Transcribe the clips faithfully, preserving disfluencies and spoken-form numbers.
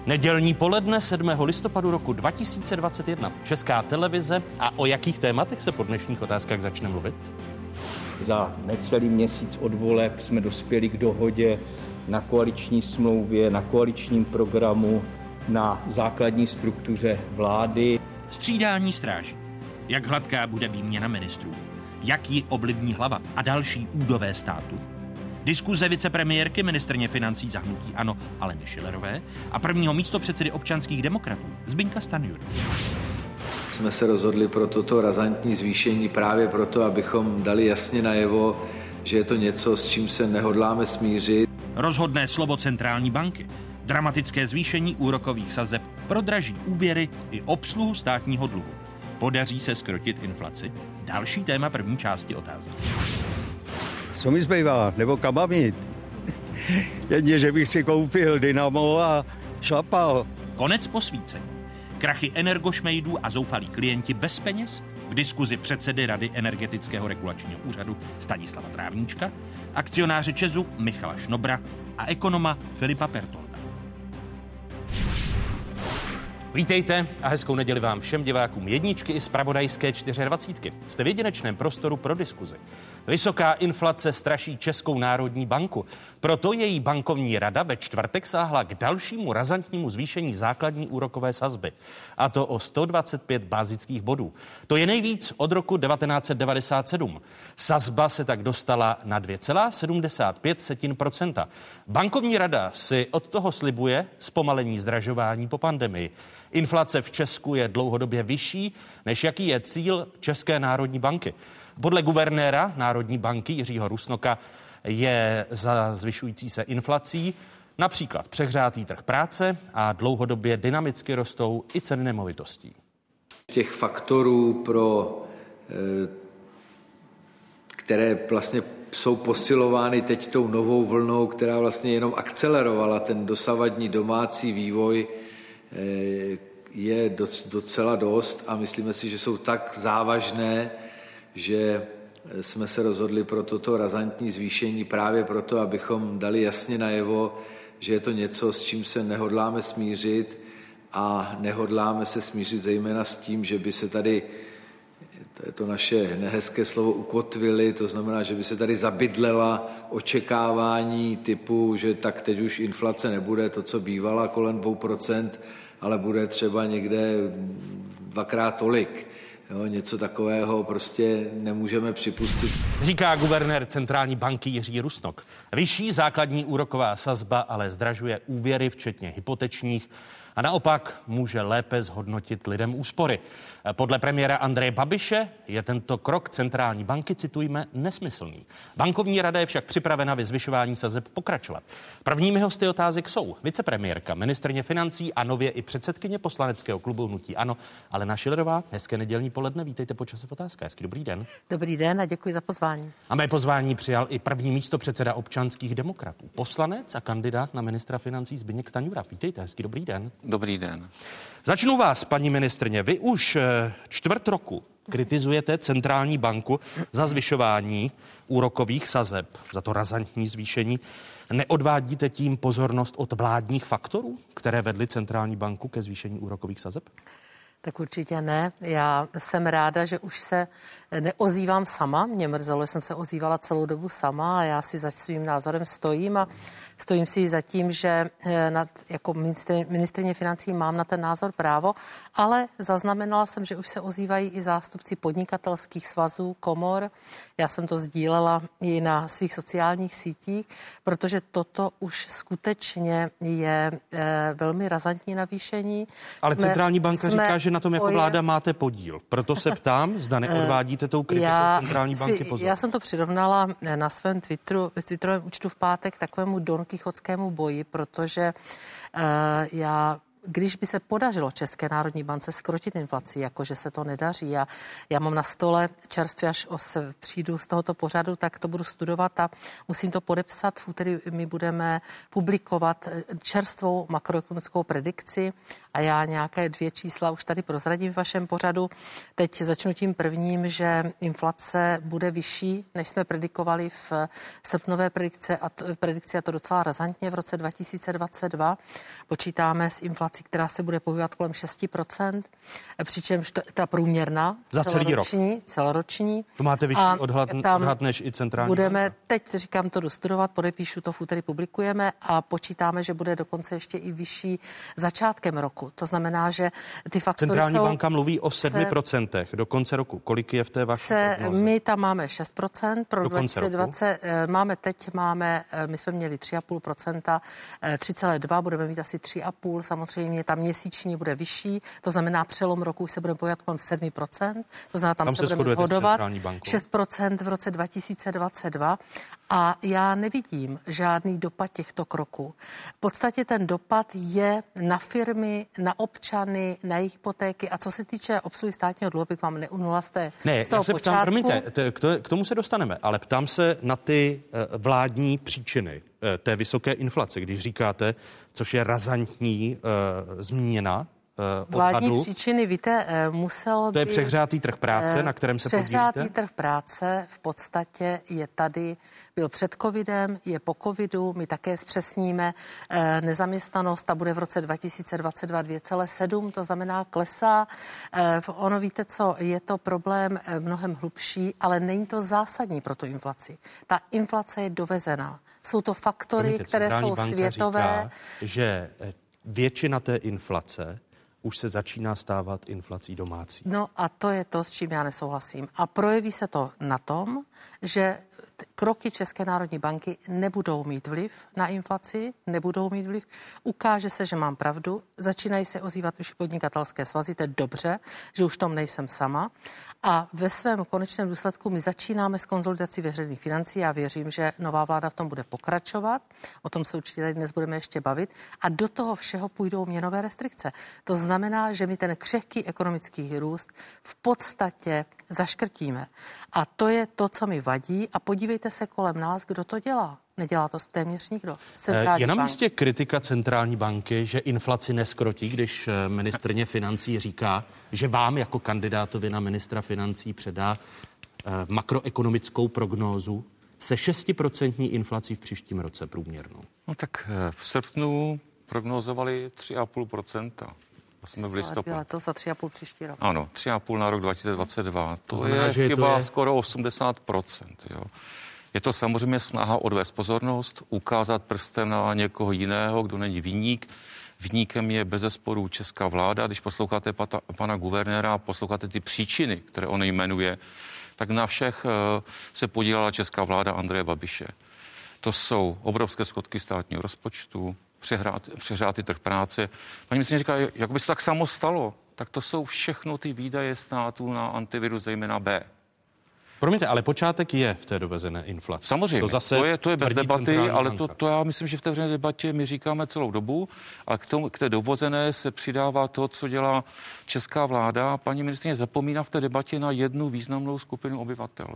Nedělní poledne sedmého listopadu roku dva tisíce dvacet jedna. Česká televize. A o jakých tématech se po dnešních otázkách začne mluvit? Za necelý měsíc od voleb jsme dospěli k dohodě na koaliční smlouvě, na koaličním programu, na základní struktuře vlády. Střídání stráží. Jak hladká bude výměna ministrů? Jak ji ovlivní hlava a další údové státu? Diskuze vicepremiérky ministryně financí za hnutí ANO Aleny Schillerové a prvního místopředsedy občanských demokratů Zbyňka Stanjury. Jsme se rozhodli pro toto razantní zvýšení právě proto, abychom dali jasně najevo, že je to něco, s čím se nehodláme smířit. Rozhodné slovo centrální banky. Dramatické zvýšení úrokových sazeb prodraží úvěry i obsluhu státního dluhu. Podaří se zkrotit inflaci? Další téma první části otázky. Co mi zbývá, nebo kam mám jít? Jedně, že bych si koupil dynamo a šlapal. Konec posvícení. Krachy energošmejdů a zoufalí klienti bez peněz? V diskuzi předsedy Rady energetického regulačního úřadu Stanislava Trávníčka, akcionáře ČEZu Michala Šnobra a ekonoma Filipa Pertolda. Vítejte a hezkou neděli vám všem divákům jedničky i zpravodajské dvacítky. Jste v jedinečném prostoru pro diskuzi. Vysoká inflace straší Českou národní banku. Proto její bankovní rada ve čtvrtek sáhla k dalšímu razantnímu zvýšení základní úrokové sazby. A to o sto dvacet pět bázických bodů. To je nejvíc od roku devatenáct set devadesát sedm. Sazba se tak dostala na dvě celá sedmdesát pět procenta. Bankovní rada si od toho slibuje zpomalení zdražování po pandemii. Inflace v Česku je dlouhodobě vyšší, než jaký je cíl České národní banky. Podle guvernéra Národní banky Jiřího Rusnoka je za zvyšující se inflací například přehřátý trh práce a dlouhodobě dynamicky rostou i ceny nemovitostí. Těch faktorů, pro, které vlastně jsou posilovány teď tou novou vlnou, která vlastně jenom akcelerovala ten dosavadní domácí vývoj, je docela dost a myslíme si, že jsou tak závažné, že jsme se rozhodli pro toto razantní zvýšení právě proto, abychom dali jasně najevo, že je to něco, s čím se nehodláme smířit a nehodláme se smířit zejména s tím, že by se tady, to je to naše nehezké slovo, ukotvili, to znamená, že by se tady zabydlela očekávání typu, že tak teď už inflace nebude to, co bývala kolem dvou procent, ale bude třeba někde dvakrát tolik. Jo, něco takového prostě nemůžeme připustit. Říká guvernér centrální banky Jiří Rusnok. Vyšší základní úroková sazba ale zdražuje úvěry, včetně hypotečních, a naopak může lépe zhodnotit lidem úspory. Podle premiéra Andreje Babiše je tento krok centrální banky, citujme, nesmyslný. Bankovní rada je však připravena ve zvyšování sazeb pokračovat. Prvními hosty otázek jsou vicepremiérka, ministryně financí a nově i předsedkyně poslaneckého klubu hnutí ANO Alena Schillerová. Hezké nedělní poledne, vítejte po Čase v otázkách. Hezký dobrý den. Dobrý den a děkuji za pozvání. A mé pozvání přijal i první místopředseda občanských demokratů, poslanec a kandidát na ministra financí Zbyněk Stanjura. Vítejte, hezký dobrý den. Dobrý den. Začnu vás, paní ministryně. Vy už čtvrt roku kritizujete centrální banku za zvyšování úrokových sazeb, za to razantní zvýšení. Neodvádíte tím pozornost od vládních faktorů, které vedly centrální banku ke zvýšení úrokových sazeb? Tak určitě ne. Já jsem ráda, že už se neozývám sama. Mě mrzelo, že jsem se ozývala celou dobu sama a já si za svým názorem stojím a stojím si za tím, že nad, jako ministryně financí mám na ten názor právo, ale zaznamenala jsem, že už se ozývají i zástupci podnikatelských svazů, komor. Já jsem to sdílela i na svých sociálních sítích, protože toto už skutečně je e, velmi razantní navýšení. Ale jsme, centrální banka jsme, říká, že na tom jako oje... vláda máte podíl. Proto se ptám, zda neodvádíte tou kritikou já centrální banky si, pozornost. Já jsem to přirovnala na svém Twitteru, Twitterovém účtu v pátek takovému donkichotskému boji, protože uh, já když by se podařilo České národní bance zkrotit inflaci, jakože se to nedaří, a já mám na stole čerstvě, až os, přijdu z tohoto pořadu, tak to budu studovat a musím to podepsat. V úterý my budeme publikovat čerstvou makroekonomickou predikci a já nějaké dvě čísla už tady prozradím v vašem pořadu. Teď začnu tím prvním, že inflace bude vyšší, než jsme predikovali v srpnové predikce a to, predikci, a to docela razantně v roce dva tisíce dvacet dva. Počítáme s inflací, která se bude pohybovat kolem šest procent, přičemž to, ta průměrná za celý rok. celoroční. To máte vyšší odhad, odhad než i centrální budeme, banka? Teď říkám, to dostudovat, podepíšu to, v úterý publikujeme a počítáme, že bude dokonce ještě i vyšší začátkem roku. To znamená, že ty faktory Centrální jsou, banka mluví o sedmi procentech do konce roku. Kolik je v té vaší se, prognoze? My tam máme šest procent, pro do dva tisíce dvacet máme teď, máme, my jsme měli tři celá pět procenta, tři celá dva, budeme mít asi tři celá pět, samozřejmě ta měsíční bude vyšší, to znamená přelom roku už se budeme pohybovat kolem sedm procent, to znamená tam, tam se, se budeme shodovat, šest procent v roce dva tisíce dvacet dva a já nevidím žádný dopad těchto kroků. V podstatě ten dopad je na firmy, na občany, na jejich hypotéky a co se týče obsluhy státního dluhu, bych vám neunula z, té, ne, z toho já se počátku. Ptám, promiňte, k tomu se dostaneme, ale ptám se na ty vládní příčiny té vysoké inflace, když říkáte, což je razantní uh, změna uh, Vládní odhadu. příčiny, víte, musel by... To je přehřátý trh práce, na kterém se podílíte? Přehřátý trh práce v podstatě je tady, byl před covidem, je po covidu, my také zpřesníme eh, nezaměstnanost, ta bude v roce dva tisíce dvacet dva dvě celá sedm, to znamená klesá. Eh, ono víte co, je to problém eh, mnohem hlubší, ale není to zásadní pro tu inflaci. Ta inflace je dovezená. Jsou to faktory, Promiňte, které jsou světové. Říká, že většina té inflace už se začíná stávat inflací domácí. No a to je to, s čím já nesouhlasím. A projeví se to na tom, že kroky České národní banky nebudou mít vliv na inflaci, nebudou mít vliv. Ukáže se, že mám pravdu. Začínají se ozývat už podnikatelské svazy, to je dobře, že už tom nejsem sama. A ve svém konečném důsledku my začínáme s konzolidací veřejných financí. Já věřím, že nová vláda v tom bude pokračovat. O tom se určitě tady dnes budeme ještě bavit. A do toho všeho půjdou měnové restrikce. To znamená, že my ten křehký ekonomický růst v podstatě zaškrtíme. A to je to, co mi vadí. A podívejte se kolem nás, kdo to dělá. Nedělá to téměř nikdo. Centrální je na bank. místě kritika centrální banky, že inflaci neskrotí, když ministryně financí říká, že vám jako kandidátovi na ministra financí předá eh, makroekonomickou prognózu se šestiprocentní inflací v příštím roce průměrnou. No tak v srpnu prognozovali tři celá pět procenta. Jsme v listopadu. Letos za tři celá pět příští rok. Ano, tři celá pět na rok dva tisíce dvacet dva. To, to znamená, je chyba to je... skoro osmdesát procent. Jo. Je to samozřejmě snaha odvést pozornost, ukázat prstem na někoho jiného, kdo není viník. Viníkem je bezesporu česká vláda. Když posloucháte pata, pana guvernéra, posloucháte ty příčiny, které on jmenuje, tak na všech uh, se podílela česká vláda Andreje Babiše. To jsou obrovské schodky státního rozpočtu, přehrátý trh práce. Paní ministryně říká, jak by se to tak samo stalo, tak to jsou všechno ty výdaje států na antivirus, zejména B. Promiňte, ale počátek je v té dovezené inflaci. Samozřejmě, to, zase to je, to je bez debaty, ale to, banka. to já myslím, že v té veřejné debatě my říkáme celou dobu a k, tomu, k té dovozené se přidává to, co dělá česká vláda. Paní ministryně zapomíná v té debatě na jednu významnou skupinu obyvatel.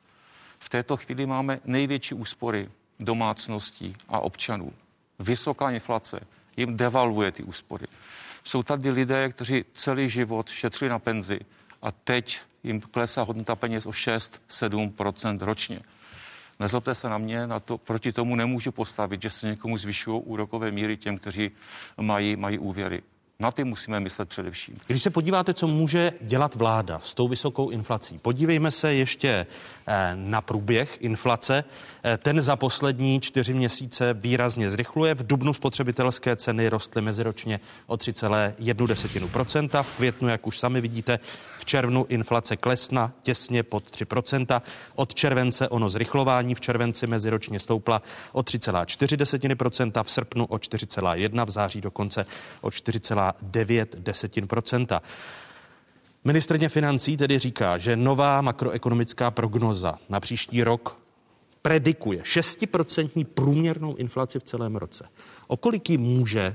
V této chvíli máme největší úspory domácností a občanů. Vysoká inflace jim devalvuje ty úspory. Jsou tady lidé, kteří celý život šetřili na penzi a teď jim klesá hodnota peněz o šest sedm procent ročně. Nezlobte se na mě, na to, proti tomu nemůžu postavit, že se někomu zvyšují úrokové míry těm, kteří mají, mají úvěry. Na ty musíme myslet především. Když se podíváte, co může dělat vláda s tou vysokou inflací, podívejme se ještě na průběh inflace. Ten za poslední čtyři měsíce výrazně zrychluje. V dubnu spotřebitelské ceny rostly meziročně o tři celá jedna procenta. V květnu, jak už sami vidíte, v červnu inflace klesna těsně pod tři procenta. Od července ono zrychlování v červenci meziročně stoupla o tři celá čtyři procenta, v srpnu o čtyři celá jedna, v září dokonce o čtyři celá devět procenta. Ministryně financí tedy říká, že nová makroekonomická prognoza na příští rok predikuje šestiprocentní průměrnou inflaci v celém roce. O kolik ji může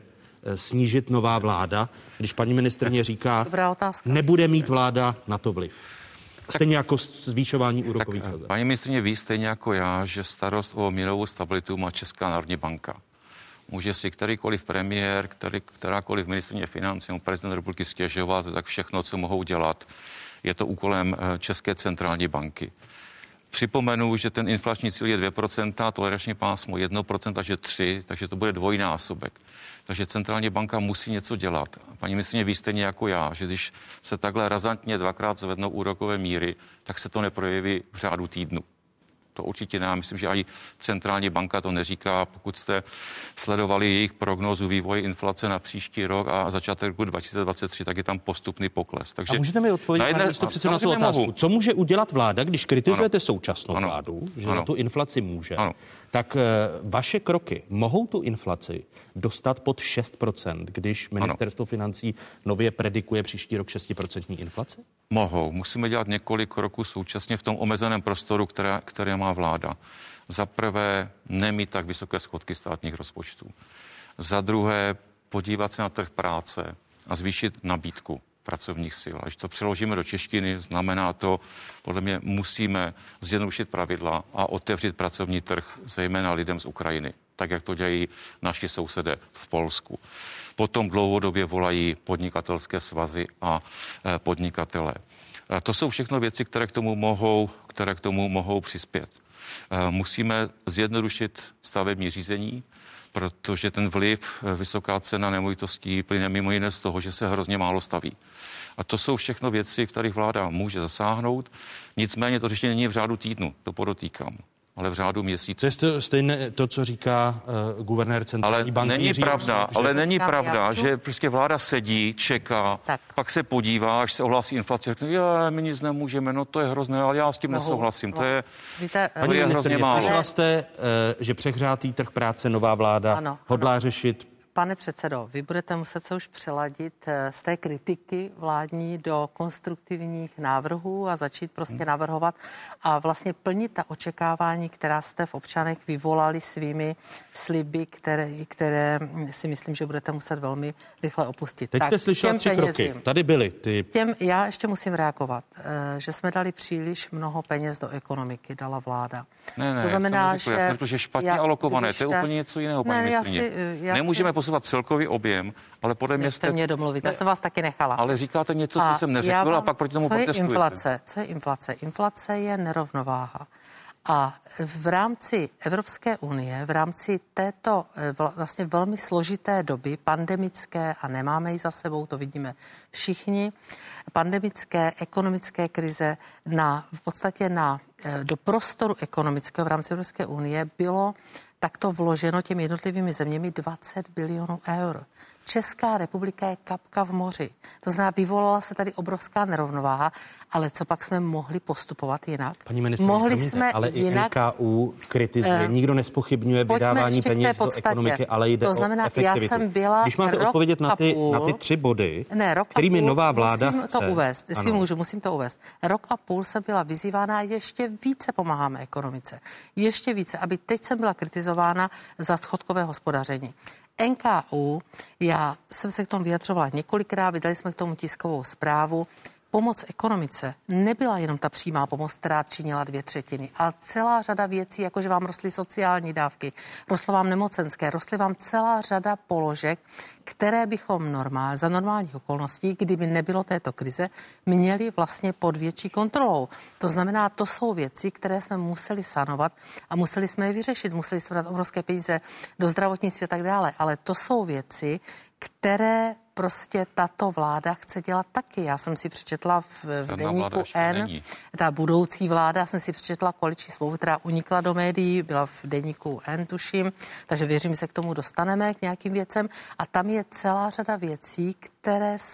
snížit nová vláda, když paní ministryně říká, nebude mít vláda na to vliv? Stejně jako zvýšování úrokových sazeb. Paní ministryně ví stejně jako já, že starost o měnovou stabilitu má Česká národní banka. Může si kterýkoliv premiér, který, kterákoliv ministryně financí, prezident republiky stěžovat, tak všechno, co mohou dělat, je to úkolem České centrální banky. Připomenu, že ten inflační cíl je dvě procenta, toleranční pásmo jedno procento, že tři, takže to bude dvojnásobek. Takže centrální banka musí něco dělat. Paní ministryně ví stejně jako já, že když se takhle razantně dvakrát zvednou úrokové míry, tak se to neprojeví v řádu týdnu. To určitě ne. Myslím, že ani centrální banka to neříká. Pokud jste sledovali jejich prognózu vývoje inflace na příští rok a začátek roku dva tisíce dvacet tři, tak je tam postupný pokles. Takže a můžete mi odpovědět, jedné, pane předsedo, na tu otázku. Mohu. Co může udělat vláda, když kritizujete ano. současnou ano. vládu, že ano. na tu inflaci může, ano. tak uh, vaše kroky mohou tu inflaci dostat pod šest procent, když ministerstvo ano. financí nově predikuje příští rok šest procent inflaci? Mohou. Musíme dělat několik kroků současně v tom omezeném prostoru, které, které má vláda. Za prvé, nemít tak vysoké schodky státních rozpočtů. Za druhé, podívat se na trh práce a zvýšit nabídku pracovních sil. A když to přeložíme do češtiny, znamená to, podle mě musíme zjednodušit pravidla a otevřít pracovní trh, zejména lidem z Ukrajiny, tak jak to dělají naši sousedé v Polsku. Potom dlouhodobě volají podnikatelské svazy a podnikatele. To jsou všechno věci, které k tomu mohou, které k tomu mohou přispět. Musíme zjednodušit stavební řízení, protože ten vliv, vysoká cena nemovitostí plyne mimo jiné z toho, že se hrozně málo staví. A to jsou všechno věci, v kterých vláda může zasáhnout. Nicméně to řešení není v řádu týdnu, to podotýkám, ale v řádu měsíců. To je to, stejné to, co říká uh, guvernér centrální banky. Není říká, pravda, že ale není pravda, že prostě vláda sedí, čeká, tak. pak se podívá, až se ohlásí inflace, řekne, je, my nic nemůžeme, no to je hrozné, ale já s tím Mohu. nesouhlasím. No. To je, Víte, to Paní je hrozně málo. Slyšela jste, uh, že přehřátý trh práce nová vláda ano, hodlá ano. řešit? Pane předsedo, vy budete muset se už přeladit z té kritiky vládní do konstruktivních návrhů a začít prostě navrhovat a vlastně plnit ta očekávání, která jste v občanech vyvolali svými sliby, které, které si myslím, že budete muset velmi rychle opustit. Teď tak, jste slyšela tři penězím. kroky. Tady byly ty. Těm, já ještě musím reagovat, že jsme dali příliš mnoho peněz do ekonomiky, dala vláda. Ne, ne, to znamená, já jsem řekl, že, já jsem řekl, že špatně já, alokované, to je úplně něco jiného, paní ministryně. Nemůžeme posouvat celkový objem, ale podle mě jste... mě domluvit, ne, já jsem vás taky nechala. Ale říkáte něco, co jsem neřekl vám, a pak proti tomu co protestujete. Je inflace? Co je inflace? Inflace je nerovnováha. A v rámci Evropské unie, v rámci této vlastně velmi složité doby, pandemické, a nemáme ji za sebou, to vidíme všichni, pandemické, ekonomické krize, na, v podstatě na, do prostoru ekonomického v rámci Evropské unie bylo takto vloženo těmi jednotlivými zeměmi dvacet bilionů eur. Česká republika je kapka v moři. To znamená, vyvolala se tady obrovská nerovnováha, ale co pak jsme mohli postupovat jinak? Paní ministryně, mohli promiňte, jsme ale jinak... i N K U kritizuje, uh, nikdo nespochybňuje vydávání peněz do ekonomiky, ale jde to znamená, o efektivitu. Já jsem byla Když máte rok odpovědět na ty, půl, na ty tři body, ne, rok kterými půl, nová vláda musím chce... to uvést, jestli můžu, musím to uvést. Rok a půl jsem byla vyzývána a ještě více pomáháme ekonomice. Ještě více, aby teď jsem byla kritizována za schodkové hospodaření. N K U, já jsem se k tomu vyjadřovala několikrát, vydali jsme k tomu tiskovou zprávu. Pomoc ekonomice nebyla jenom ta přímá pomoc, která činila dvě třetiny, ale celá řada věcí, jakože vám rostly sociální dávky, rostlo vám nemocenské, rostly vám celá řada položek, které bychom normál, za normálních okolností, kdyby nebylo této krize, měli vlastně pod větší kontrolou. To znamená, to jsou věci, které jsme museli sanovat a museli jsme je vyřešit. Museli jsme dát obrovské peníze do zdravotnictví a tak dále. Ale to jsou věci, které prostě tato vláda chce dělat taky. Já jsem si přečetla v, v deníku N, ta budoucí vláda, jsem si přečetla koaliční smlouvu, která unikla do médií, byla v deníku N, tuším, takže věřím, že se k tomu dostaneme, k nějakým věcem. A tam je celá řada věcí, které jsou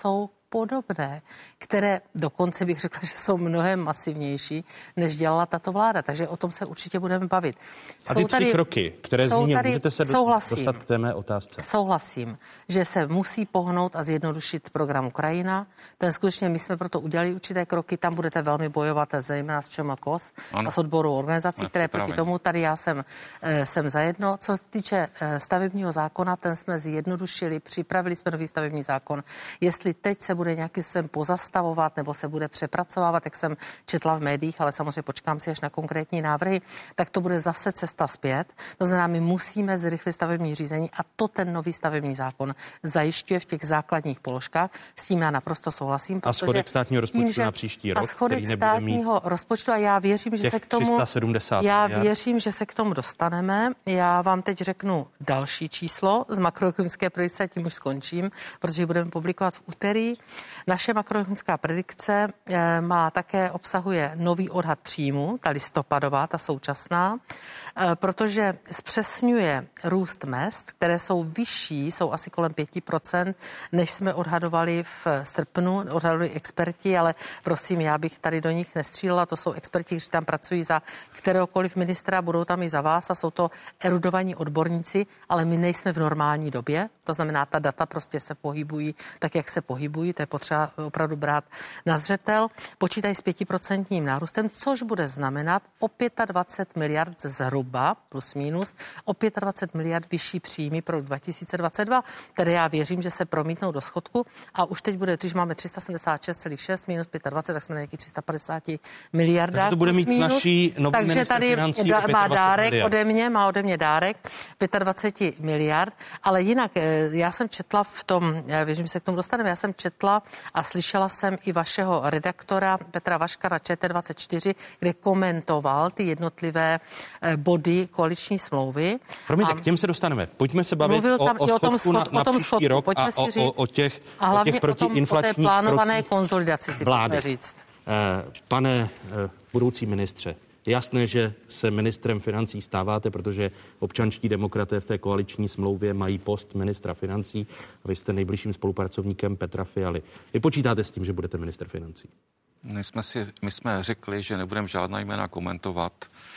podobné, které dokonce bych řekla, že jsou mnohem masivnější, než dělala tato vláda. Takže o tom se určitě budeme bavit. A ty jsou tři tady, kroky, které zmínil, tady, můžete se souhlasím, dostat k té mé otázce. Souhlasím, že se musí pohnout a zjednodušit program Ukrajina. Ten skutečně, my jsme proto udělali určité kroky, tam budete velmi bojovat, zejména s ČMKOS a s odboru organizací, no, které proti tomu, tady já jsem, jsem zajedno. Co se týče stavebního zákona, ten jsme zjednodušili, připravili jsme nový stavební zákon. Jestli teď se bude nějakým způsobem pozastavovat nebo se bude přepracovávat, jak jsem četla v médiích, ale samozřejmě počkám si až na konkrétní návrhy, tak to bude zase cesta zpět. To znamená, my musíme zrychlit stavební řízení a to ten nový stavební zákon zajišťuje v těch základních položkách. S tím já naprosto souhlasím. A schodek státního rozpočtu tím, že, na příští rok, a schodek státního rozpočtu a já věřím, že se k tomu tři sta sedmdesát já miliard. věřím, že se k tomu dostaneme. Já vám teď řeknu další číslo z makroekonomické predikce, tím už skončím, protože budeme publikovat v úterý. Naše makroekonomická predikce e, má také obsahuje nový odhad příjmu, ta listopadová, ta současná, e, protože zpřesňuje růst mezd, které jsou vyšší, jsou asi kolem pět procent, než jsme odhadovali v srpnu, odhadovali experti, ale prosím, já bych tady do nich nestřílela, to jsou experti, kteří tam pracují za kteréhokoliv ministra, budou tam i za vás a jsou to erudovaní odborníci, ale my nejsme v normální době, to znamená, ta data prostě se pohybují tak, jak se pohybují, to je potřeba opravdu brát na zřetel. Počítají s pětiprocentním nárůstem, což bude znamenat o dvacet pět miliard zhruba, plus minus, o dvacet pět miliard vyšší příjmy pro dva tisíce dvacet dva, tedy já věřím, že se promítnou do schodku a už teď bude, když máme tři sta sedmdesát šest celá šest minus dvacet pět, tak jsme na nějaký tři sta padesát miliardách. To bude mít snažší nový takže ministr tady financí da, má dárek miliard. ode mě, má ode mě dárek dvacet pět miliard, ale jinak já jsem četla v tom, já věřím, že se k tomu dostaneme, já jsem četla a slyšela jsem i vašeho redaktora Petra Vaška na Č T dvacet čtyři, kde komentoval ty jednotlivé body koaliční smlouvy. Promiňte, k těm se dostaneme. Pojďme se bavit o, tam o, i o tom schodku na, o na tom příští schodku. rok Pojďme a si o, říct, o, o těch, a hlavně o těch o, tom, o té plánované konsolidaci si pojďme říct. Eh, pane eh, budoucí ministře, je jasné, že se ministrem financí stáváte, protože občanští demokraté v té koaliční smlouvě mají post ministra financí a vy jste nejbližším spolupracovníkem Petra Fialy. Vy počítáte s tím, že budete ministr financí? My jsme, si, my jsme řekli, že nebudeme žádná jména komentovat.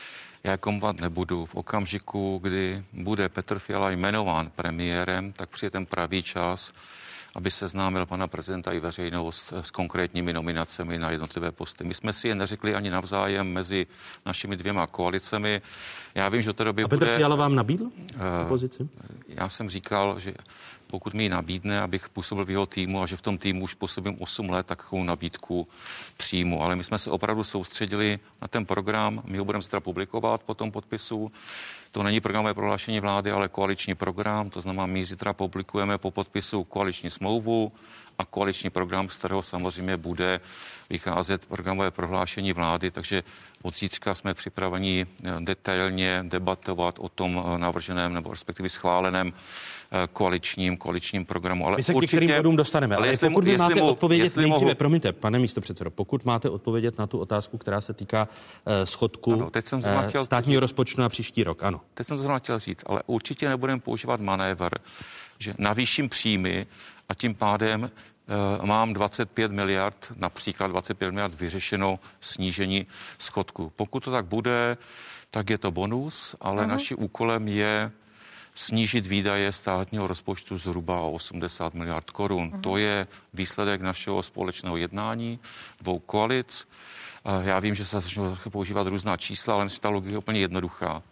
Já komentovat nebudu. V okamžiku, kdy bude Petr Fiala jmenován premiérem, tak přijde ten pravý čas, aby seznámil pana prezidenta i veřejnost s konkrétními nominacemi na jednotlivé posty. My jsme si je neřekli ani navzájem mezi našimi dvěma koalicemi. Já vím, že do té doby A Petr bude... Fiala vám nabídl uh, pozici? Já jsem říkal, že pokud mi ji nabídne, abych působil v jeho týmu a že v tom týmu už působím osm let, tak takovou nabídku přijmu. Ale my jsme se opravdu soustředili na ten program, my ho budeme zítra publikovat po tom podpisu. To není programové prohlášení vlády, ale koaliční program, to znamená, my zítra publikujeme po podpisu koaliční smlouvu a koaliční program, z kterého samozřejmě bude vycházet programové prohlášení vlády, takže od zítřka jsme připraveni detailně debatovat o tom navrženém nebo respektive schváleném koaličním, koaličním programu. Ale my se k určitě, některým bodům dostaneme, ale, ale jestli, pokud vy máte mu, odpovědět nejdříve, mohu... promiňte, pane místopředsedo, pokud máte odpovědět na tu otázku, která se týká uh, schodku ano, teď jsem uh, chtěl státního rozpočtu na příští rok, ano. Teď jsem to zrovna chtěl říct, ale určitě nebudeme používat manévr, že navýším příjmy a tím pádem uh, mám dvacet pět miliard, například dvacet pět miliard vyřešeno snížení schodku. Pokud to tak bude, tak je to bonus, ale uh-huh. naším úkolem je snížit výdaje státního rozpočtu zhruba o osmdesát miliard korun. Uh-huh. To je výsledek našeho společného jednání dvou koalic. Já vím, že se začnou používat různá čísla, ale myslím, že ta logika je úplně jednoduchá.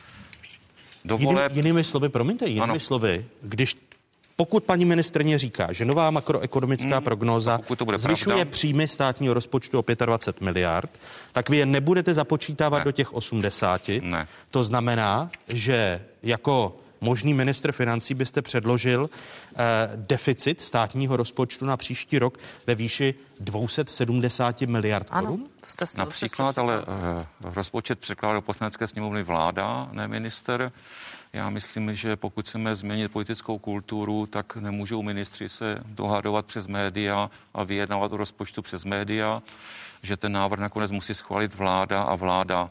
Dovole... Jinými, jinými slovy, promiňte, jinými ano. slovy, když pokud paní ministryně říká, že nová makroekonomická hmm, prognóza zvyšuje pravda. příjmy státního rozpočtu o dvacet pět miliard, tak vy je nebudete započítávat ne. do těch osmdesáti. Ne. To znamená, že jako možný ministr financí byste předložil eh, deficit státního rozpočtu na příští rok ve výši dvě stě sedmdesát miliard korun? Například, ale eh, rozpočet překládá do poslanecké sněmovny vláda, ne minister. Já myslím, že pokud chceme změnit politickou kulturu, tak nemůžou ministři se dohadovat přes média a vyjednávat o rozpočtu přes média, že ten návrh nakonec musí schválit vláda a vláda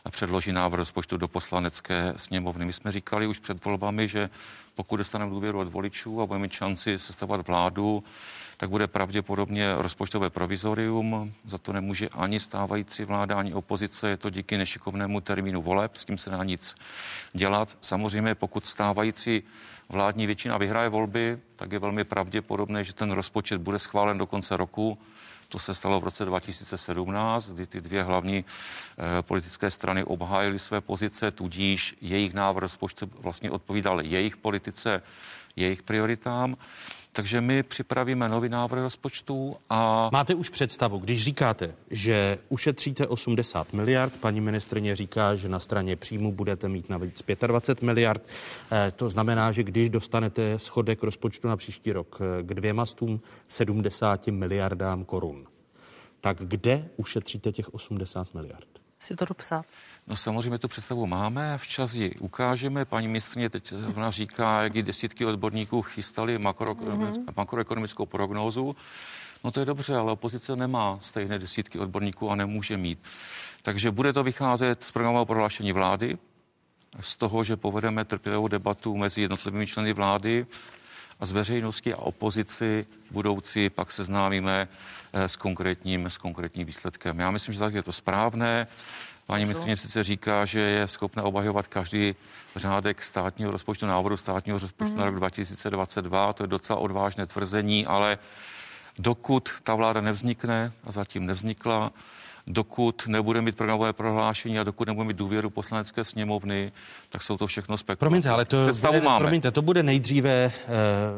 předloží návrh rozpočtu do poslanecké sněmovny. My jsme říkali už před volbami, že pokud dostaneme důvěru od voličů a budeme mít šanci sestavovat vládu, tak bude pravděpodobně rozpočtové provizorium. Za to nemůže ani stávající vláda, ani opozice. Je to díky nešikovnému termínu voleb, s tím se nedá nic dělat. Samozřejmě pokud stávající vládní většina vyhraje volby, tak je velmi pravděpodobné, že ten rozpočet bude schválen do konce roku. To se stalo v roce dva tisíce sedmnáct, kdy ty dvě hlavní eh, politické strany obhájily své pozice, tudíž jejich návrh rozpočtu vlastně odpovídal jejich politice, jejich prioritám. Takže my připravíme nový návrh rozpočtu a... Máte už představu, když říkáte, že ušetříte osmdesát miliard, paní ministryně říká, že na straně příjmu budete mít navíc dvacet pět miliard, eh, to znamená, že když dostanete schodek rozpočtu na příští rok k dvěma stům sedmdesáti miliardám korun, tak kde ušetříte těch osmdesát miliard? Si to jdu psát. No samozřejmě tu představu máme, včas ji ukážeme. Paní ministryně teď ona říká, jak i desítky odborníků chystali makro, mm-hmm. makroekonomickou prognózu. No to je dobře, ale opozice nemá stejné desítky odborníků a nemůže mít. Takže bude to vycházet z programového prohlášení vlády, z toho, že povedeme trpělivou debatu mezi jednotlivými členy vlády a z veřejnosti a opozici budoucí pak seznámíme s konkrétním, s konkrétním výsledkem. Já myslím, že tak je to správné. Paní ministryně sice říká, že je schopna obhajovat každý řádek státního rozpočtu, návrhu státního rozpočtu mm. na rok dva tisíce dvacet dva. To je docela odvážné tvrzení, ale dokud ta vláda nevznikne, a zatím nevznikla, dokud nebude mít programové prohlášení a dokud nebude mít důvěru poslanecké sněmovny, tak jsou to všechno spekulace. Promiňte, ale to bude, promiňte, to bude nejdříve uh,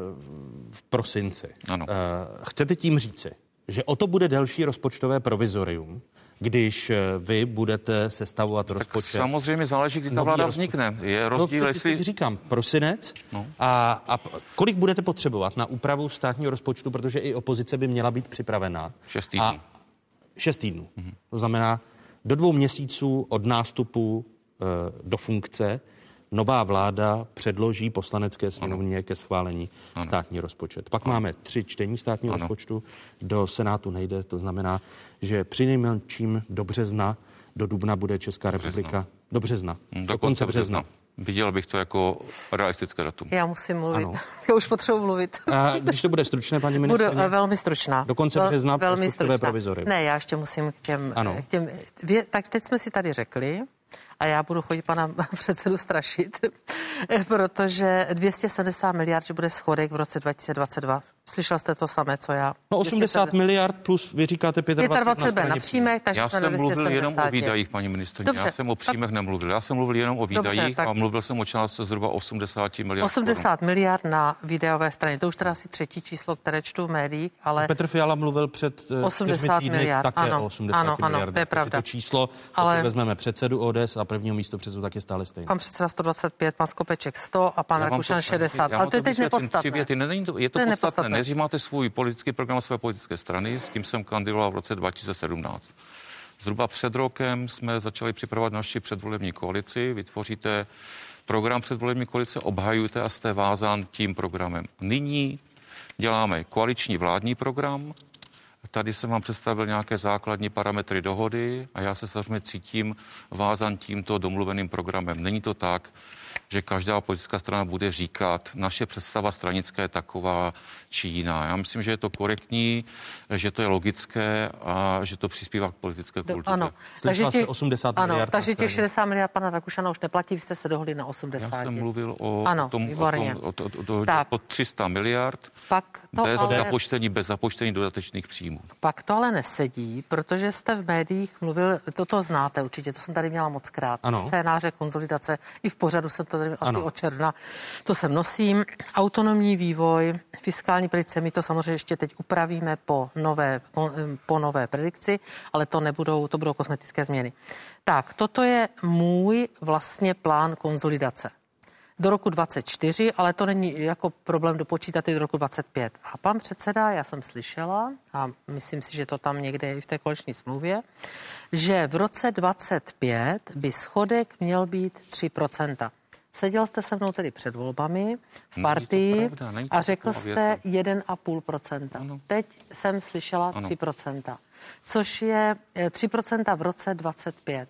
v prosinci. Ano. Uh, chcete tím říci, že o to bude delší rozpočtové provizorium, když vy budete sestavovat rozpočet? Tak samozřejmě záleží, kdy ta vláda vznikne. Je rozdíl, no, jestli... říkám, prosinec. No. A, a kolik budete potřebovat na úpravu státního rozpočtu, protože i opozice by měla být připravená? Šest týdnů. A šest týdnů. Mm-hmm. To znamená, do dvou měsíců od nástupu e, do funkce nová vláda předloží poslanecké sněmovně ke schválení ano. státní rozpočet. Pak ano. máme tři čtení státního ano. rozpočtu, do Senátu nejde, to znamená, že při nejmenším do března, do dubna bude Česká republika, do března, do, do konce března. března. Viděl bych to jako realistické datum. Já musím mluvit. Ano. Já už potřebuji mluvit. A když to bude stručné, paní ministryně? Budu uh, velmi stručná. Do konce Vel, března velmi stručná. provizorium. Ne, já ještě musím k těm... K těm vě, tak teď jsme si tady řekli, a já budu chodit pana předsedu strašit, protože dvě stě sedmdesát miliard, že bude schodek v roce dva tisíce dvacet dva. Slyšel jste to samé, co já? No osmdesát miliard plus, vy říkáte dvacet pět na straně na příjmech, takže já jsem mluvil jenom o výdajích, paní ministryně. Já jsem o příjmech tak... nemluvil. Já jsem mluvil jenom o výdajích. Dobře, tak... a mluvil jsem o částce zhruba osmdesát miliard. osmdesát miliard na výdajové straně. To už teda asi třetí číslo, které čtu v médiích, ale... Petr Fiala mluvil před osmdesát týdny miliard. také Ano, o osmdesáti ano, ano, miliardách. to je pravda. To číslo, ale... pokud vezmeme předsedu O D S a prvního místo předsedu, tak je stále stejné. Pan předseda sto dvacet pět, pan Skopeček sto a pan Rakušan šedesát. Ale to je teď nepodstatné. Je to podstatné. Než máte svůj politický program své politické strany, s tím jsem kandidoval v roce dva tisíce sedmnáct. Zhruba před rokem jsme začali připravovat naši předvolební koalici. Vytvoříte program předvolební koalice, obhajujte a jste vázán tím programem. Nyní děláme koaliční vládní program. Tady jsem vám představil nějaké základní parametry dohody a já se samozřejmě cítím vázan tímto domluveným programem. Není to tak, že každá politická strana bude říkat, naše představa stranická je taková či jiná. Já myslím, že je to korektní, že to je logické a že to přispívá k politické kultuře. Ano, takže těch osmdesát ano, miliard. Takže těch šedesát miliard pana Rakušana už neplatí, vy jste se dohodli na osmdesát. Já jsem mluvil o ano, tom, výborně. o tom, o, o, o, o tři sta miliard pak to bez, ale, započtení, bez započtení dodatečných příjmů. Pak to ale nesedí, protože jste v médiích mluvil, toto znáte určitě, to jsem tady měla moc krát, ano. Scénáře, konsolidace, i v pořadu jsem to tady asi ano. od června, to sem nosím, autonomní vývoj, fiskální predikce, my to samozřejmě ještě teď upravíme po nové, po, po nové predikci, ale to nebudou, to budou kosmetické změny. Tak, toto je můj vlastně plán konsolidace. Do roku dvacet čtyři, ale to není jako problém dopočítat i do roku dvacet pět. A pan předseda, já jsem slyšela, a myslím si, že to tam někde i v té koaliční smlouvě, že v roce dvacet pět by schodek měl být tři procenta. Seděl jste se mnou tedy před volbami v partii a řekl jste jedna celá pět procenta. Teď jsem slyšela ano. tři procenta, což je tři procenta v roce dvacet pět.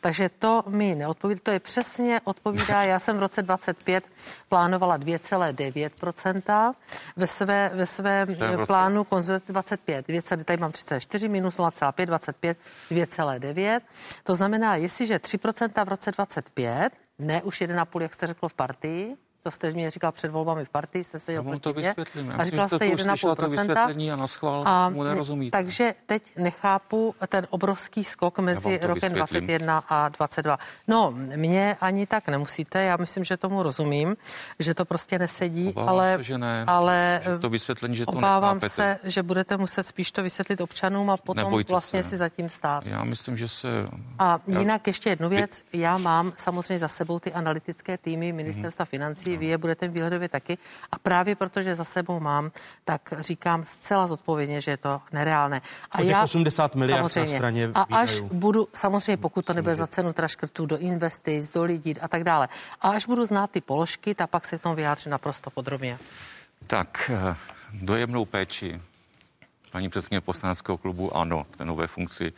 Takže to mi neodpovídá. To je přesně odpovídá. Já jsem v roce dvacet pět plánovala dvě celá devět procenta. Ve, své, ve svém plánu konzolidace dvacet pět. Tady mám třicet čtyři minus nula celá pět, dvacet pět, dvě celá devět. To znamená, jestliže tři procenta v roce dvacet pět, ne už jeden a půl, jak jste řekl v partii, to jste mě říkal před volbami v partii, jste se jel proti mě. A říkal jste jeden a půl procenta. A na schvál a mu nerozumíte. Takže teď nechápu ten obrovský skok mezi rokem vysvětlím. dvacet jedna a dvacet dva. No, mě ani tak nemusíte, já myslím, že tomu rozumím, že to prostě nesedí, obávám ale, se, že ne, ale že to vysvětlení, že to obávám nechápete. se, že budete muset spíš to vysvětlit občanům a potom Nebojte vlastně se. si zatím stát. Já myslím, že se... A jinak ještě jednu věc, já mám samozřejmě za sebou ty analytické týmy ministerstva financí, vy je budete výhledově taky. A právě protože za sebou mám, tak říkám zcela zodpovědně, že je to nereálné. A o těch já, osmdesát miliard na straně A až výdajů. budu, samozřejmě pokud to nebude za cenu teda škrtů do investic, do lidí a tak dále. A až budu znát ty položky, tak pak se k tomu vyjádřím naprosto podrobně. Tak, dojemnou péči paní předsedkyně poslaneckého klubu ANO v té nové funkci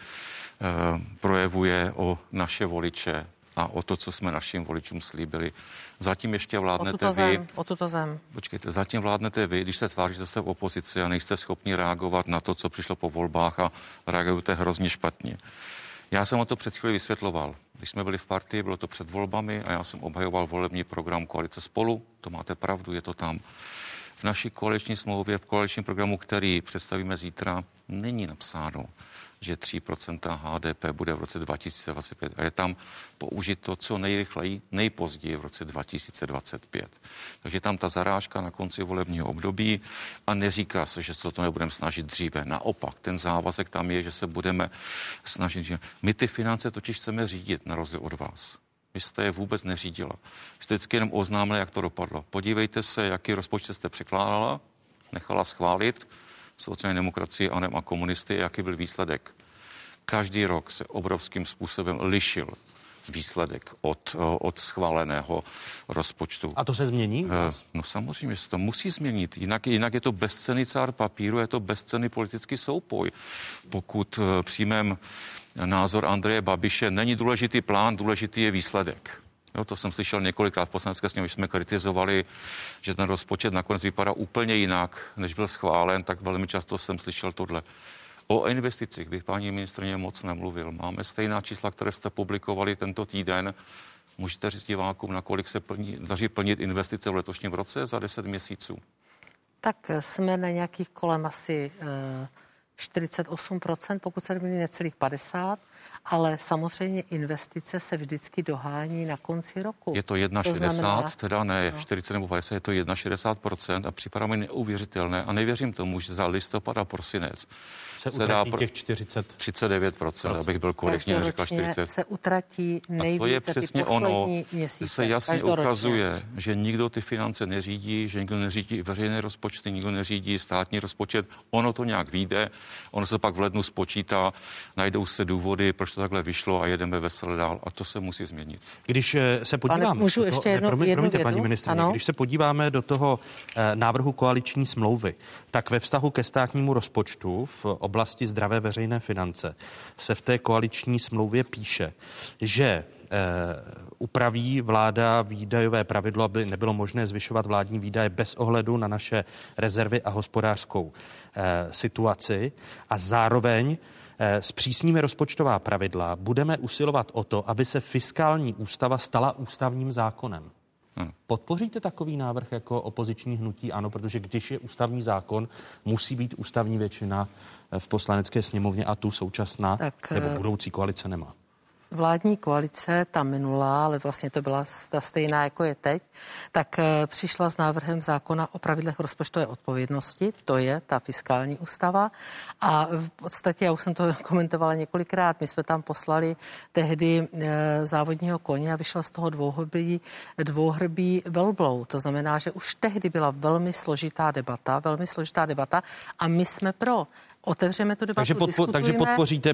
projevuje o naše voliče a o to, co jsme našim voličům slíbili. Zatím ještě vládnete o vy. Zem, o tuto zem. Počkejte, zatím vládnete vy, když se tváříte se v opozici a nejste schopni reagovat na to, co přišlo po volbách a reagujete hrozně špatně. Já jsem o to před chvíli vysvětloval. Když jsme byli v partii, bylo to před volbami a já jsem obhajoval volební program Koalice Spolu. To máte pravdu, je to tam. V naší koaliční smlouvě, v koaličním programu, který představíme zítra, není napsáno, že tři procenta H D P bude v roce dva tisíce dvacet pět a je tam použito co nejrychleji, nejpozději v roce dva tisíce dvacet pět. Takže tam ta zarážka na konci volebního období a neříká se, že se to nebudeme snažit dříve. Naopak, ten závazek tam je, že se budeme snažit. My ty finance totiž chceme řídit, na rozdíl od vás. Vy jste je vůbec neřídila. Vy jste vždycky jenom oznámili, jak to dopadlo. Podívejte se, jaký rozpočet jste překládala, nechala schválit sociální demokracii a komunisty, jaký byl výsledek. Každý rok se obrovským způsobem lišil výsledek od, od schváleného rozpočtu. A to se změní? No samozřejmě, že se to musí změnit. Jinak, jinak je to bezcenný cár papíru, je to bezcenný politický soupoj. Pokud přijmeme názor Andreje Babiše, není důležitý plán, důležitý je výsledek. Jo, to jsem slyšel několikrát v poslanecké sněmovně, jsme kritizovali, že ten rozpočet nakonec vypadá úplně jinak, než byl schválen, tak velmi často jsem slyšel tohle. O investicích bych paní ministryně moc nemluvil. Máme stejná čísla, které jste publikovali tento týden. Můžete říct divákům, nakolik se plní, daří plnit investice v letošním roce za deset měsíců? Tak jsme na nějakých kolem asi e, čtyřicet osm procent, pokud se nemění necelých padesát, ale samozřejmě investice se vždycky dohání na konci roku. Je to jedna celá šedesát, znamená, teda ne no. čtyřicet nebo padesát, je to jedna celá šedesát procent a připadá mi neuvěřitelné a nevěřím tomu, že za listopad a prosinec se, se utratí těch čtyřicet třicet devět procent, abych byl korektně neřekla čtyřicet. Se utratí nejvíce. A to je přesně ono, měsíce, se jasně ukazuje, že nikdo ty finance neřídí, že nikdo neřídí veřejné rozpočty, nikdo neřídí státní rozpočet. Ono to nějak vyjde, ono se pak v lednu spočítá, najdou se důvody, proč to takhle vyšlo a jedeme veselé dál. A to se musí změnit. Když se podíváme... Pane, můžu ještě jednu, promiň, jednu promiňte, vědu? paní ministryně, Ano? když se podíváme do toho eh, návrhu koaliční smlouvy, tak ve vztahu ke státnímu rozpočtu v oblasti zdravé veřejné finance se v té koaliční smlouvě píše, že eh, upraví vláda výdajové pravidlo, aby nebylo možné zvyšovat vládní výdaje bez ohledu na naše rezervy a hospodářskou eh, situaci a zároveň zpřísníme rozpočtová pravidla, budeme usilovat o to, aby se fiskální ústava stala ústavním zákonem. Hmm. Podpoříte takový návrh jako opoziční hnutí? Ano, protože když je ústavní zákon, musí být ústavní většina v poslanecké sněmovně a tu současná tak, nebo budoucí koalice nemá. Vládní koalice, ta minulá, ale vlastně to byla ta stejná, jako je teď, tak přišla s návrhem zákona o pravidlech rozpočtové odpovědnosti, to je ta fiskální ústava a v podstatě, já už jsem to komentovala několikrát, my jsme tam poslali tehdy e, závodního koně a vyšel z toho dvouhrbí, dvouhrbí velbloud. To znamená, že už tehdy byla velmi složitá debata, velmi složitá debata a my jsme pro. Otevřeme tu debatu, takže, podpo- takže podpoříte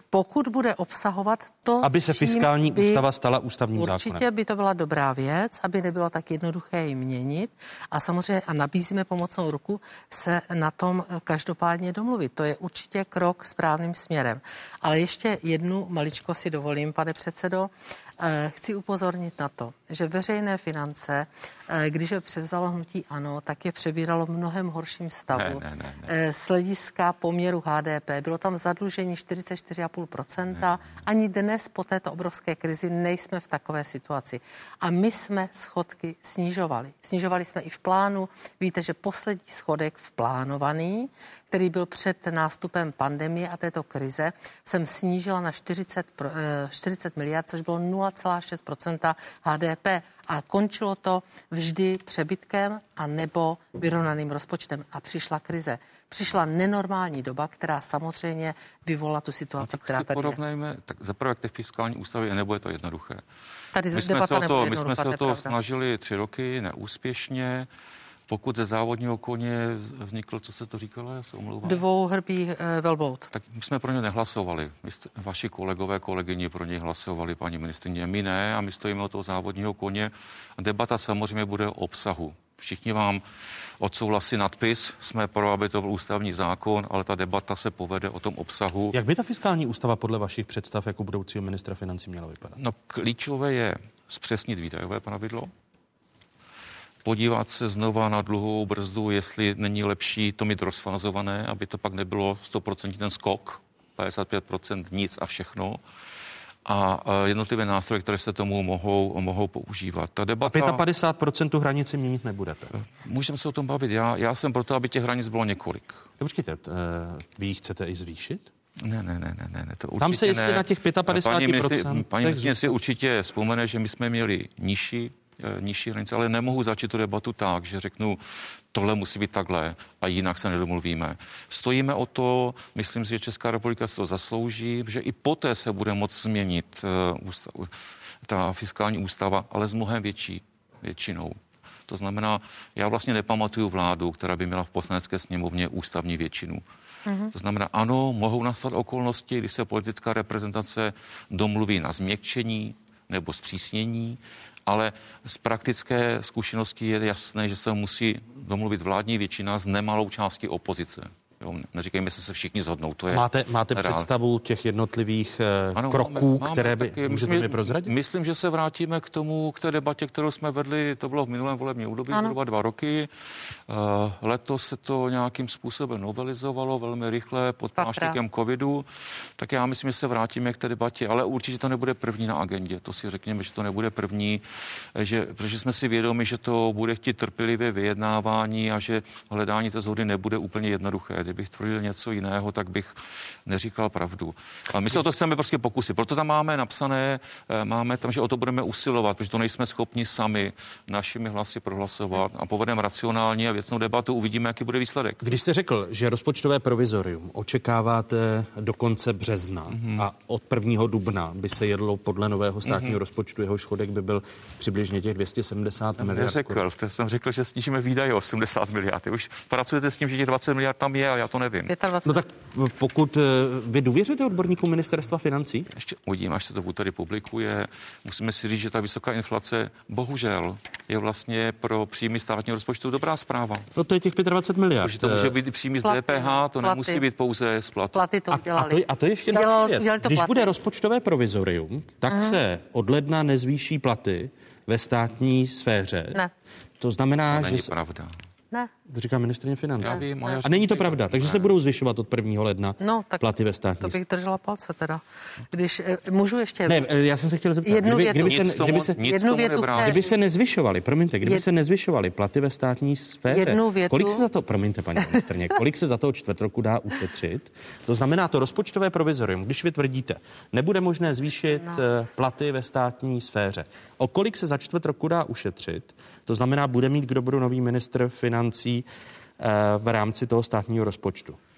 pokud bude obsahovat to, aby se fiskální by, ústava stala ústavním určitě zákonem. Určitě by to byla dobrá věc, aby nebylo tak jednoduché ji měnit a samozřejmě a nabízíme pomocnou ruku se na tom každopádně domluvit. To je určitě krok správným směrem. Ale ještě jednu maličko si dovolím, pane předsedo. Chci upozornit na to, že veřejné finance, když je převzalo hnutí ANO, tak je přebíralo v mnohem horším stavu. Ne, ne, ne. Z hlediska poměru H D P. Bylo tam zadlužení čtyřicet čtyři celá pět procenta. Ani dnes po této obrovské krizi nejsme v takové situaci. A my jsme schodky snižovali. Snižovali jsme i v plánu. Víte, že poslední schodek v plánovaný, který byl před nástupem pandemie a této krize, jsem snížila na čtyřicet, čtyřicet miliard, což bylo nula celá šest procenta H D P. A končilo to vždy přebytkem a nebo vyrovnaným rozpočtem. A přišla krize. Přišla nenormální doba, která samozřejmě vyvolala tu situaci, tak která si tady porovnejme, tak zaprvé k té fiskální ústavě, nebo je to jednoduché. Tady my jsme se o to, my jsme se o to pravda. snažili tři roky neúspěšně. Pokud ze závodního koně vznikl, co se to říkalo, já se omlouvám. Dvouhrbý e, velbout. Tak my jsme pro ně nehlasovali. My jste, vaši kolegové, kolegyně pro ně hlasovali, paní ministryně, my ne a my stojíme o toho závodního koně. Debata samozřejmě bude o obsahu. Všichni vám odsouhlasí nadpis, jsme pro, aby to byl ústavní zákon, ale ta debata se povede o tom obsahu. Jak by ta fiskální ústava podle vašich představ jako budoucího ministra financí měla vypadat? No klíčové je zpřesnit výdajové pravidlo, podívat se znova na dluhovou brzdu, jestli není lepší to mít rozfázované, aby to pak nebylo sto procent ten skok, padesát pět procent nic a všechno. A jednotlivé nástroje, které se tomu mohou, mohou používat. Ta debata... A padesát pět procent tu hranici měnit nebudete? Můžeme se o tom bavit. Já, já jsem proto, aby těch hranic bylo několik. Počkejte, vy ji chcete i zvýšit? Ne, ne, ne, ne, ne. To tam se jestli ne. na těch padesát pět procent... Paní, paní ministryně si určitě vzpomene, že my jsme měli nižší nižší hranice, ale nemohu začít tu debatu tak, že řeknu, tohle musí být takhle a jinak se nedomluvíme. Stojíme o to, myslím si, že Česká republika si to zaslouží, že i poté se bude moct změnit uh, ústav, ta fiskální ústava, ale s mnohem větší většinou. To znamená, já vlastně nepamatuju vládu, která by měla v Poslanecké sněmovně ústavní většinu. Mm-hmm. To znamená, ano, mohou nastat okolnosti, kdy se politická reprezentace domluví na změkčení nebo zpřísnění, ale z praktické zkušenosti je jasné, že se musí domluvit vládní většina s nemalou částí opozice. Jo, neříkejme se, se všichni shodnou. To je máte máte rád. představu těch jednotlivých ano, kroků, máme, které by... Máme, můžete myslím, mi prozradit? Myslím, že se vrátíme k tomu, k té debatě, kterou jsme vedli, to bylo v minulém volebním období, zhruba dva roky. Uh, letos se to nějakým způsobem novelizovalo velmi rychle pod pláštíkem covidu. Tak já myslím, že se vrátíme k té debatě, ale určitě to nebude první na agendě. To si řekněme, že to nebude první, že, protože jsme si vědomi, že to bude chtít trpělivě vyjednávání a že hledání té shody nebude úplně jednoduché. Kdybych tvrdil něco jiného, tak bych neříkal pravdu. Ale my se o to chceme prostě pokusit. Proto tam máme napsané, máme tam, že o to budeme usilovat, protože to nejsme schopni sami našimi hlasy prohlasovat a povedeme racionální a věcnou debatu, uvidíme, jaký bude výsledek. Když jste řekl, že rozpočtové provizorium očekáváte do konce března mm-hmm. a od prvního dubna by se jedlo podle nového státního mm-hmm. rozpočtu, jeho schodek by byl přibližně těch dvě stě sedmdesát jsem miliard. Neřekl, to jsem řekl, že snížíme výdaje osmdesát miliard. Už pracujete s tím, že těch dvacet miliard tam je, ale já to nevím. No tak pokud vy důvěřujete odborníkům ministerstva financí? Ještě uvidím, až se to tady publikuje. Musíme si říct, že ta vysoká inflace bohužel je vlastně pro příjmy státního rozpočtu dobrá zpráva. No to je těch dvacet pět miliard. Protože to může být příjmy z D P H, to platy. Nemusí být pouze z platu. Platy to dělali. A, a, to, a to ještě další věc. Když platy. Bude rozpočtové provizorium, tak mm. se od ledna nezvýší platy ve státní sféře. Ne. To znamená, to není že... pravda. Ne. To říká ministryně financí. Já vím, a, a není to pravda, takže ne. se budou zvyšovat od prvního ledna no, tak platy ve státní. To bych držela palce teda. Když e, můžu ještě... Ne, já jsem se chtěl zeptat. Jednu kdyby, větu. Kdyby se, kdyby se, jednu větu, kdyby se nezvyšovaly, promiňte, kdyby Jed... se nezvyšovaly platy ve státní sféře, jednu větu. Kolik se za to, promiňte paní ministrně, kolik se za to čtvrt roku dá ušetřit? To znamená to rozpočtové provizorium, když vy tvrdíte, nebude možné zvýšit no. platy ve státní sféře. O kolik se za čtvrt roku dá ušetřit? To znamená, bude mít kdo bude nový ministr financí v rámci toho státního rozpočtu.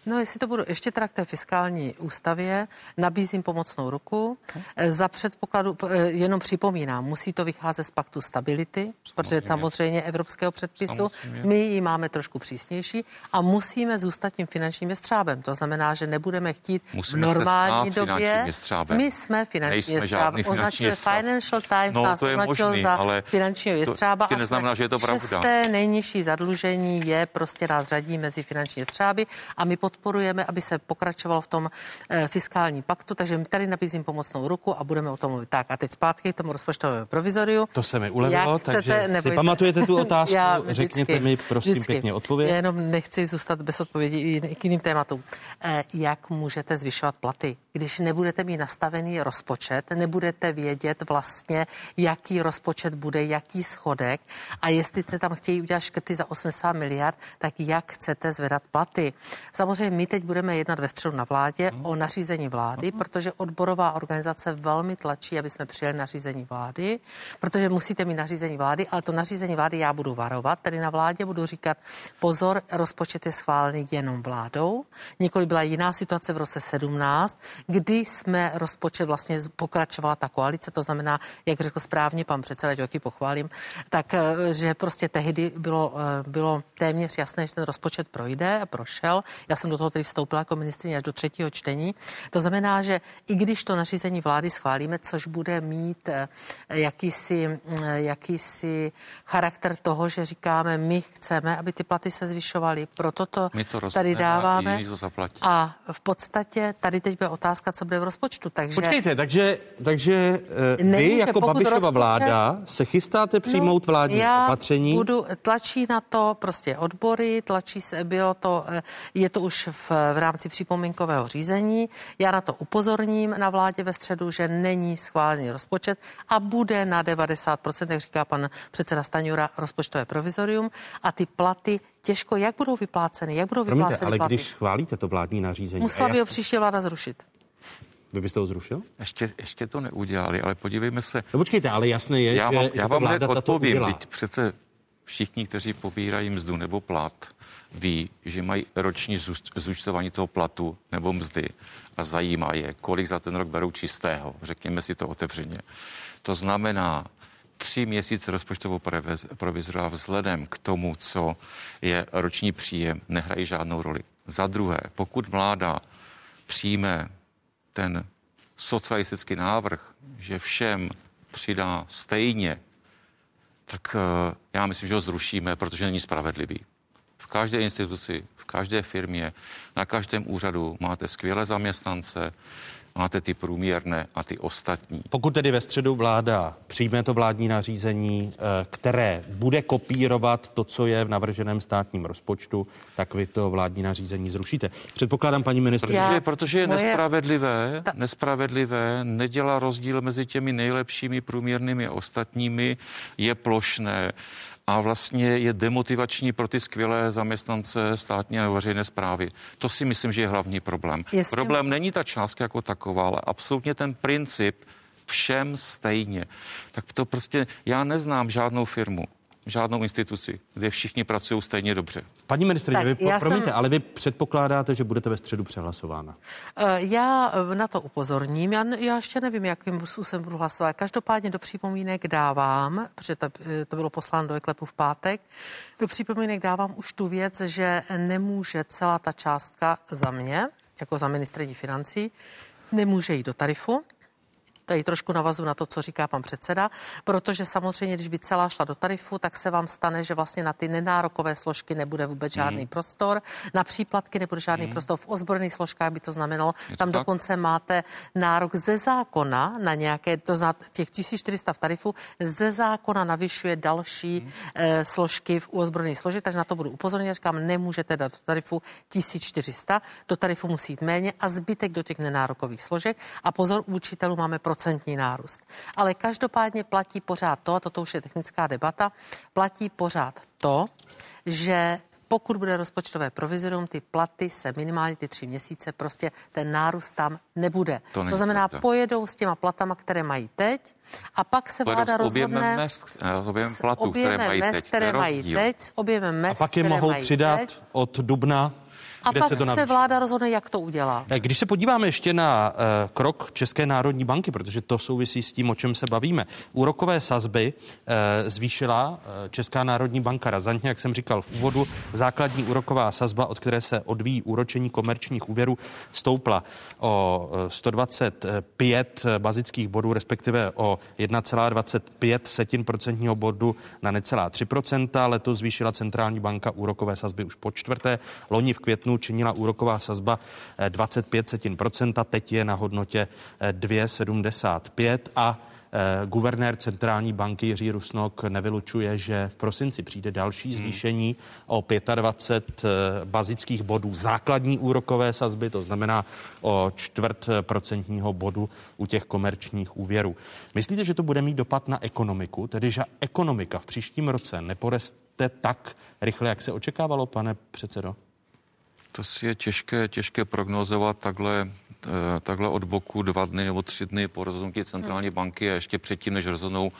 No, jestli to budu ještě teda k té fiskální ústavě, nabízím pomocnou ruku. Okay. Za předpokladu, jenom připomínám, musí to vycházet z paktu stability, samozřejmě. Protože samozřejmě evropského předpisu. Samozřejmě. My ji máme trošku přísnější a musíme zůstat tím finančním jestřábem. To znamená, že nebudeme chtít musíme v normální době. My jsme finanční jestřáb. Označuje Financial Times, no, nás označil možný, za finančního jestřába. To neznamená, že je to pravda. Šesté nejnižší zadlužení je prostě nás řadí mezi finanční jestřáby a my podporujeme, aby se pokračovalo v tom e, fiskální paktu, takže my tady nabízím pomocnou ruku a budeme o tom mluvit. Tak a teď zpátky k tomu rozpočtovému provizoriu. To se mi ulevilo, takže nebojte. Si pamatujete tu otázku? Já vždycky, řekněte mi, prosím, vždycky. Pěkně odpověď. Já jenom nechci zůstat bez odpovědi k jiným tématům. E, jak můžete zvyšovat platy, když nebudete mít nastavený rozpočet, nebudete vědět vlastně, jaký rozpočet bude, jaký schodek a jestli se tam chtějí udělat škrty za osmdesát miliard, tak jak chcete zvedat platy. Samozřejmě my teď budeme jednat ve středu na vládě o nařízení vlády, protože odborová organizace velmi tlačí, aby jsme přijeli nařízení vlády, protože musíte mít nařízení vlády, ale to nařízení vlády já budu varovat, tedy na vládě budu říkat, pozor, rozpočet je schválený jenom vládou. Nikoli byla jiná situace v roce sedmnáct, kdy jsme rozpočet vlastně pokračovala ta koalice, to znamená, jak řekl správně pan předseda, taky pochválím, tak, že prostě tehdy bylo, bylo téměř jasné, že ten rozpočet projde a prošel. Já jsem do toho tedy vstoupila jako ministryně až do třetího čtení. To znamená, že i když to nařízení vlády schválíme, což bude mít jakýsi, jakýsi charakter toho, že říkáme, my chceme, aby ty platy se zvyšovaly, proto to, to tady dáváme. To a v podstatě tady teď bude otázka, co bude v rozpočtu. Takže... Počkejte, takže, takže uh, vy jako Babišova rozpočet... vláda se chystáte přijmout no, vládní já opatření? Budu, tlačí na to prostě odbory, tlačí se, bylo to, je to už v, v rámci připomínkového řízení. Já na to upozorním na vládě ve středu, že není schválený rozpočet a bude na devadesát procent, jak říká pan předseda Stanjura, rozpočtové provizorium a ty platy těžko, jak budou vypláceny, jak budou Promiňte, vypláceny ale platy. Když schválíte to vládní nařízení... Musela by ho příští vláda zrušit. Vy byste ho zrušil? Ještě, ještě to neudělali, ale podívejme se. No počkejte, ale jasné je, já že, vám, že já vám vláda hned odpovím, udělá. teď přece všichni, kteří pobírají mzdu nebo plat, ví, že mají roční zúčtování toho platu nebo mzdy a zajímá je, kolik za ten rok berou čistého. Řekněme si to otevřeně. To znamená, tři měsíce rozpočtovou provizoria vzhledem k tomu, co je roční příjem, nehrají žádnou roli. Za druhé, pokud vláda přijme ten socialistický návrh, že všem přidá stejně, tak uh, já myslím, že ho zrušíme, protože není spravedlivý. V každé instituci, v každé firmě, na každém úřadu máte skvělé zaměstnance, máte ty průměrné a ty ostatní. Pokud tedy ve středu vláda přijme to vládní nařízení, které bude kopírovat to, co je v navrženém státním rozpočtu, tak vy to vládní nařízení zrušíte. Předpokládám, paní ministryně. Protože, protože je moje... nespravedlivé, ta... nespravedlivé, nedělá rozdíl mezi těmi nejlepšími průměrnými a ostatními, je plošné a vlastně je demotivační pro ty skvělé zaměstnance státní a veřejné správy. To si myslím, že je hlavní problém. Jestli... Problém není ta částka jako taková, ale absolutně ten princip všem stejně. Tak to prostě, já neznám žádnou firmu, žádnou instituci, kde všichni pracují stejně dobře. Paní ministryně, vy, promiňte, jsem... ale vy předpokládáte, že budete ve středu přehlasována. Já na to upozorním. Já, já ještě nevím, jakým způsobem budu hlasovat. Každopádně do připomínek dávám, protože to, to bylo posláno do eKlepu v pátek, do připomínek dávám už tu věc, že nemůže celá ta částka za mě, jako za ministryni financí, nemůže jít do tarifu. Tady trošku navazu na to, co říká pan předseda, protože samozřejmě, když by celá šla do tarifu, tak se vám stane, že vlastně na ty nenárokové složky nebude vůbec žádný mm. prostor, na příplatky nebude žádný mm. prostor, v ozbrojených složkách by to znamenalo, je tam to dokonce tak? Máte nárok ze zákona na nějaké, to zna, těch tisíc čtyři sta v tarifu, ze zákona navyšuje další mm. eh, složky v ozbrojených složek, takže na to budu upozornit, říkám, nemůžete dát do tarifu tisíc čtyři sta, do tarifu musí jít méně a zbytek do těch nenárokových složek a pozor, u učitelů máme procentní nárůst. Ale každopádně platí pořád to, a toto už je technická debata, platí pořád to, že pokud bude rozpočtové provizorium, ty platy se minimálně ty tři měsíce, prostě ten nárůst tam nebude. To, to znamená, pravda. Pojedou s těma platama, které mají teď, a pak se pojedou vláda rozhodne... Mest, s objemem platů, které mají mest, teď. Které mají teď, s objemem mest, a pak je mohou přidat teď. Od dubna A kde pak se to se navýší. vláda rozhodne, jak to udělá. Když se podíváme ještě na uh, krok České národní banky, protože to souvisí s tím, o čem se bavíme. Úrokové sazby uh, zvýšila uh, Česká národní banka razantně, jak jsem říkal v úvodu. Základní úroková sazba, od které se odvíjí úročení komerčních úvěrů, stoupla o sto dvacet pět bazických bodů, respektive o jedna celá dvacet pět setin procentního bodu na necelá tři procenta. Letos zvýšila centrální banka úrokové sazby už po čtvrté. Loni v květnu činila úroková sazba dvacet pět setin procenta, teď je na hodnotě dvě celá sedmdesát pět a guvernér centrální banky Jiří Rusnok nevylučuje, že v prosinci přijde další zvýšení o dvacet pět bazických bodů základní úrokové sazby, to znamená o čtvrt procentního bodu u těch komerčních úvěrů. Myslíte, že to bude mít dopad na ekonomiku, tedy že ekonomika v příštím roce neporoste tak rychle, jak se očekávalo, pane předsedo? To si je těžké, těžké prognozovat takhle, takhle od boku dva dny nebo tři dny po rozhodnutí centrální banky a ještě předtím, než rozhodnou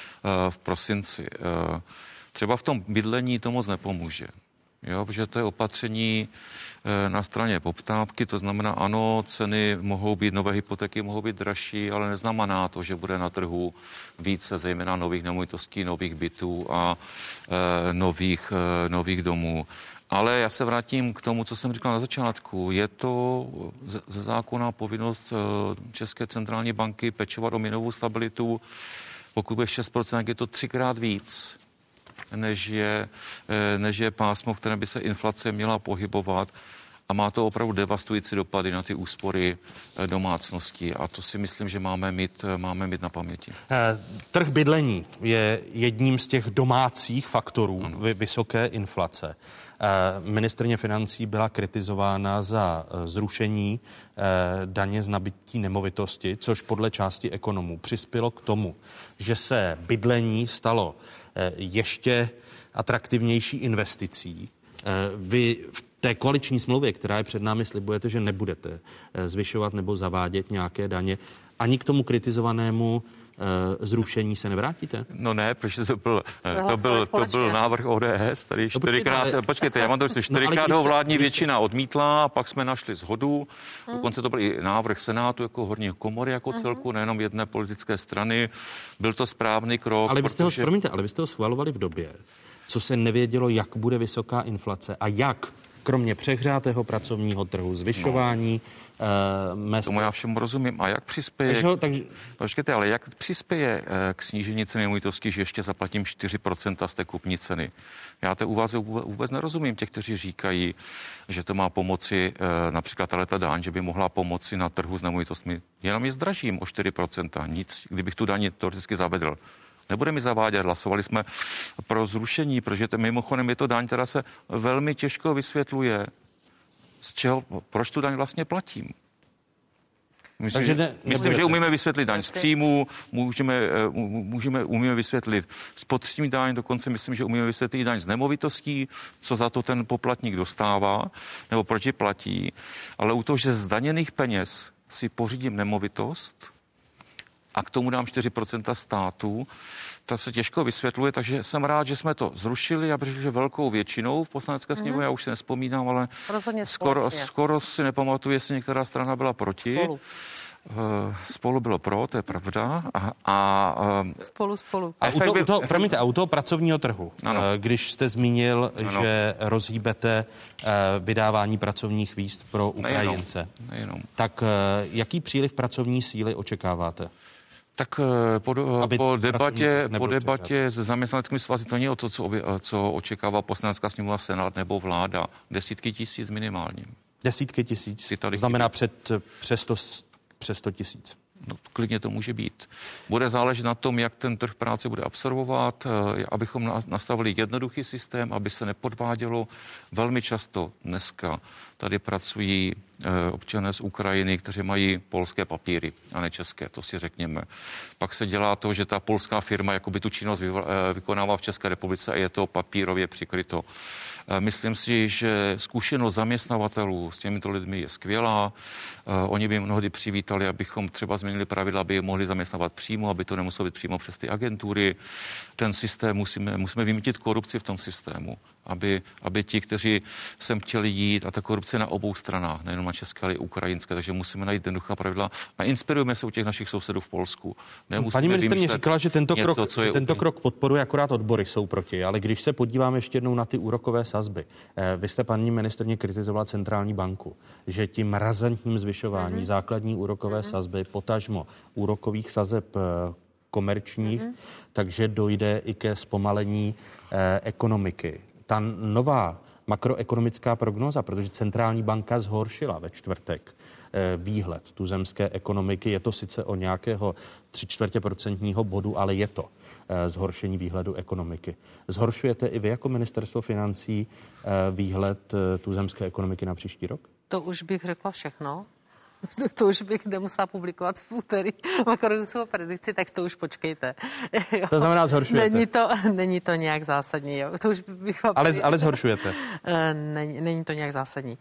v prosinci. Třeba v tom bydlení to moc nepomůže. Jo, protože to je opatření na straně poptávky, to znamená, ano, ceny mohou být, nové hypotéky mohou být dražší, ale neznamená to, že bude na trhu více, zejména nových nemovitostí, nových bytů a e, nových, e, nových domů. Ale já se vrátím k tomu, co jsem říkal na začátku. Je to ze zákona povinnost České centrální banky pečovat o měnovou stabilitu. Pokud bude šest procent, je to třikrát víc, než je, než je pásmo, v kterém by se inflace měla pohybovat. A má to opravdu devastující dopady na ty úspory domácností. A to si myslím, že máme mít, máme mít na paměti. Trh bydlení je jedním z těch domácích faktorů ano. vysoké inflace. Ministryně financí byla kritizována za zrušení daně z nabytí nemovitosti, což podle části ekonomů přispělo k tomu, že se bydlení stalo ještě atraktivnější investicí. Vy v té koaliční smlouvě, která je před námi, slibujete, že nebudete zvyšovat nebo zavádět nějaké daně. Ani k tomu kritizovanému zrušení se nevrátíte? No ne, protože to byl, to byl, to byl návrh O D S, tady čtyřikrát, no, počkejte, já mám to čtyřikrát no, ho vládní většina odmítla, a pak jsme našli shodu, hmm. dokonce to byl i návrh Senátu jako horní komory jako hmm. celku, nejenom jedné politické strany, byl to správný krok. Ale vy jste protože... ho, promiňte, ale vy jste ho schvalovali v době, co se nevědělo, jak bude vysoká inflace a jak, kromě přehřátého pracovního trhu, zvyšování no. uh, mest. Tomu já všemu rozumím. A jak přispěje... Takže, takže... Počkejte, ale jak přispěje uh, k snížení ceny nemovitosti, že ještě zaplatím čtyři procenta z té kupní ceny? Já té úvaze vůbec nerozumím těch, kteří říkají, že to má pomoci uh, například ta daň, že by mohla pomoci na trhu s nemovitostmi. Jenom je zdražím o čtyři procenta. Nic, kdybych tu daň teoreticky zavedl. Nebude mi zavádět. Hlasovali jsme pro zrušení, protože to, mimochodem je to daň, která se velmi těžko vysvětluje, z čeho, proč tu daň vlastně platím. Myslím, Takže ne, myslím že umíme vysvětlit daň z příjmu, můžeme, můžeme, umíme vysvětlit spotřební daň, dokonce myslím, že umíme vysvětlit daň z nemovitostí, co za to ten poplatník dostává, nebo proč ji platí. Ale u toho, že z daněných peněz si pořídím nemovitost, a k tomu dám čtyři procenta státu, to se těžko vysvětluje, takže jsem rád, že jsme to zrušili a protože velkou většinou v poslanecké sněmovně, mm-hmm. já už si nespomínám, ale skoro, skoro si nepamatuju, jestli některá strana byla proti. Spolu. Spolu bylo pro, to je pravda. A, a, spolu, spolu. A u toho, u toho, promiňte, a u toho pracovního trhu, ano. Když jste zmínil, ano. že rozhýbete vydávání pracovních víz pro Ukrajince, nejenom, nejenom. tak jaký příliv pracovní síly očekáváte? Tak po, po debatě, po debatě se zaměstnaneckými svazy to není to, co, co očekává poslanecká sněmovna, Senát nebo vláda. Desítky tisíc minimálně. Desítky tisíc? To znamená před, přes, sto, přes sto tisíc. No, klidně to může být. Bude záležet na tom, jak ten trh práce bude absorbovat, abychom nastavili jednoduchý systém, aby se nepodvádělo. Velmi často dneska tady pracují občané z Ukrajiny, kteří mají polské papíry a ne české, to si řekněme. Pak se dělá to, že ta polská firma jakoby tu činnost vykonává v České republice a je to papírově přikryto. Myslím si, že zkušenost zaměstnavatelů s těmito lidmi je skvělá. Oni by mnohdy přivítali, abychom třeba změnili pravidla, aby je mohli zaměstnávat přímo, aby to nemuselo být přímo přes ty agentury. Ten systém musíme, musíme vymýtit korupci v tom systému, aby, aby ti, kteří sem chtěli jít a ta korupce asi na obou stranách, nejenom na české, ale i ukrajinské, takže musíme najít jednoduchá pravidla a inspirujeme se u těch našich sousedů v Polsku. Nemusíme Paní ministryně říkala, že tento, něco, krok, že tento krok podporuje, akorát odbory jsou proti, ale když se podíváme ještě jednou na ty úrokové sazby, vy jste, paní ministryně, kritizovala centrální banku, že tím razantním zvyšování mm-hmm. základní úrokové mm-hmm. sazby, potažmo úrokových sazeb komerčních, mm-hmm. takže dojde i ke zpomalení eh, ekonomiky. Ta nová makroekonomická prognóza, protože centrální banka zhoršila ve čtvrtek eh, výhled tuzemské ekonomiky, je to sice o nějakého tři čtvrtě procentního bodu, ale je to eh, zhoršení výhledu ekonomiky. Zhoršujete i vy jako ministerstvo financí eh, výhled eh, tuzemské ekonomiky na příští rok? To už bych řekla všechno. To už bych nemusela publikovat v úterý makroekonomickou predikci, tak to už počkejte. Jo. To znamená zhoršujete. Není to, není to nějak zásadní. Jo. To už bych ale, ale zhoršujete. Není, není to nějak zásadní.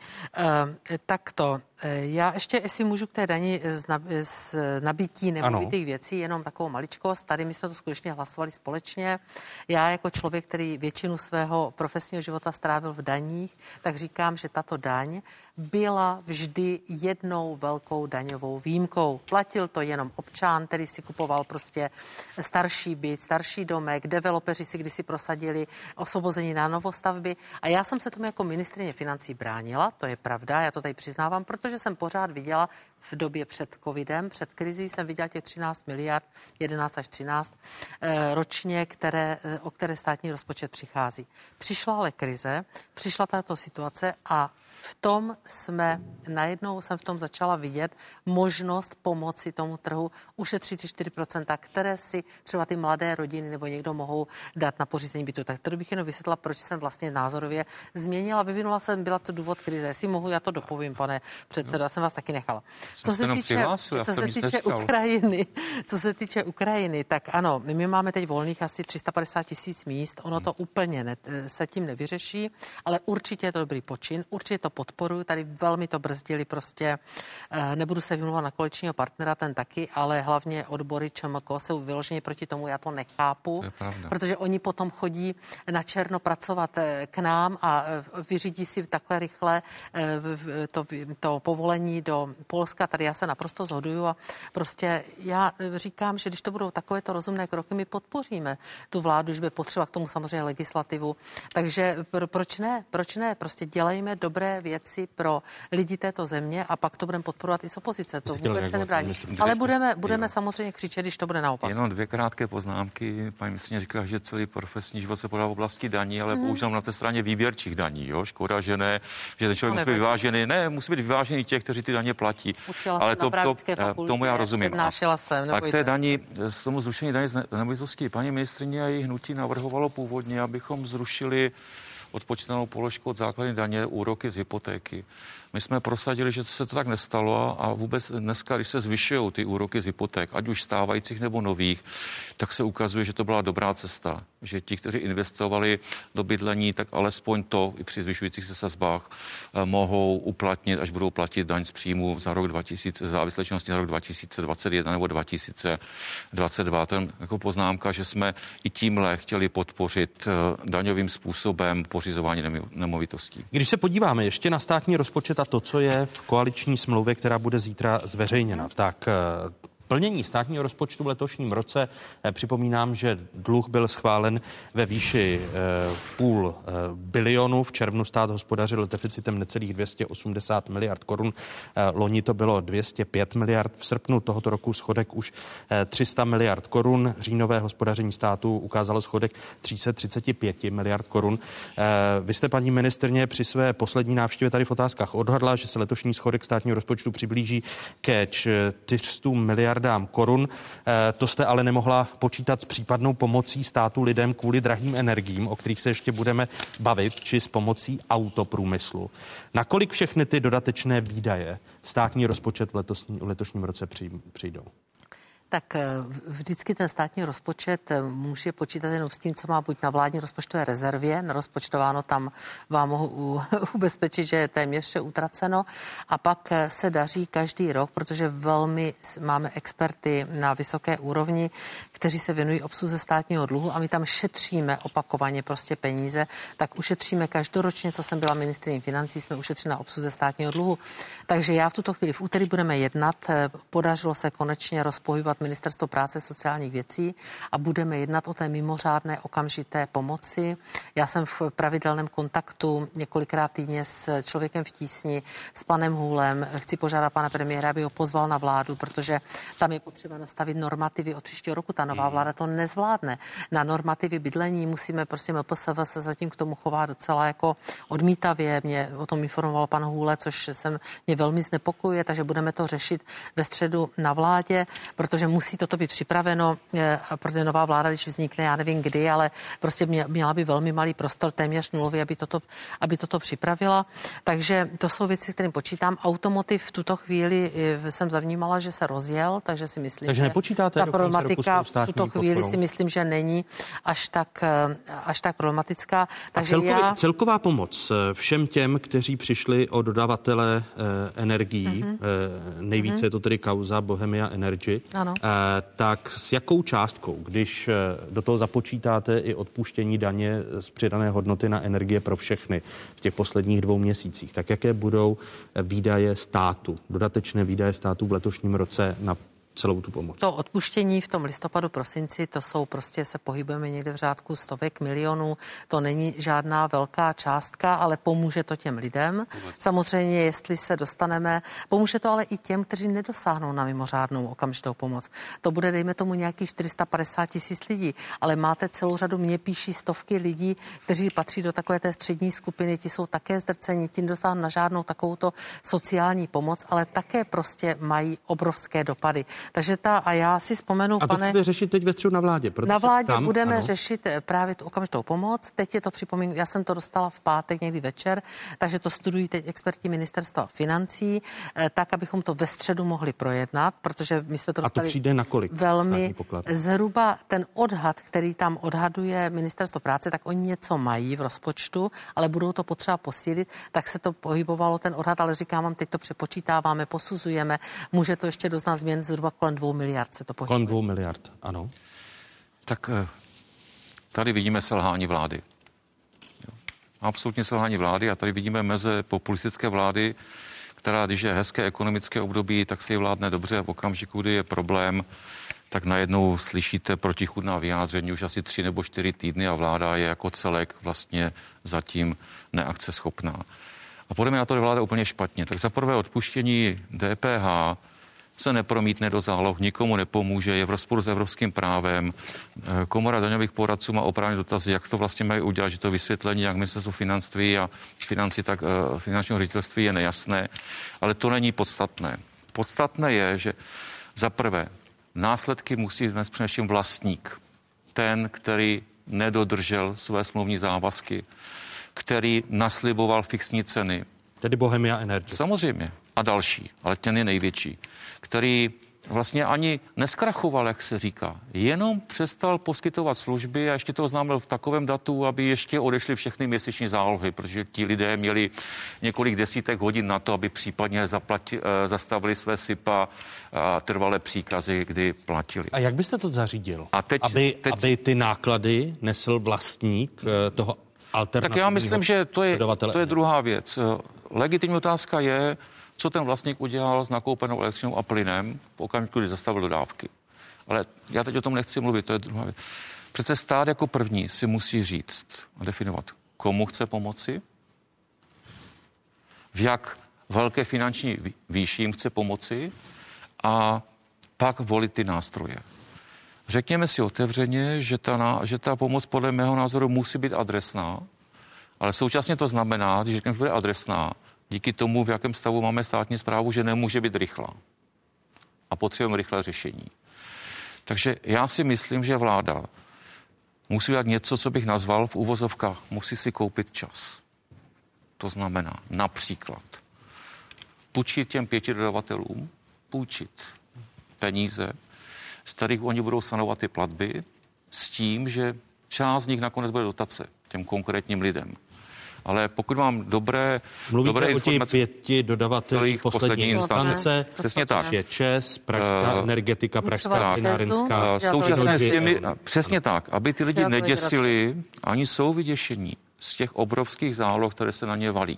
Tak to. Já ještě, jestli můžu k té dani z, nab, z nabití nemovitých věcí, jenom takovou maličkost. Tady my jsme to skutečně hlasovali společně. Já jako člověk, který většinu svého profesního života strávil v daních, tak říkám, že tato daň byla vždy jednou velkou daňovou výjimkou. Platil to jenom občan, který si kupoval prostě starší byt, starší domek, developeři si kdysi prosadili osvobození na novostavby. A já jsem se tomu jako ministryně financí bránila, to je pravda, já to tady přiznávám, protože jsem pořád viděla v době před covidem, před krizí jsem viděla těch třináct miliard, jedenáct až třináct e, ročně, které, e, o které státní rozpočet přichází. Přišla ale krize, přišla tato situace a v tom jsme, najednou jsem v tom začala vidět možnost pomoci tomu trhu ušetřit tři čtyři procenta, které si třeba ty mladé rodiny nebo někdo mohou dát na pořízení bytu. Tak to bych jenom vysvětlila, proč jsem vlastně názorově změnila. Vyvinula jsem, byla to důvod krize. Jestli mohu, já to dopovím, pane předsedo, já jsem vás taky nechala. Co se týče, co se týče Ukrajiny, co se týče Ukrajiny, tak ano, my máme teď volných asi tři sta padesát tisíc míst, ono to úplně ne, se tím nevyřeší, ale určitě je to dobrý počin, určitě to podporuji, tady velmi to brzdili prostě, nebudu se vymlouvat na koaličního partnera, ten taky, ale hlavně odbory ČMK jsou vyloženě proti tomu, já to nechápu, protože oni potom chodí na černo pracovat k nám a vyřídí si takhle rychle to, to povolení do Polska, tady já se naprosto shoduju a prostě já říkám, že když to budou takovéto rozumné kroky, my podpoříme tu vládu, že by potřeba k tomu samozřejmě legislativu, takže proč ne, proč ne, prostě dělejme dobré věci pro lidi této země a pak to budeme podporovat i z opozice. To vůbec se nebrání. Ale budeme, budeme samozřejmě křičet, když to bude naopak. Jenom dvě krátké poznámky. Paní ministryně říká, že celý profesní život se podal v oblasti daní, ale mm. bohužel na té straně výběrčích daní. Jo? Škoda, že ne, že ten člověk musí být vyvážený. Ne, musí být vyvážený těch, kteří ty daně platí. Učila ale to, to, fakultě, tomu já rozumím. A, jsem, a k té daní, z tomu zrušení daní z nemovitosti, paní ministryně a její hnutí navrhovalo původně, abychom zrušili odpočtenou položku od základní daně úroky z hypotéky. My jsme prosadili, že se to tak nestalo a vůbec dneska, když se zvyšují ty úroky z hypoték, ať už stávajících nebo nových, tak se ukazuje, že to byla dobrá cesta. Že ti, kteří investovali do bydlení, tak alespoň to i při zvyšujících se sazbách mohou uplatnit, až budou platit daň z příjmu za rok dva tisíce, závislé činnosti na rok dva tisíce dvacet jedna nebo dva tisíce dvacet dva. To je jako poznámka, že jsme i tímhle chtěli podpořit daňovým způsobem pořizování nemovitostí. Když se podíváme ještě na státní rozpočet a to, co je v koaliční smlouvě, která bude zítra zveřejněna, tak plnění státního rozpočtu v letošním roce, připomínám, že dluh byl schválen ve výši půl bilionu. V červnu stát hospodařil deficitem necelých dvě stě osmdesát miliard korun. Loni to bylo dvě stě pět miliard. V srpnu tohoto roku schodek už tři sta miliard korun. Říjnové hospodaření státu ukázalo schodek tři sta třicet pět miliard korun. Vy jste, paní ministryně, při své poslední návštěvě tady v Otázkách odhadla, že se letošní schodek státního rozpočtu přiblíží ke čtyřstům miliardám korun. To jste ale nemohla počítat s případnou pomocí státu lidem kvůli drahým energiím, o kterých se ještě budeme bavit, či s pomocí autoprůmyslu. Nakolik všechny ty dodatečné výdaje státní rozpočet v letošním, v letošním roce přijdou? Tak vždycky ten státní rozpočet může počítat jenom s tím, co má buď na vládní rozpočtové rezervě, narozpočtováno, tam vám mohu ubezpečit, že je téměř vše utraceno. A pak se daří každý rok, protože velmi máme experty na vysoké úrovni, kteří se věnují obsluze státního dluhu a my tam šetříme opakovaně prostě peníze, tak ušetříme každoročně, co jsem byla ministryní financí, jsme ušetřili na obsluze státního dluhu. Takže já v tuto chvíli v úterý budeme jednat, podařilo se konečně rozpohybovat Ministerstvo práce a sociálních věcí a budeme jednat o té mimořádné okamžité pomoci. Já jsem v pravidelném kontaktu několikrát týdně s člověkem v tísni, s panem Hůlem. Chci požádat pana premiéra, aby ho pozval na vládu, protože tam je potřeba nastavit normativy od příštího roku. Ta nová vláda to nezvládne. Na normativy bydlení musíme prostě M P S V se zatím k tomu chová docela jako odmítavě. Mě o tom informoval pan Hůle, což jsem mě velmi znepokojuje, takže budeme to řešit ve středu na vládě, protože musí toto být připraveno, protože nová vláda, když vznikne, já nevím kdy, ale prostě měla by velmi malý prostor, téměř nulový, aby toto, aby toto připravila. Takže to jsou věci, kterým počítám. Automotiv v tuto chvíli jsem zavnímala, že se rozjel, takže si myslím, takže že nepočítáte ta problematika v tuto chvíli podporou. Si myslím, že není až tak, až tak problematická. Takže celkově, já... celková pomoc všem těm, kteří přišli o dodavatele eh, energií, mm-hmm. eh, nejvíce mm-hmm. je to tedy kauza Bohemia Energy, eh, tak s jakou částkou, když eh, do toho započítáte i odpuštění daně z přidané hodnoty na energie pro všechny v těch posledních dvou měsících, tak jaké budou výdaje státu, dodatečné výdaje státu v letošním roce na celou tu pomoc? To odpuštění v tom listopadu, prosinci, to jsou prostě, se pohybujeme někde v řádku stovek milionů, to není žádná velká částka, ale pomůže to těm lidem. Samozřejmě, jestli se dostaneme, pomůže to ale i těm, kteří nedosáhnou na mimořádnou okamžitou pomoc. To bude, dejme tomu, nějakých čtyři sta padesát tisíc lidí, ale máte celou řadu, mě píší stovky lidí, kteří patří do takové té střední skupiny, ti jsou také zdrceni, ti nedosáhnou na žádnou takovouto sociální pomoc, ale také prostě mají obrovské dopady. Takže ta, a já si vzpomenu, pane... A to pane, chcete řešit teď ve středu na vládě? Na vládě tam, budeme ano. řešit právě tu okamžitou pomoc. Teď je to připomínku, já jsem to dostala v pátek někdy večer, takže to studují teď experti ministerstva financí, tak, abychom to ve středu mohli projednat, protože my jsme to dostali... A to přijde na kolik? Velmi zhruba ten odhad, který tam odhaduje ministerstvo práce, tak oni něco mají v rozpočtu, ale budou to potřeba posílit, tak se to pohybovalo ten odhad, ale říkám vám, teď to přepočítáváme, posuzujeme, může to ještě doznat změn zhruba kolem dvou miliard se to pohybuje. Kolem dvou miliard, ano. Tak tady vidíme selhání vlády. Absolutně selhání vlády a tady vidíme meze populistické vlády, která, když je hezké ekonomické období, tak si je vládne dobře a v okamžiku, kdy je problém, tak najednou slyšíte protichůdná vyjádření už asi tři nebo čtyři týdny a vláda je jako celek vlastně zatím neakceschopná. A podle mě na to je vláda úplně špatně. Tak za prvé odpuštění D P H se nepromítne do záloh, nikomu nepomůže, je v rozporu s evropským právem. Komora daňových poradců má oprávněné dotazy, jak to vlastně mají udělat, že to vysvětlení, jak ministerstvo financí a financí, tak uh, finančního ředitelství je nejasné, ale to není podstatné. Podstatné je, že za prvé následky musí dnes především vlastník, ten, který nedodržel své smluvní závazky, který nasliboval fixní ceny. Tedy Bohemia Energy. Samozřejmě. A další, ale ten je největší, který vlastně ani neskrachoval, jak se říká, jenom přestal poskytovat služby a ještě to oznámil v takovém datu, aby ještě odešly všechny měsíční zálohy, protože ti lidé měli několik desítek hodin na to, aby případně zaplati, zastavili své SIPA a trvalé příkazy, kdy platili. A jak byste to zařídil? A teď, aby, teď... aby ty náklady nesl vlastník toho alternativního. Tak já myslím, že to je, to je druhá věc. Legitimní otázka je, co ten vlastník udělal s nakoupenou elektřinou a plynem v okamžiku, kdy zastavil dodávky. Ale já teď o tom nechci mluvit, to je druhá věc. Přece stát jako první si musí říct a definovat, komu chce pomoci, v jak velké finanční výši jim chce pomoci a pak volit ty nástroje. Řekněme si otevřeně, že ta, že ta pomoc podle mého názoru musí být adresná, ale současně to znamená, když řekneme, že bude adresná, díky tomu, v jakém stavu máme státní správu, že nemůže být rychlá. A potřebujeme rychlé řešení. Takže já si myslím, že vláda musí dělat něco, co bych nazval v uvozovkách, musí si koupit čas. To znamená například půjčit těm pěti dodavatelům, půjčit peníze, z kterých oni budou sanovat ty platby s tím, že část z nich nakonec bude dotace těm konkrétním lidem. Ale pokud mám dobré, Mluvíte dobré o těch informace, pěti dodavatelích poslední instance, přesně tak. Je ČEZ, Pražská uh, energetika, Pražská plynárenská. Současně s těmi, přesně tak, aby ty lidi neděsili, ani jsou vyděšení z těch obrovských záloh, které se na ně valí.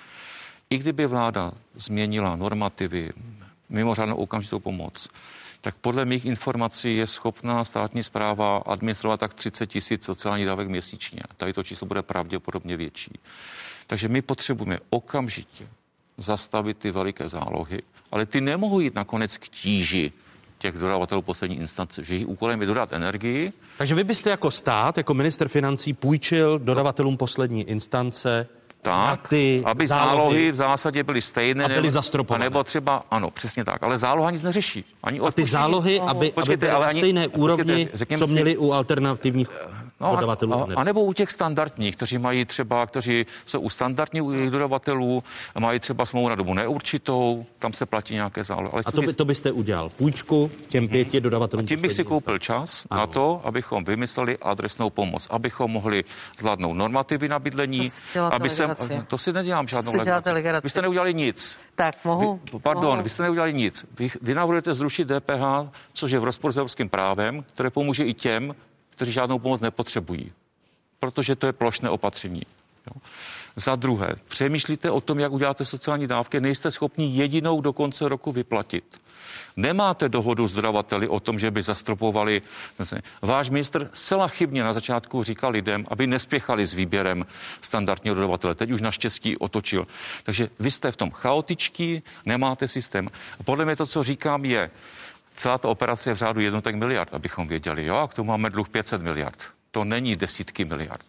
I kdyby vláda změnila normativy, mimořádnou okamžitou pomoc, tak podle mých informací je schopná státní správa administrovat tak třicet tisíc sociálních dávek měsíčně. Tady to číslo bude pravděpodobně větší. Takže my potřebujeme okamžitě zastavit ty veliké zálohy, ale ty nemohou jít nakonec k tíži těch dodavatelů poslední instance, že jejich úkolem je dodat energii. Takže vy byste jako stát, jako ministr financí půjčil dodavatelům poslední instance tak, ty aby zálohy, zálohy v zásadě byly stejné. A byly zastropované. Nebo třeba, ano, přesně tak, ale záloha nic neřeší. Ani a ty zálohy, aby, počkejte, aby byly ale na ani, stejné úrovni, co si, měli u alternativních no, dodavatelů. A, a nebo u těch standardních, kteří mají třeba, kteří jsou u standardních u jejich dodavatelů, mají třeba smlouvu na dobu neurčitou, tam se platí nějaké zálohy. Ale a to, by, to byste udělal půjčku těm pěti dodavatelům. A tím bych si koupil čas ano. na to, abychom vymysleli adresnou pomoc, abychom mohli zvládnout normativy na bydlení, aby jsem, to si nedělám žádnou legraci. Vy jste neudělali nic. Tak mohu. Vy, pardon, mohu. vy jste neudělali nic. Vy, vy navrhujete zrušit D P H, což je v rozporu s evropským právem, které pomůže i těm, kteří žádnou pomoc nepotřebují, protože to je plošné opatření. Jo. Za druhé, přemýšlíte o tom, jak uděláte sociální dávky, nejste schopni jedinou do konce roku vyplatit. Nemáte dohodu s dodavateli o tom, že by zastropovali. Váš ministr zcela chybně na začátku říkal lidem, aby nespěchali s výběrem standardního dodavatele. Teď už naštěstí otočil. Takže vy jste v tom chaotičtí, nemáte systém. A podle mě to, co říkám, je, celá ta operace je v řádu jednotek miliard, abychom věděli. Jo, a k tomu máme dluh pět set miliard. To není desítky miliard.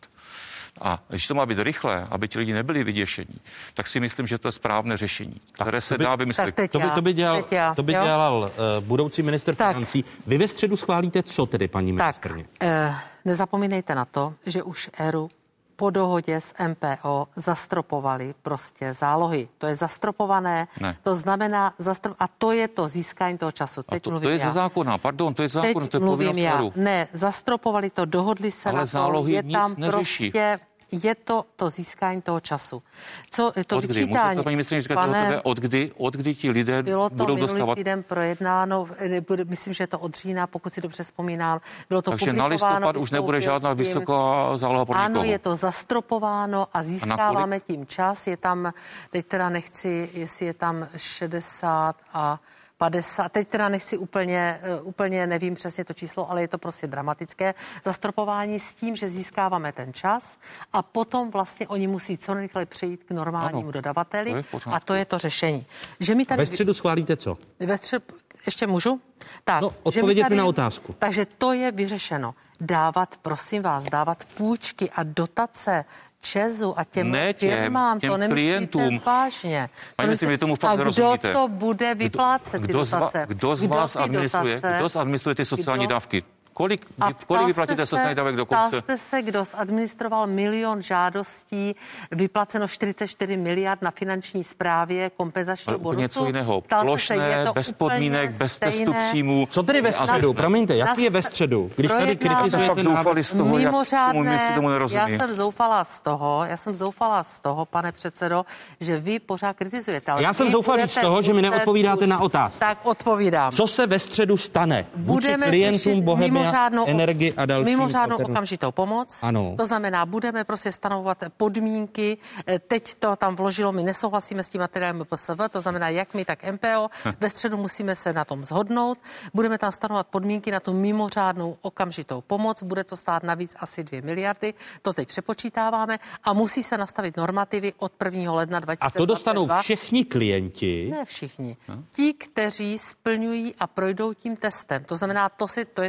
A když to má být rychlé, aby ti lidi nebyli vyděšení, tak si myslím, že to je správné řešení, které se by, dá vymyslet. To by, to by dělal, já, to by dělal uh, budoucí ministr tak. financí. Vy ve středu schválíte co tedy, paní ministryně? Tak, uh, nezapomínejte na to, že už éru po dohodě s M P O zastropovali prostě zálohy. To je zastropované, ne. to znamená, zastrop... a to je to získání toho času. Teď a to, to je já. ze zákona, pardon, to je zákon, Teď to je povinnost já. Ne, zastropovali to, dohodli se ale na to, zálohy je nic tam neřeší. prostě... Je to to získání toho času. Co to od kdy? vyčítání? Můžete, paní ministryně, říkat, pane, od kdy, od kdy ti lidé bylo to budou dostávat? Bylo to týden projednáno, myslím, že je to od října, pokud si dobře vzpomínám. Bylo to takže na listopad už nebude žádná vysoká záloha pro Ano, nikoho. je to zastropováno a získáváme a tím čas. Je tam, teď teda nechci, jestli je tam šedesát a padesát, teď teda nechci úplně, úplně nevím přesně to číslo, ale je to prostě dramatické zastropování s tím, že získáváme ten čas a potom vlastně oni musí co nejrychleji přejít k normálnímu ano, dodavateli to a to je to řešení. Že mi tady... Ve středu schválíte co? Ve středu, ještě můžu? Tak, no, odpovědět mi na otázku. Takže to je vyřešeno. Dávat, prosím vás, dávat půjčky a dotace ČEZu a těm ne těm, firmám, těm to nemyslíte vážně. Paní myslím, že tomu fakt a kdo nerozumíte. to bude vyplácet, kdo, ty kdo dotace? Z, kdo z vás kdo administruje, dotace? Kdo administruje ty sociální kdo? dávky? Kolik, kolik vyplatíte sociální dávek do konce? Ptal jste se, kdo zadministroval milion žádostí, vyplaceno čtyřicet čtyři miliard na finanční správě kompenzačního bonusu? něco jiného. Plošné, bez podmínek, bez testu příjmů. Co tedy ve středu? Promiňte, jaký je ve středu? Když tady kritizujete zoufali z toho, mimořádné, jak tomu nerozumí. Já jsem zoufala z toho, já jsem zoufala z toho, pane předsedo, že vy pořád kritizujete. Ale já jsem zoufalý z toho, že mi neodpovídáte už, na otázku. Tak odpovídám. Co se ve středu stane? Budeme klientům Bohemia mimořádnou, Energy a další mimořádnou okamžitou pomoc. Ano. To znamená, budeme prostě stanovovat podmínky. Teď to tam vložilo, my nesouhlasíme s tím materiálem M P S V, to znamená jak my, tak M P O. Hm. Ve středu musíme se na tom shodnout. Budeme tam stanovovat podmínky na tu mimořádnou okamžitou pomoc. Bude to stát navíc asi dvě miliardy. To teď přepočítáváme a musí se nastavit normativy od prvního ledna dva tisíce dvacet dva. A to dostanou všichni klienti? Ne všichni. Hm. Ti, kteří splňují a projdou tím testem. To znamená, to, si, to je to, co říká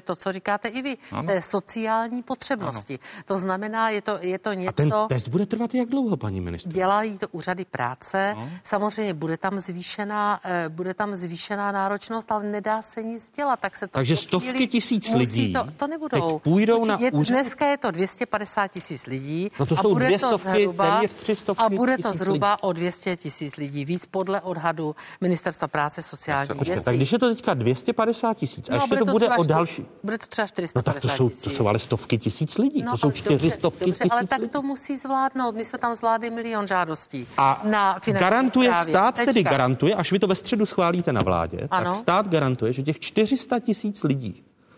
říkáte i vy, ano. té sociální potřebnosti. Ano. To znamená, je to, je to něco... A ten test bude trvat jak dlouho, paní ministryně? Dělají to úřady práce, ano. samozřejmě bude tam zvýšená, bude tam zvýšená náročnost, ale nedá se nic dělat, tak se to Takže posílí, stovky tisíc lidí to, to nebudou. teď půjdou na je, úřad. Dneska je to dvě stě padesát tisíc lidí No to a jsou bude dvě to stovky, zhruba, téměř tři stovky a bude to tisíc zhruba lidí. o dvě stě tisíc lidí, víc podle odhadu Ministerstva práce sociálních věcí. Tak když je to teďka dvě stě padesát tisíc a No, ještě to bude o další. Bude to třeba čtyři sta No tak padesát to jsou, tisíc. to jsou ale stovky tisíc lidí, No, to jsou čtyři stovky tisíc ale tak lidí. to musí zvládnout. My jsme tam zvládli milion žádostí. A na garantuje správě. stát, Tečka. tedy garantuje, až vy to ve středu schválíte na vládě, Ano. tak stát garantuje, že těch čtyři sta tisíc lidí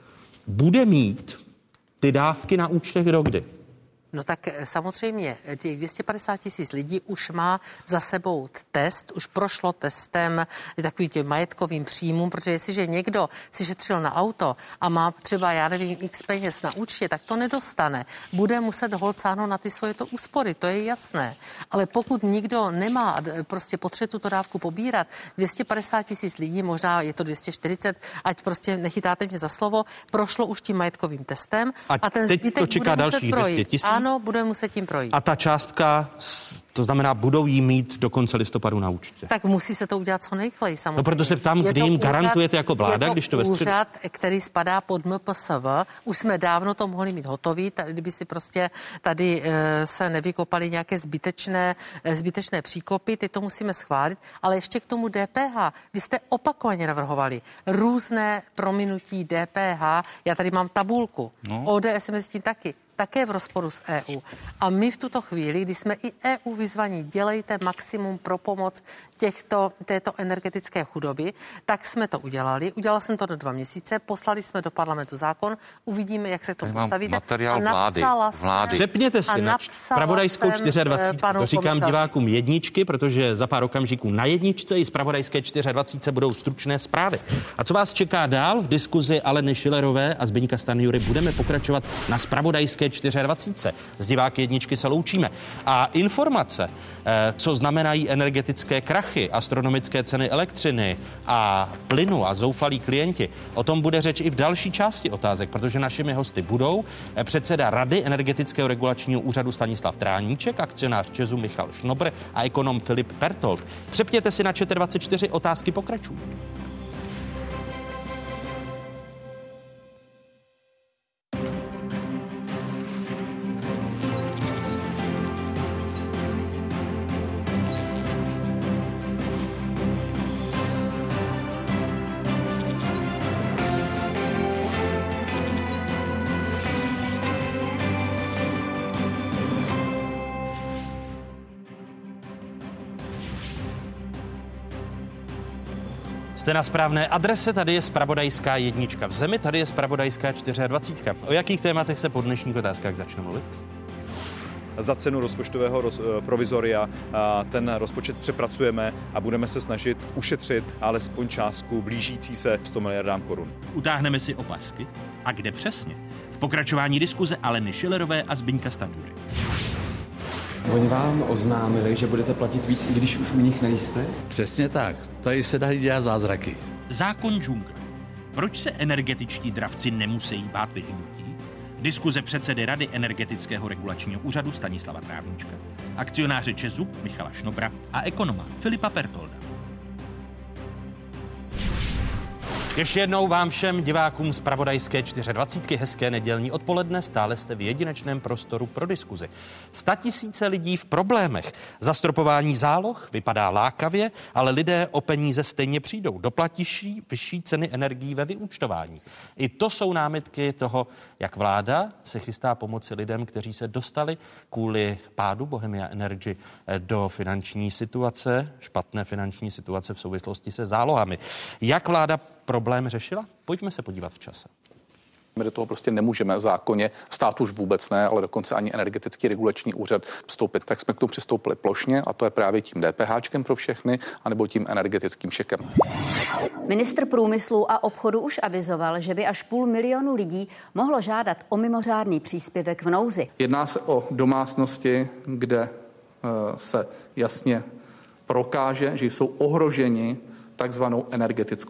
bude mít ty dávky na účtech do kdy? No tak samozřejmě těch dvě stě padesát tisíc lidí už má za sebou test, už prošlo testem takovým tím majetkovým příjmům, protože jestliže někdo si šetřil na auto a má třeba, já nevím, x peněz na účtě, tak to nedostane. Bude muset holt sáhnout na ty svoje to úspory, to je jasné. Ale pokud nikdo nemá prostě potřebu tuto dávku pobírat, dvě stě padesát tisíc lidí, možná je to dvě stě čtyřicet, ať prostě nechytáte mě za slovo, prošlo už tím majetkovým testem A a ten teď zbytek to čeká bude muset dalších dvě stě projít. tisíc? Ano, bude muset tím projít. A ta částka, to znamená, budou jí mít do konce listopadu na účtě. Tak musí se to udělat co nejrychleji, samozřejmě. No proto se ptám, Je kdy to jim úřad- garantujete jako vláda, je to když to ve středu... úřad, který spadá pod M P S V. Už jsme dávno to mohli mít hotový, tady, kdyby si prostě tady e, se nevykopaly nějaké zbytečné, e, zbytečné příkopy, ty to musíme schválit, ale ještě k tomu D P H. Vy jste opakovaně navrhovali různé prominutí D P H. Já tady mám tabulku. No. O D S je mezi tím taky. Také v rozporu s E U. A my v tuto chvíli, kdy jsme i E U vyzvaní, dělejte maximum pro pomoc těchto, této energetické chudoby, tak jsme to udělali. Udělala jsem to do dva měsíce, poslali jsme do parlamentu zákon, uvidíme, jak se k tomu postavíte. Materiál vlády. vlády. Přepněte si na zpravodajskou dvacet čtyři. To říkám divákům jedničky, protože za pár okamžiků na jedničce i zpravodajské dvacet čtyři budou stručné zprávy. A co vás čeká dál v diskuzi Aleny Schillerové a Zbyňka Stanjury? Budeme pokračovat na zpravodajské dvacet čtyři. Z diváky jedničky se loučíme. A informace, co znamenají energetické krachy, astronomické ceny elektřiny a plynu a zoufalí klienti, o tom bude řeč i v další části otázek, protože našimi hosty budou předseda Rady Energetického regulačního úřadu Stanislav Tráníček, akcionář ČEZu Michal Šnobr a ekonom Filip Pertold. Přepněte si na Č T dvacet čtyři, otázky pokračují. Jste na správné adrese, tady je zpravodajská jednička v zemi, tady je zpravodajská dvacet čtyři. O jakých tématech se po dnešních otázkách začne mluvit? Za cenu rozpočtového roz, provizoria ten rozpočet přepracujeme a budeme se snažit ušetřit alespoň částku blížící se sto miliardám korun. Utáhneme si opasky. A kde přesně? V pokračování diskuze Aleny Schillerové a Zbyňka Stanjury. Oni vám oznámili, že budete platit víc, i když už u nich nejste? Přesně tak. Tady se dají dělat zázraky. Zákon džungle. Proč se energetičtí dravci nemusí bát vyhnutí? Diskuze předsedy Rady Energetického regulačního úřadu Stanislava Tráníčka, akcionáře ČEZu Michala Šnobra a ekonoma Filipa Pertolda. Ještě jednou vám všem divákům z zpravodajské dvacet čtyři hezké nedělní odpoledne, stále jste v jedinečném prostoru pro diskuzi. Statisíce lidí v problémech. Zastropování záloh vypadá lákavě, ale lidé o peníze stejně přijdou. Doplatíší vyšší ceny energií ve vyúčtování. I to jsou námitky toho, jak vláda se chystá pomoci lidem, kteří se dostali kvůli pádu Bohemia Energy do finanční situace, špatné finanční situace v souvislosti se zálohami. Jak vláda problém řešila? Pojďme se podívat v čase. My do toho prostě nemůžeme zákonně, stát už vůbec ne, ale dokonce ani Energetický regulační úřad vstoupit. Tak jsme k tomu přistoupili plošně a to je právě tím DPHčkem pro všechny, anebo tím energetickým šekem. Ministr průmyslu a obchodu už avizoval, že by až půl milionu lidí mohlo žádat o mimořádný příspěvek v nouzi. Jedná se o domácnosti, kde uh, se jasně prokáže, že jsou ohroženi takzvanou energetickou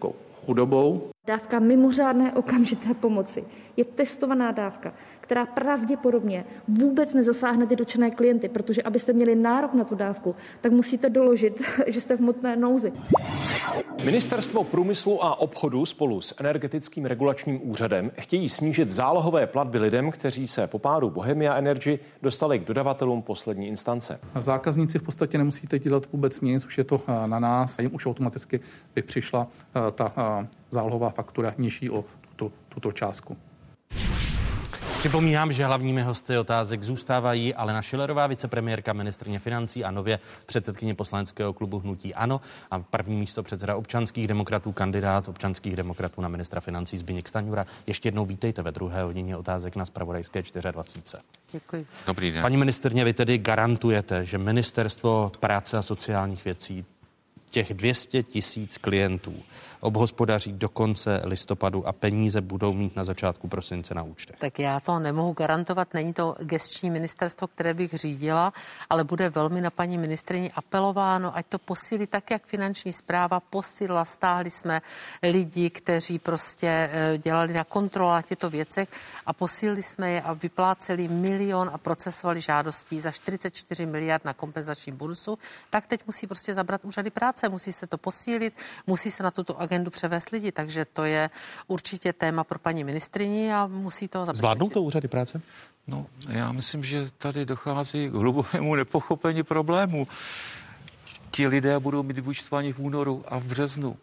chudobou. Dávka mimořádné okamžité pomoci je testovaná dávka, která pravděpodobně vůbec nezasáhne ty dotčené klienty, protože abyste měli nárok na tu dávku, tak musíte doložit, že jste v hmotné nouzi. Ministerstvo průmyslu a obchodu spolu s Energetickým regulačním úřadem chtějí snížit zálohové platby lidem, kteří se po pádu Bohemia Energy dostali k dodavatelům poslední instance. Zákazníci v podstatě nemusíte dělat vůbec nic, už je to na nás. Jim už automaticky by přišla ta zálohová faktura nižší o tuto, tuto částku. Připomínám, že hlavními hosty otázek zůstávají Alena Schillerová, vicepremiérka, ministryně financí a nově předsedkyně poslaneckého klubu Hnutí ANO a první místo předseda občanských demokratů, kandidát občanských demokratů na ministra financí Zbyněk Stanjura. Ještě jednou vítejte ve druhé hodině otázek na Zpravodajské dvacet čtyři. Děkuji. Dobrý den. Paní ministryně, vy tedy garantujete, že Ministerstvo práce a sociálních věcí těch dvě stě tisíc klientů obhospodaří do konce listopadu a peníze budou mít na začátku prosince na účtech? Tak já to nemohu garantovat, není to gesční ministerstvo, které bych řídila, ale bude velmi na paní ministryni apelováno, ať to posílí tak, jak finanční správa posílila. Stáhli jsme lidi, kteří prostě dělali na kontrolách těchto věcech a posílili jsme je a vypláceli milion a procesovali žádostí za čtyřicet čtyři miliard na kompenzační bonusu. Tak teď musí prostě zabrat úřady práce, musí se to posílit, musí se na tuto agendu převést lidi, takže to je určitě téma pro paní ministryni a musí to zabezpečit. Zvládnou to úřady práce? No, já myslím, že tady dochází k hlubokému nepochopení problému. Ti lidé budou mít vyúčtování v únoru a v březnu.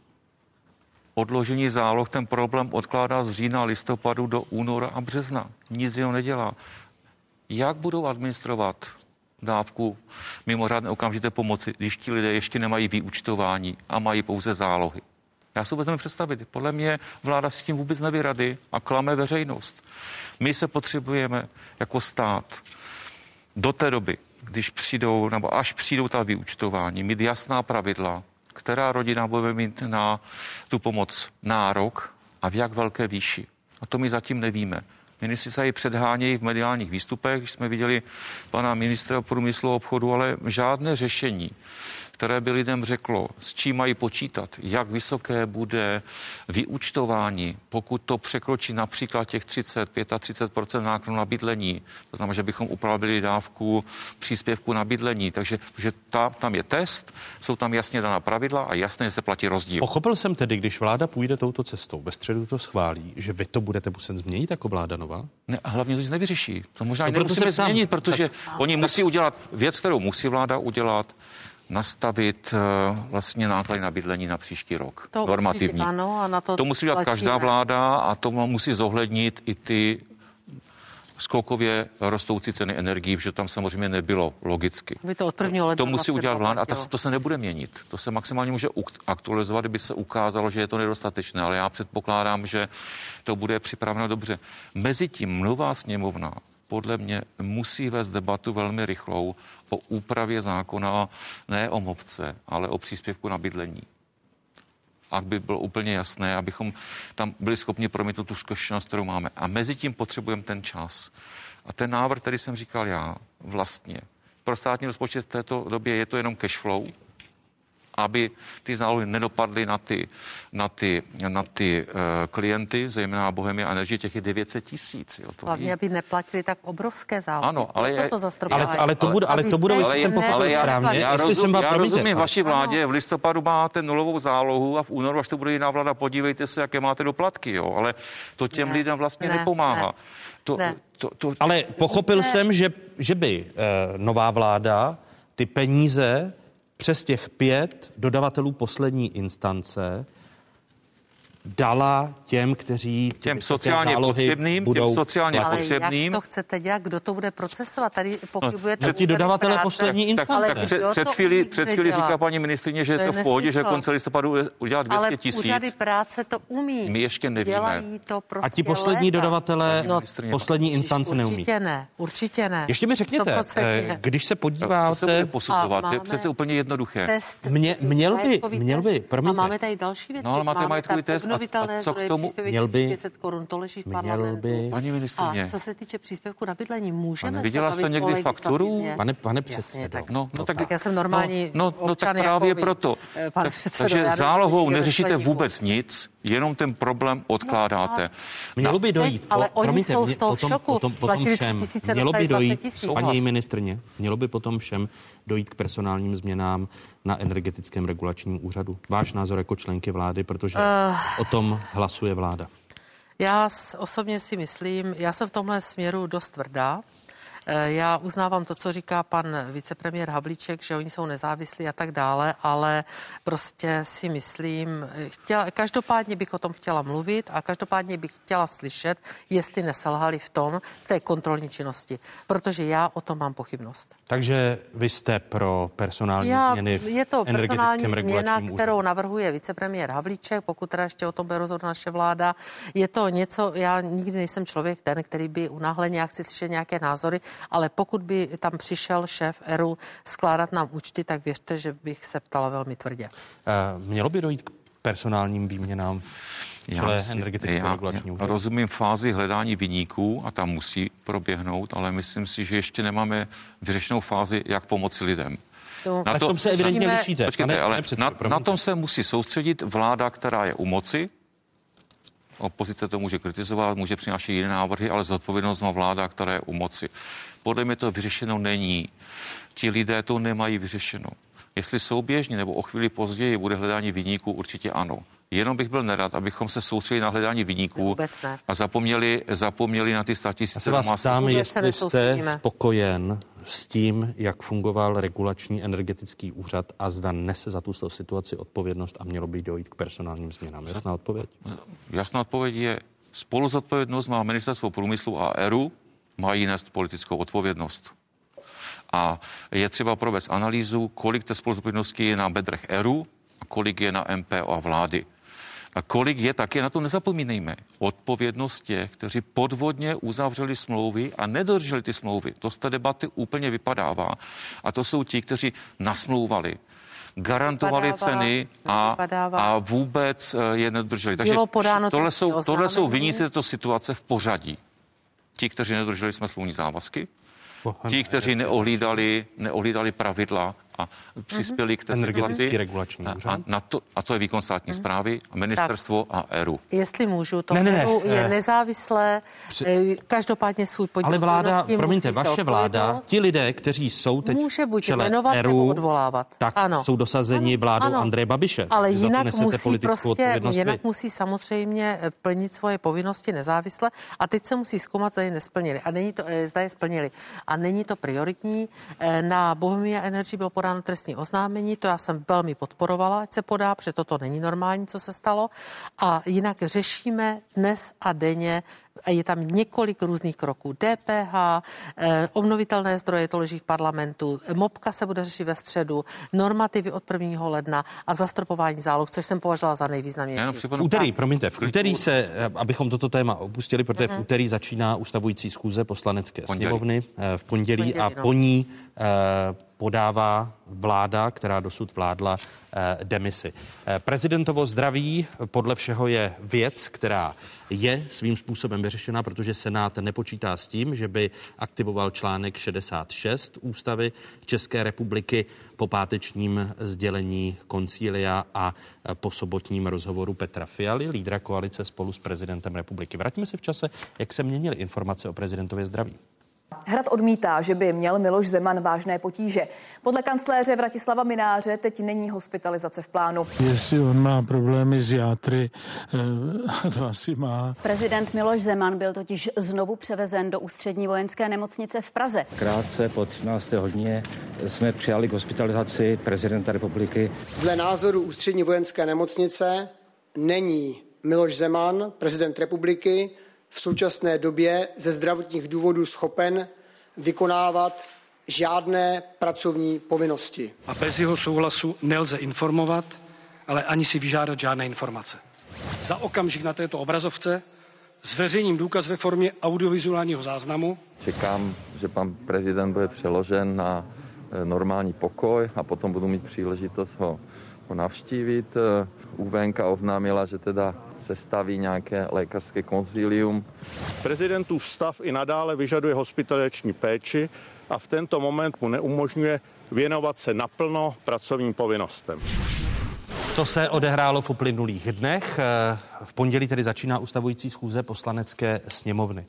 Odložení záloh ten problém odkládá z října, listopadu do února a března. Nic jiného nedělá. Jak budou administrovat dávku mimořádné okamžité pomoci, když ti lidé ještě nemají vyúčtování a mají pouze zálohy? Já si vůbec nemůžu představit. Podle mě vláda si tím vůbec neví rady a klame veřejnost. My se potřebujeme jako stát do té doby, když přijdou, nebo až přijdou ta vyúčtování, mít jasná pravidla, která rodina bude mít na tu pomoc nárok a v jak velké výši. A to my zatím nevíme. Ministři se ji předhánějí v mediálních výstupech, když jsme viděli pana ministra průmyslu a obchodu, ale žádné řešení, které by lidem řeklo, s čím mají počítat, jak vysoké bude vyúčtování, pokud to překročí například těch třicet, třicet pět procent nákladů na bydlení. To znamená, že bychom upravili dávku příspěvku na bydlení. Takže že ta, tam je test, jsou tam jasně daná pravidla a jasně se platí rozdíl. Pochopil jsem tedy, když vláda půjde touto cestou, ve středu to schválí, že vy to budete muset změnit jako vláda nová? Ne, a hlavně to nic nevyřeší. To možná no, i nemusíme změnit, protože tak, oni tak, musí tak... udělat věc, kterou musí vláda udělat, nastavit uh, vlastně náklady na bydlení na příští rok. To normativní. Ano, a na to, to musí dělat každá vláda a to musí zohlednit i ty skokově rostoucí ceny energií, protože tam samozřejmě nebylo logicky. Vy to od prvního ledna to musí udělat vláda a ta, to se nebude měnit. To se maximálně může aktualizovat, kdyby se ukázalo, že je to nedostatečné, ale já předpokládám, že to bude připraveno dobře. Mezitím nová sněmovna podle mě musí vést debatu velmi rychlou o úpravě zákona, ne o mopce, ale o příspěvku na bydlení. Aby bylo úplně jasné, abychom tam byli schopni promítnout tu zkušenost, kterou máme. A mezi tím potřebujeme ten čas. A ten návrh, který jsem říkal já, vlastně, pro státní rozpočet v této době je to jenom cash flow, aby ty zálohy nedopadly na ty, na ty, na ty uh, klienty, zejména Bohemia Energy, těch je devět set tisíc. Hlavně, aby neplatili tak obrovské zálohy. Ano, ale, to ale, ale to bude, ale to bude, jestli jsem pochopil správně. Já, rozum, jsem já rozumím vaší vládě, v listopadu máte nulovou zálohu a v únoru, až to bude jiná vláda, podívejte se, jaké máte doplatky, jo, ale to těm ne, lidem vlastně ne, nepomáhá. Ne, to, ne. To, to, to, ale pochopil ne. jsem, že, že by eh, nová vláda ty peníze přes těch pět dodavatelů poslední instance dala těm, kteří těm sociálně potřebným, těm sociálně ale potřebným. Jak to chcete dělat? Kdo to bude procesovat? Tady pochybujete. No, ti dodavatele poslední instance. Tak, tak před, před chvíli, před chvíli říká paní ministryně, že to je to v pohodě, že konce listopadu udělat dvě stě tisíc. Ale úřady práce to umí. My ještě nevíme. Dělají to prostě a ti poslední léta. dodavatelé no, poslední instance neumí. Určitě ne, určitě ne. Ještě mi řekněte, když se podíváte... To se bude posuzovat, to je přece úplně jednoduché. Měl by, měl by, promiňte. A máme tady další věci. No, ale máte majetkový test Obnovitelné zdroje, příspěvek pět set korun, to leží v parlamentu. By, paní ministryně. A co se týče příspěvku na bydlení, můžeme se viděla jste někdy fakturu? Pane, pane předsedo. Tak, no, no, tak, tak já jsem normální no, no, no tak právě jako proto. Pane tak, předsedo, takže zálohou neřešíte vůbec vůbec nic, jenom ten problém odkládáte. Mělo by dojít, ale po, oni promiňte, jsou z toho v šoku. Potom, potom všem, mělo by dojít, paní ministryně, mělo by potom všem dojít k personálním změnám na energetickém regulačním úřadu. Váš názor jako členky vlády, protože uh, o tom hlasuje vláda. Já osobně si myslím, já jsem v tomhle směru dost tvrdá. Já uznávám to, co říká pan vicepremiér Havlíček, že oni jsou nezávislí a tak dále, ale prostě si myslím, chtěla, každopádně bych o tom chtěla mluvit a každopádně bych chtěla slyšet, jestli neselhali v tom, v té kontrolní činnosti, protože já o tom mám pochybnost. Takže vy jste pro personální já, změny v je to personální změna, úřadu, kterou navrhuje vicepremiér Havlíček, pokud teda ještě o tom bude rozhodnout naše vláda. Je to něco, já nikdy nejsem člověk ten, který by unáhleně, já chci slyšet nějaké názory, ale pokud by tam přišel šéf ERÚ skládat nám účty, tak věřte, že bych se ptala velmi tvrdě. Mělo by dojít k personálním výměnám v čele energetického regulačního úřadu? Rozumím fázi hledání viníků a tam musí proběhnout, ale myslím si, že ještě nemáme vyřešenou fázi, jak pomoci lidem. To, ale to, v tom se evidentně lišíte. Počkejte, ale na, na tom se musí soustředit vláda, která je u moci. Opozice to může kritizovat, může přinášet jiné návrhy, ale zodpovědnost má vláda, která je u moci. Podle mě to vyřešeno není. Ti lidé to nemají vyřešeno. Jestli souběžně nebo o chvíli později bude hledání viníků, určitě ano. Jenom bych byl nerad, abychom se soustředili na hledání viníků a zapomněli, zapomněli na ty statisíce. Já se vás ptám, jestli jste spokojen s tím, jak fungoval regulační energetický úřad a zda nese za tu situaci odpovědnost a mělo by dojít k personálním změnám. Jasná odpověď? Jasná odpověď je, spoluzodpovědnost má Ministerstvo průmyslu a ERÚ, mají nést politickou odpovědnost. A je třeba provést analýzu, kolik té spoluzodpovědnosti je na bedrech ERÚ a kolik je na M P O a vlády. A kolik je také, na to nezapomínejme, odpovědnost těch, kteří podvodně uzavřeli smlouvy a nedodrželi ty smlouvy. To z té debaty úplně vypadává. A to jsou ti, kteří nasmlouvali, garantovali vypadává, ceny a, a vůbec je nedodrželi. Takže tohle jsou, tohle jsou viníci této situace v pořadí. Ti, kteří nedodrželi jsme smluvní závazky, ti, kteří neohlídali, neohlídali pravidla a přispěli k té energetický regulační úřad. A, na to, a to je výkon státní správy, ministerstvo tak. A ERÚ. Jestli můžu, to ne, ne, ne. ERÚ je nezávislé, Při... každopádně svůj podíl. Ale vláda, promiňte, vaše vláda, ti lidé, kteří jsou teď může buď jmenovat ERÚ, nebo odvolávat. Tak ano. jsou dosazeni vládou ano. Andreje Babiše. Ale jinak musí prostě, jinak musí samozřejmě plnit svoje povinnosti nezávisle a teď se musí zkoumat, zda je nesplnili. A není to, zda je splnili. A není to prioritní. Na Bohemia Energy bylo podáno trestní oznámení, to já jsem velmi podporovala, ať se podá, protože toto není normální, co se stalo. A jinak řešíme dnes a denně, a je tam několik různých kroků. D P H, eh, obnovitelné zdroje, to leží v parlamentu, MOPka se bude řešit ve středu, normativy od prvního ledna a zastropování záloh, což jsem považovala za nejvýznamnější. V úterý, promiňte, v úterý se, abychom toto téma opustili, protože v úterý začíná ustavující schůze poslanecké sněmovny v pondělí, pondělí a po ní eh, podává vláda, která dosud vládla, eh, demisi. Eh, prezidentovo zdraví podle všeho je věc, která je svým způsobem vyřešená, protože Senát nepočítá s tím, že by aktivoval článek šedesát šest ústavy České republiky po pátečním sdělení koncilia a po sobotním rozhovoru Petra Fialy, lídra koalice spolu s prezidentem republiky. Vraťme se v čase, jak se měnily informace o prezidentově zdraví. Hrad odmítá, že by měl Miloš Zeman vážné potíže. Podle kancléře Vratislava Mynáře teď není hospitalizace v plánu. Jestli on má problémy s játry, to asi má. Prezident Miloš Zeman byl totiž znovu převezen do Ústřední vojenské nemocnice v Praze. Krátce po třinácté hodině jsme přijali k hospitalizaci prezidenta republiky. Dle názoru Ústřední vojenské nemocnice není Miloš Zeman, prezident republiky, v současné době ze zdravotních důvodů schopen vykonávat žádné pracovní povinnosti. A bez jeho souhlasu nelze informovat, ale ani si vyžádat žádné informace. Za okamžik na této obrazovce zveřejním důkaz ve formě audiovizuálního záznamu. Čekám, že pan prezident bude přeložen na normální pokoj a potom budu mít příležitost ho, ho navštívit. ÚVNka oznámila, že teda sestaví nějaké lékařské konzilium. Prezidentův stav i nadále vyžaduje hospitalizační péči a v tento moment mu neumožňuje věnovat se naplno pracovním povinnostem. To se odehrálo v uplynulých dnech. V pondělí tedy začíná ustavující schůze Poslanecké sněmovny.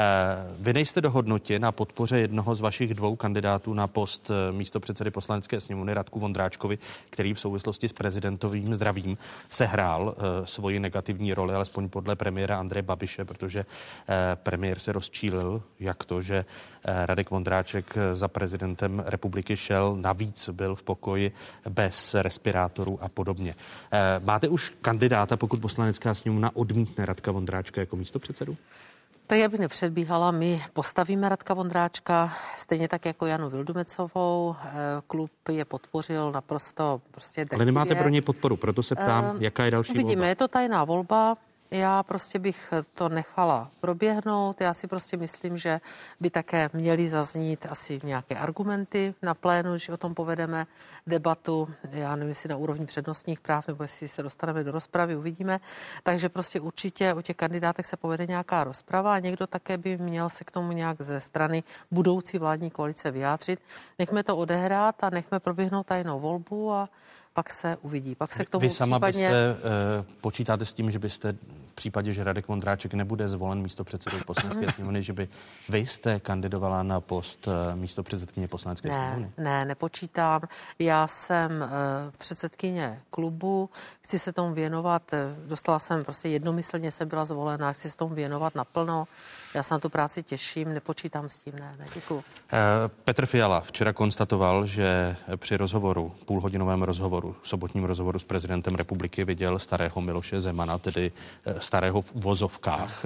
Vy nejste dohodnuti na podpoře jednoho z vašich dvou kandidátů na post místopředsedy Poslanecké sněmovny, Radku Vondráčkovi, který v souvislosti s prezidentovým zdravím sehrál svoji negativní roli, alespoň podle premiéra Andreje Babiše, protože premiér se rozčílil, jak to, že Radek Vondráček za prezidentem republiky šel, navíc byl v pokoji bez respirátorů a podobně. Máte už kandidáta, pokud Poslanecká sněmovna odmítne Radka Vondráčka jako místopředsedu? Tak já bych nepředbíhala, my postavíme Radka Vondráčka, stejně tak jako Janu Vildumecovou. Klub je podpořil naprosto prostě drtivě. Ale nemáte pro něj podporu, proto se ptám, uh, jaká je další uvidíme, volba? Je to tajná volba. Já prostě bych to nechala proběhnout. Já si prostě myslím, že by také měly zaznít asi nějaké argumenty na plénu, že o tom povedeme debatu. Já nevím, jestli na úrovni přednostních práv, nebo jestli se dostaneme do rozpravy, uvidíme. Takže prostě určitě u těch kandidátek se povede nějaká rozprava a někdo také by měl se k tomu nějak ze strany budoucí vládní koalice vyjádřit. Nechme to odehrát a nechme proběhnout tajnou volbu a pak se uvidí. Pak se k tomu Vy sama případně... byste, uh, počítáte s tím, že byste v případě, že Radek Vondráček nebude zvolen místopředsedou Poslanecké sněmovny, že by vy jste kandidovala na post uh, místopředsedkyně Poslanecké ne, sněmovny? Ne, nepočítám. Já jsem uh, předsedkyně klubu, chci se tomu věnovat, dostala jsem prostě jednomyslně, jsem byla zvolená, chci se tomu věnovat naplno. Já se na tu práci těším, nepočítám s tím, ne, ne, děkuju. Petr Fiala včera konstatoval, že při rozhovoru, půlhodinovém rozhovoru, sobotním rozhovoru s prezidentem republiky viděl starého Miloše Zemana, tedy starého v uvozovkách.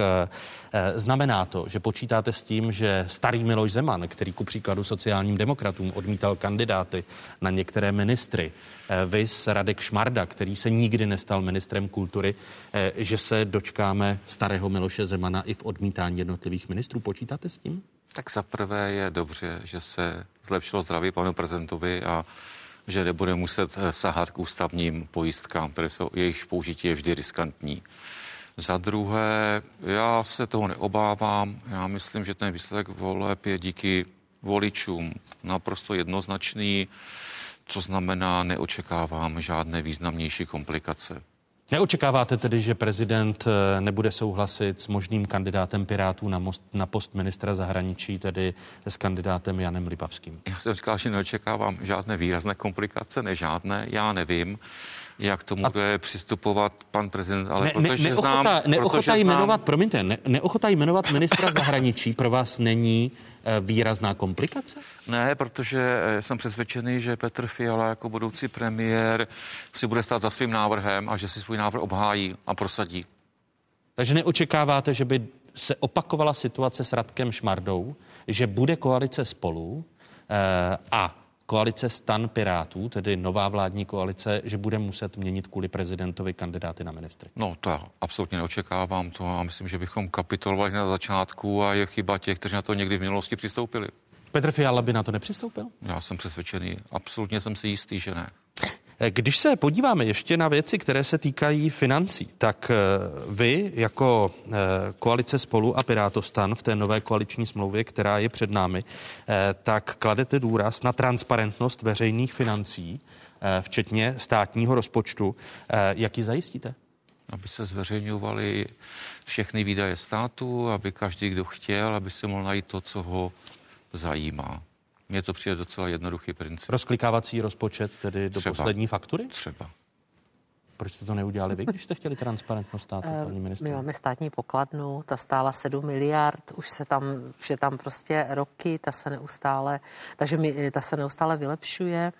Znamená to, že počítáte s tím, že starý Miloš Zeman, který ku příkladu sociálním demokratům odmítal kandidáty na některé ministry, viz Radek Šmarda, který se nikdy nestal ministrem kultury, že se dočkáme starého Miloše Zemana i v odmítání jednotlivých ministrů. Počítáte s tím? Tak za prvé je dobře, že se zlepšilo zdraví panu prezidentovi a že nebude muset sahat k ústavním pojistkám, které jsou, jejich použití je vždy riskantní. Za druhé, já se toho neobávám. Já myslím, že ten výsledek voleb je díky voličům naprosto jednoznačný, co znamená, neočekávám žádné významnější komplikace. Neočekáváte tedy, že prezident nebude souhlasit s možným kandidátem Pirátů na, most, na post ministra zahraničí, tedy s kandidátem Janem Lipavským? Já jsem říkal, že neočekávám žádné výrazné komplikace, ne žádné, já nevím, jak tomu bude přistupovat pan prezident, ale ne, protože ne, neochota, znám... Neochota protože jmenovat, znám, promiňte, ne, neochota jmenovat ministra zahraničí pro vás není e, výrazná komplikace? Ne, protože jsem přesvědčený, že Petr Fiala jako budoucí premiér si bude stát za svým návrhem a že si svůj návrh obhájí a prosadí. Takže neočekáváte, že by se opakovala situace s Radkem Šmardou, že bude koalice Spolu e, a koalice STAN Pirátů, tedy nová vládní koalice, že bude muset měnit kvůli prezidentovi kandidáty na ministry? No to já absolutně neočekávám to a myslím, že bychom kapitulovali na začátku a je chyba těch, kteří na to někdy v minulosti přistoupili. Petr Fiala by na to nepřistoupil? Já jsem přesvědčený, absolutně jsem si jistý, že ne. Když se podíváme ještě na věci, které se týkají financí, tak vy jako koalice Spolu a Pirátostan v té nové koaliční smlouvě, která je před námi, tak kladete důraz na transparentnost veřejných financí, včetně státního rozpočtu. Jak ji zajistíte? Aby se zveřejňovaly všechny výdaje státu, aby každý, kdo chtěl, aby si mohl najít to, co ho zajímá. Mně to přijde docela jednoduchý princip. Rozklikávací rozpočet tedy do Třeba. poslední faktury? Třeba. Proč jste to neudělali vy, když jste chtěli transparentnost státu, paní ministryně? My máme státní pokladnu, ta stála sedm miliard, už se tam, už je tam prostě roky, ta se neustále, takže mi, ta se neustále vylepšuje.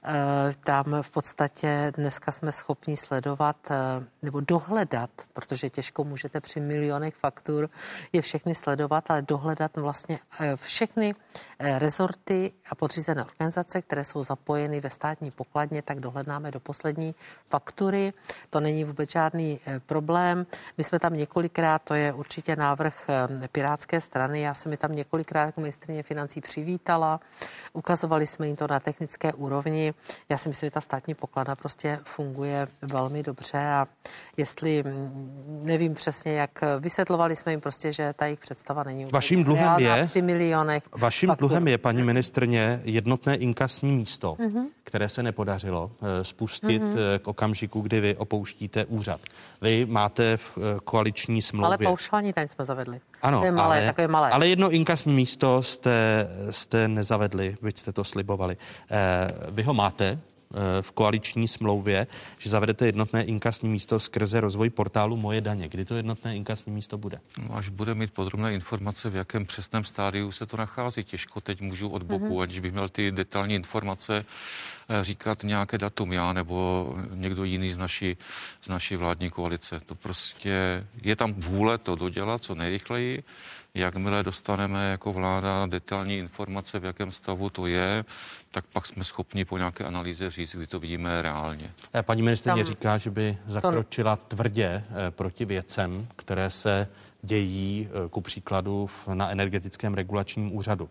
Tam v podstatě dneska jsme schopni sledovat nebo dohledat, protože těžko můžete při milionech faktur je všechny sledovat, ale dohledat vlastně všechny rezorty a podřízené organizace, které jsou zapojeny ve státní pokladně, tak dohledáme do poslední faktury. Čepry. To není vůbec žádný problém. My jsme tam několikrát, to je určitě návrh Pirátské strany, já jsem mi tam několikrát jako ministryně financí přivítala. Ukazovali jsme jim to na technické úrovni. Já si myslím, že ta státní pokladna prostě funguje velmi dobře a jestli, nevím přesně, jak vysvětlovali jsme jim prostě, že ta jejich představa není úplně Vaším dluhem je, tři milionech vaším faktur. dluhem je, paní ministrně, jednotné inkasní místo, Mm-hmm. které se nepodařilo spustit Mhm. k okamžiku, kdy vy opouštíte úřad. Vy máte v koaliční smlouvě. Ale paušální daň jsme zavedli. Ano, to je malé, ale, takové malé. ale jedno inkasní místo jste, jste nezavedli, byť jste to slibovali. Eh, vy ho máte eh, v koaliční smlouvě, že zavedete jednotné inkasní místo skrze rozvoj portálu Moje daně. Kdy to jednotné inkasní místo bude? No, až bude mít podrobné informace, v jakém přesném stádiu se to nachází. Těžko teď můžu od boku, mm-hmm. aniž bych měl ty detailní informace, říkat nějaké datum já nebo někdo jiný z naší, z naší vládní koalice. To prostě je tam vůle to dodělat co nejrychleji. Jakmile dostaneme jako vláda detailní informace, v jakém stavu to je, tak pak jsme schopni po nějaké analýze říct, kdy to vidíme reálně. Paní ministryně Tam říká, že by zakročila tvrdě proti věcem, které se dějí ku příkladu na energetickém regulačním úřadu.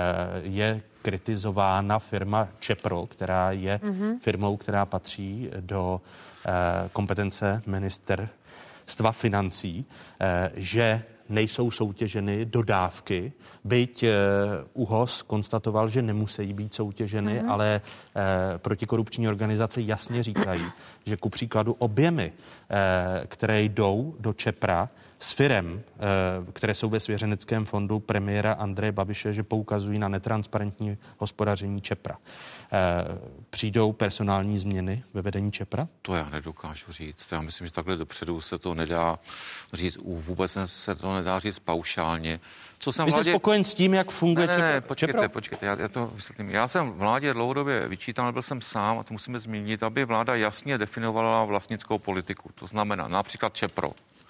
Je kritizována firma Čepro, která je mm-hmm. firmou, která patří do kompetence ministerstva financí, že nejsou soutěženy dodávky, byť ÚHOS konstatoval, že nemusí být soutěženy, mm-hmm. ale eh, protikorupční organizace jasně říkají, že ku příkladu objemy, eh, které jdou do Čepra s firem, eh, které jsou ve svěřeneckém fondu premiéra Andreje Babiše, že poukazují na netransparentní hospodaření Čepra. Eh, přijdou personální změny ve vedení Čepra? To já nedokážu říct. Já myslím, že takhle dopředu se to nedá říct, vůbec se to nedá říct paušálně. Co jsem Vy jste vládě... spokojen s tím, jak funguje ne, ne, ne, Čepro? počkejte, počkejte, já, já to vysvětlím. Já jsem vládě dlouhodobě vyčítal, byl jsem sám, a to musíme zmínit, aby vláda jasně definovala vlastnickou politiku. To znamená například Čepro.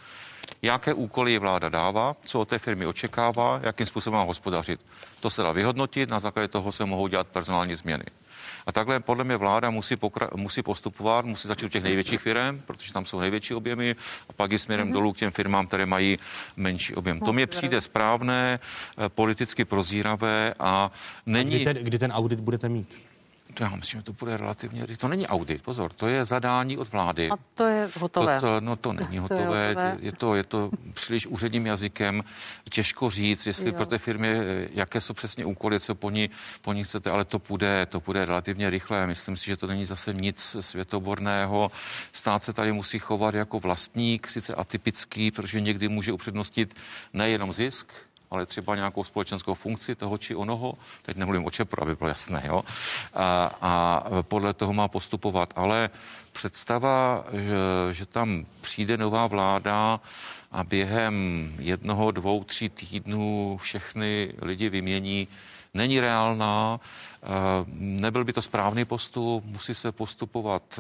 Jaké úkoly vláda dává, co od té firmy očekává, jakým způsobem má hospodařit. To se dá vyhodnotit, na základě toho se mohou dělat personální změny. A takhle podle mě vláda musí, pokra- musí postupovat, musí začít u těch největších firm, protože tam jsou největší objemy, a pak i směrem mm-hmm. dolů k těm firmám, které mají menší objem. To mně přijde správné, politicky prozíravé a není... A kdy ten, kdy ten audit budete mít? To já myslím, že to bude relativně... To není audit, pozor, to je zadání od vlády. A to je hotové. To, to, no to není hotové, to je, hotové. Je, to, je to příliš úředním jazykem, těžko říct, jestli jo. pro té firmy, jaké jsou přesně úkoly, co po ní, po ní chcete, ale to půjde, to půjde relativně rychle. Myslím si, že to není zase nic světoborného. Stát se tady musí chovat jako vlastník, sice atypický, protože někdy může upřednostnit nejenom zisk, ale třeba nějakou společenskou funkci toho či onoho. Teď nemluvím o Čepru, aby bylo jasné, jo. A, a podle toho má postupovat. Ale představa, že, že tam přijde nová vláda a během jednoho, dvou, tří týdnů všechny lidi vymění, není reálná. Nebyl by to správný postup, musí se postupovat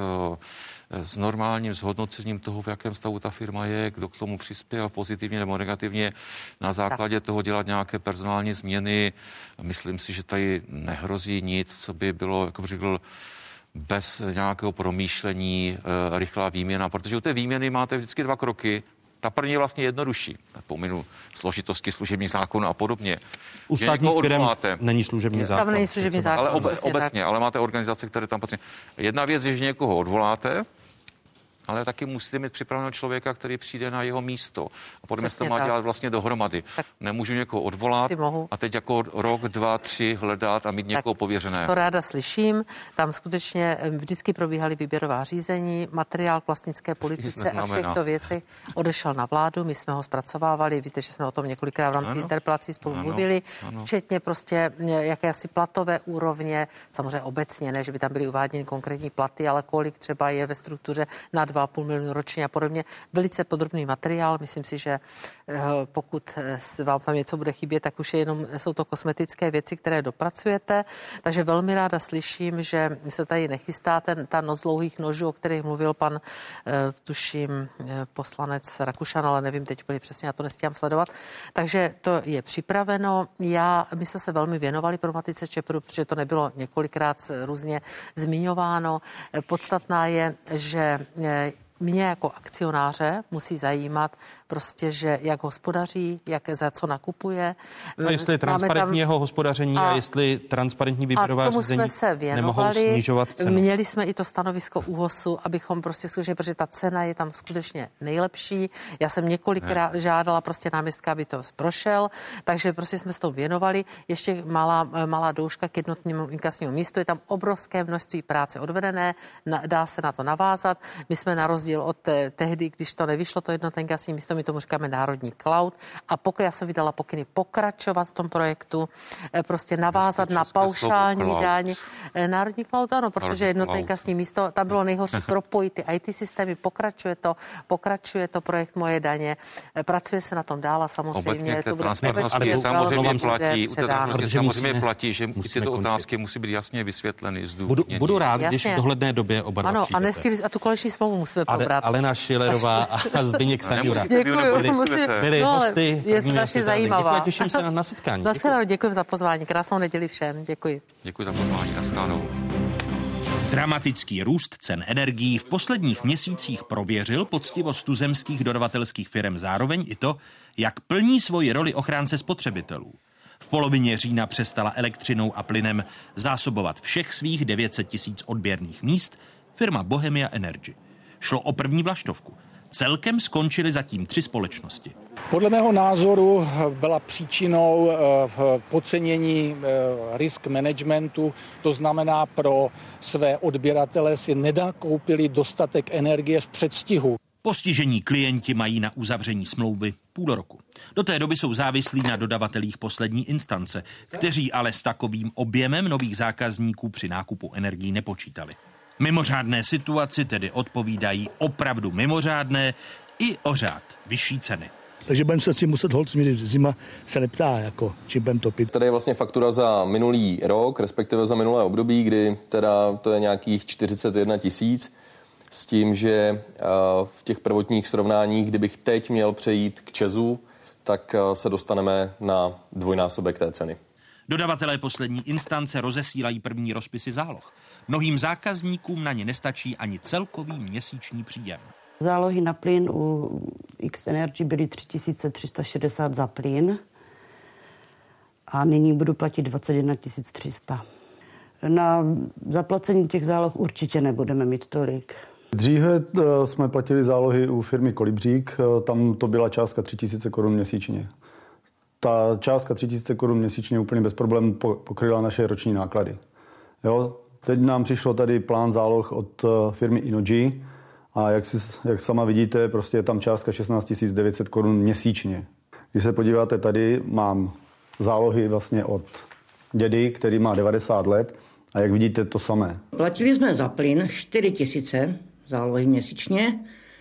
s normálním zhodnocením toho, v jakém stavu ta firma je, kdo k tomu přispěl pozitivně nebo negativně, na základě toho dělat nějaké personální změny. Myslím si, že tady nehrozí nic, co by bylo, jako bych řekl, bez nějakého promýšlení, rychlá výměna, protože u té výměny máte vždycky dva kroky. Ta první je vlastně jednodušší. Pominu složitosti služební zákonu a podobně. U státních firm není služební zákon. Tam není služební zákon. Ale obe, obecně, tak. Ale máte organizace, které tam patří. Jedna věc je, že někoho odvoláte, ale taky musíte mít připraveného člověka, který přijde na jeho místo. A podle mě se to má tak dělat vlastně dohromady. Tak nemůžu někoho odvolat a teď jako rok, dva, tři hledat a mít někoho pověřeného. To ráda slyším. Tam skutečně vždycky probíhaly výběrová řízení, materiál k vlastnické politice a všechto věci odešel na vládu. My jsme ho zpracovávali. Víte, že jsme o tom několikrát v rámci ano. interpelací spolu ano. mluvili. Ano. Včetně prostě jakési platové úrovně, samozřejmě obecně, ne, že by tam byly uváděny konkrétní platy, ale kolik třeba je ve struktuře na dva a půl milionu ročně a podobně. Velice podrobný materiál. Myslím si, že pokud vám tam něco bude chybět, tak už je jenom, jsou to kosmetické věci, které dopracujete. Takže velmi ráda slyším, že se tady nechystá ten, ta noc dlouhých nožů, o kterých mluvil pan, tuším, poslanec Rakušan, ale nevím teď úplně přesně, já to nestíhám sledovat. Takže to je připraveno. Já, my jsme se velmi věnovali problematice Čepru, protože to nebylo několikrát různě zmiňováno. Podstatná je, že mě jako akcionáře musí zajímat prostě, že jak hospodaří, jak za co nakupuje. A jestli je transparentní tam... jeho hospodaření a, a jestli transparentní výběrová řízení nemohou snižovat cenu. Měli jsme i to stanovisko ÚOHSu, abychom prostě skutečně, protože ta cena je tam skutečně nejlepší. Já jsem několikrát ne. žádala prostě náměstka, aby to prošel, takže prostě jsme se tomu věnovali. Ještě malá, malá douška k jednotnému inkasnímu místu. Je tam obrovské množství práce odvedené, dá se na to navázat. My jsme na rozdíl od te, tehdy, když to nevyšlo, to jednotné inkasní místo, my tomu říkáme Národní cloud. A pokud já jsem vydala pokyny pokračovat v tom projektu, prostě navázat na paušální daň. Národní cloud, ano, protože jednotné inkasní místo, tam bylo nejhorší propojit ty í té systémy, pokračuje to, pokračuje to projekt Moje daně, pracuje se na tom dál a samozřejmě to bude transparentnosti samozřejmě platí, u té transparentnosti samozřejmě platí, že tyto otázky musí být jasně vysvětleny. Budu, budu rád, jasně. Když v dohledné době oba dva ano, a, nestihli, a tu koaliční smlouvu musíme probrat. Alena Šilerová a Zbyněk Stanjura. Děkuji, musím, byli no, hosty. Je strašně zajímavá. Děkuji, těším se na, na setkání. Děkuji. Děkuji za pozvání. Krásnou neděli všem. Děkuji. Děkuji za pozvání. Naschledanou. Dramatický růst cen energií v posledních měsících prověřil poctivost tuzemských dodavatelských firem, zároveň i to, jak plní svoji roli ochránce spotřebitelů. V polovině října přestala elektřinou a plynem zásobovat všech svých devět set tisíc odběrných míst firma Bohemia Energy. Šlo o první vlaštovku. Celkem skončily zatím tři společnosti. Podle mého názoru byla příčinou podcenění risk managementu, to znamená pro své odběratele si nenakoupili dostatek energie v předstihu. Postižení klienti mají na uzavření smlouvy půl roku. Do té doby jsou závislí na dodavatelích poslední instance, kteří ale s takovým objemem nových zákazníků při nákupu energií nepočítali. Mimořádné situaci tedy odpovídají opravdu mimořádné i o řád vyšší ceny. Takže budeme se si muset holt smířit. Zima se neptá, jako, čím budeme topit. Tady je vlastně faktura za minulý rok, respektive za minulé období, kdy teda to je nějakých čtyřicet jedna tisíc, s tím, že v těch prvotních srovnáních, kdybych teď měl přejít k ČEZu, tak se dostaneme na dvojnásobek té ceny. Dodavatelé poslední instance rozesílají první rozpisy záloh. Mnohým zákazníkům na ně nestačí ani celkový měsíční příjem. Zálohy na plyn u X Energy byly tři tisíce tři sta šedesát za plyn a nyní budu platit dvacet jedna tisíc tři sta. Na zaplacení těch záloh určitě nebudeme mít tolik. Dříve jsme platili zálohy u firmy Kolibřík, tam to byla částka tři tisíce korun měsíčně. Ta částka tři tisíce korun měsíčně úplně bez problémů pokryla naše roční náklady. Jo? Teď nám přišlo tady plán záloh od firmy Inogy a jak, si, jak sama vidíte, prostě je tam částka šestnáct tisíc devět set korun měsíčně. Když se podíváte tady, mám zálohy vlastně od dědy, který má devadesát let a jak vidíte to samé. Platili jsme za plyn čtyři tisíce zálohy měsíčně.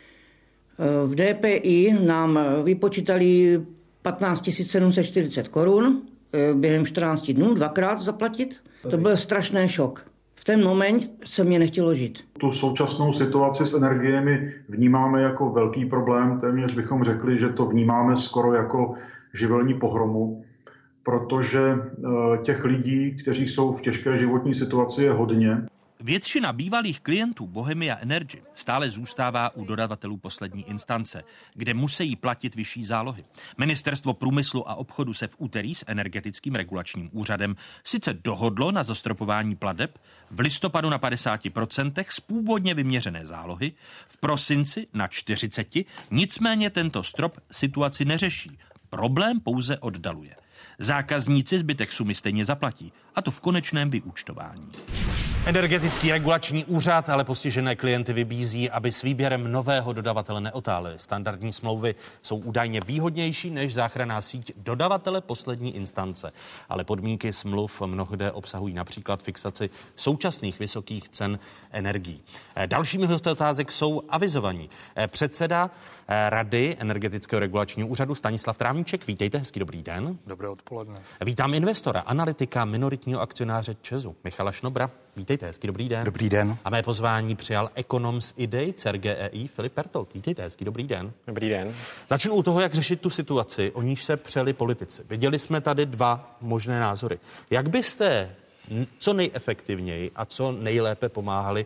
V D P I nám vypočítali patnáct tisíc sedm set čtyřicet korun během čtrnáct dnů dvakrát zaplatit. To byl strašný šok. V ten moment se mě nechtělo žít. Tu současnou situaci s energiemi vnímáme jako velký problém. Téměř bychom řekli, že to vnímáme skoro jako živelní pohromu, protože těch lidí, kteří jsou v těžké životní situaci, je hodně. Většina bývalých klientů Bohemia Energy stále zůstává u dodavatelů poslední instance, kde musí platit vyšší zálohy. Ministerstvo průmyslu a obchodu se v úterý s Energetickým regulačním úřadem sice dohodlo na zastropování plateb v listopadu na padesát procent z původně vyměřené zálohy, v prosinci na čtyřicet procent, nicméně tento strop situaci neřeší. Problém pouze oddaluje. Zákazníci zbytek sumy stejně zaplatí, a to v konečném vyúčtování. Energetický regulační úřad ale postižené klienty vybízí, aby s výběrem nového dodavatele neotáleli. Standardní smlouvy jsou údajně výhodnější než záchranná síť dodavatele poslední instance, ale podmínky smluv mnohde obsahují například fixaci současných vysokých cen energií. Dalšími hosty otázek jsou avizovaní. Předseda Rady Energetického regulačního úřadu Stanislav Trávníček. Vítejte, hezký dobrý den. Dobré odpoledne. Vítám investora, analytika, minoritního akcionáře ČEZu Michala Šnobra. Vítejte, hezký dobrý den. Dobrý den. A mé pozvání přijal ekonom z I D E I, C E R G E I, Filip Pertold. Vítejte, hezký dobrý den. Dobrý den. Začnu u toho, jak řešit tu situaci, o níž se přeli politici. Viděli jsme tady dva možné názory. Jak byste co nejefektivněji a co nejlépe pomáhali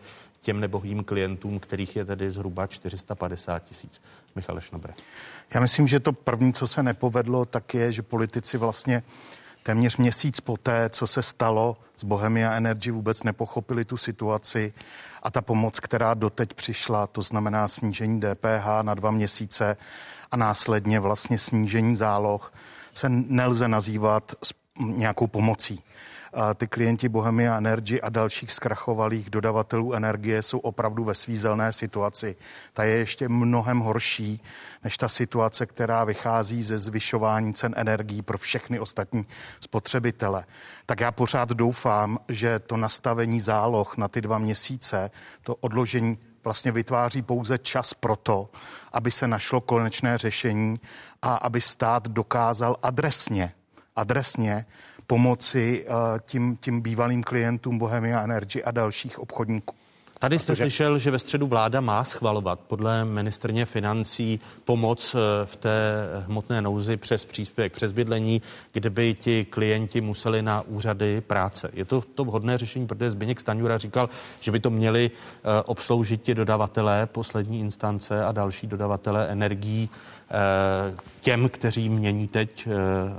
těm nebohým klientům, kterých je tedy zhruba čtyři sta padesát tisíc. Michal Šnobre. Já myslím, že to první, co se nepovedlo, tak je, že politici vlastně téměř měsíc poté, co se stalo z Bohemia Energy, vůbec nepochopili tu situaci a ta pomoc, která doteď přišla, to znamená snížení D P H na dva měsíce a následně vlastně snížení záloh, se nelze nazývat nějakou pomocí. Ty klienti Bohemia Energy a dalších zkrachovalých dodavatelů energie jsou opravdu ve svízelné situaci. Ta je ještě mnohem horší než ta situace, která vychází ze zvyšování cen energií pro všechny ostatní spotřebitele. Tak já pořád doufám, že to nastavení záloh na ty dva měsíce, to odložení vlastně vytváří pouze čas pro to, aby se našlo konečné řešení a aby stát dokázal adresně, adresně pomoci uh, tím, tím bývalým klientům Bohemia Energy a dalších obchodníků. Tady jste Protože... slyšel, že ve středu vláda má schvalovat podle ministryně financí pomoc v té hmotné nouzi přes příspěvek, přes bydlení, kde by ti klienti museli na úřady práce. Je to to vhodné řešení, protože Zbyněk Stanjura říkal, že by to měli uh, obsloužit ti dodavatelé poslední instance a další dodavatelé energií uh, těm, kteří mění teď uh,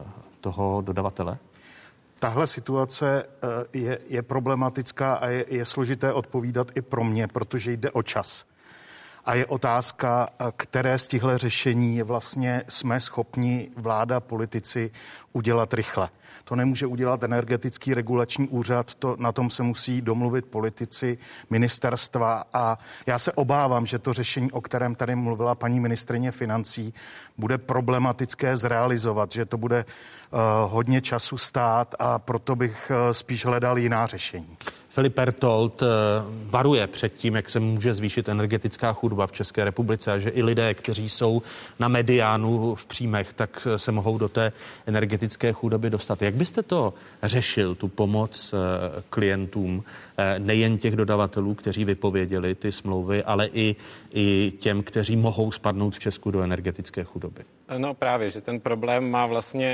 toho dodavatele? Tahle situace je, je problematická a je, je složité odpovídat i pro mě, protože jde o čas. A je otázka, které z těchto řešení vlastně jsme schopni vláda, politici udělat rychle. To nemůže udělat Energetický regulační úřad, to, na tom se musí domluvit politici, ministerstva a já se obávám, že to řešení, o kterém tady mluvila paní ministryně financí, bude problematické zrealizovat, že to bude uh, hodně času stát a proto bych uh, spíš hledal jiná řešení. Filip Pertold varuje před tím, jak se může zvýšit energetická chudoba v České republice a že i lidé, kteří jsou na mediánu v příjmech, tak se mohou do té energetické chudoby dostat. Jak byste to řešil, tu pomoc klientům, nejen těch dodavatelů, kteří vypověděli ty smlouvy, ale i, i těm, kteří mohou spadnout v Česku do energetické chudoby? No právě, že ten problém má vlastně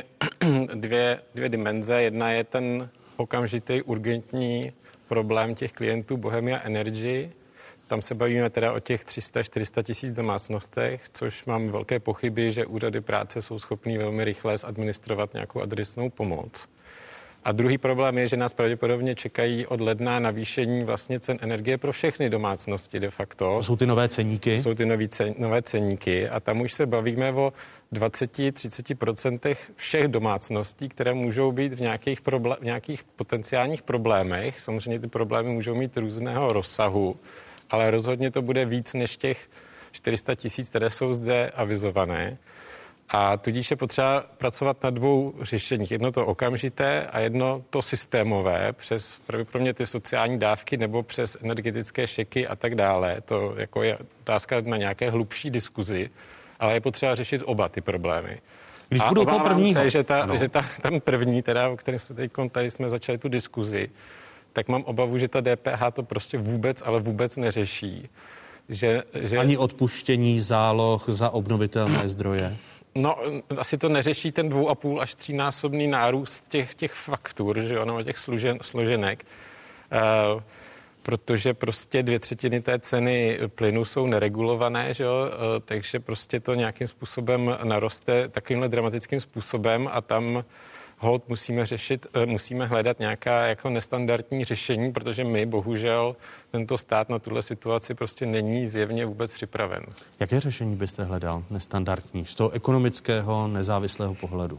dvě, dvě dimenze. Jedna je ten okamžitý urgentní problém těch klientů Bohemia Energy. Tam se bavíme teda o těch tři sta až čtyři sta tisíc domácnostech, což mám velké pochyby, že úřady práce jsou schopný velmi rychle zadministrovat nějakou adresnou pomoc. A druhý problém je, že nás pravděpodobně čekají od ledna navýšení vlastně cen energie pro všechny domácnosti de facto. To jsou ty nové ceníky? Jsou ty nový cen, nové ceníky a tam už se bavíme o dvacet až třicet procent všech domácností, které můžou být v nějakých, probl- v nějakých potenciálních problémech. Samozřejmě ty problémy můžou mít různého rozsahu, ale rozhodně to bude víc než těch čtyři sta tisíc, které jsou zde avizované. A tudíž je potřeba pracovat na dvou řešeních. Jedno to okamžité a jedno to systémové přes pravděpodobně ty sociální dávky nebo přes energetické šeky a tak dále. To jako je otázka na nějaké hlubší diskuzi, ale je potřeba řešit oba ty problémy. Když a budou to prvního. Se, že, ta, že ta, ten první, teda, o kterém se teď, tady jsme začali tu diskuzi, tak mám obavu, že ta D P H to prostě vůbec, ale vůbec neřeší. Že, že... Ani odpuštění záloh za obnovitelné zdroje? No, asi to neřeší ten dvou a půl až třínásobný nárůst těch, těch faktur, že jo, nebo těch služen, složenek, uh, protože prostě dvě třetiny té ceny plynu jsou neregulované, že jo, uh, takže prostě to nějakým způsobem naroste takovýmhle dramatickým způsobem a tam holt musíme řešit, uh, musíme hledat nějaká jako nestandardní řešení, protože my bohužel tento stát na tuhle situaci prostě není zjevně vůbec připraven. Jaké řešení byste hledal nestandardní z toho ekonomického nezávislého pohledu?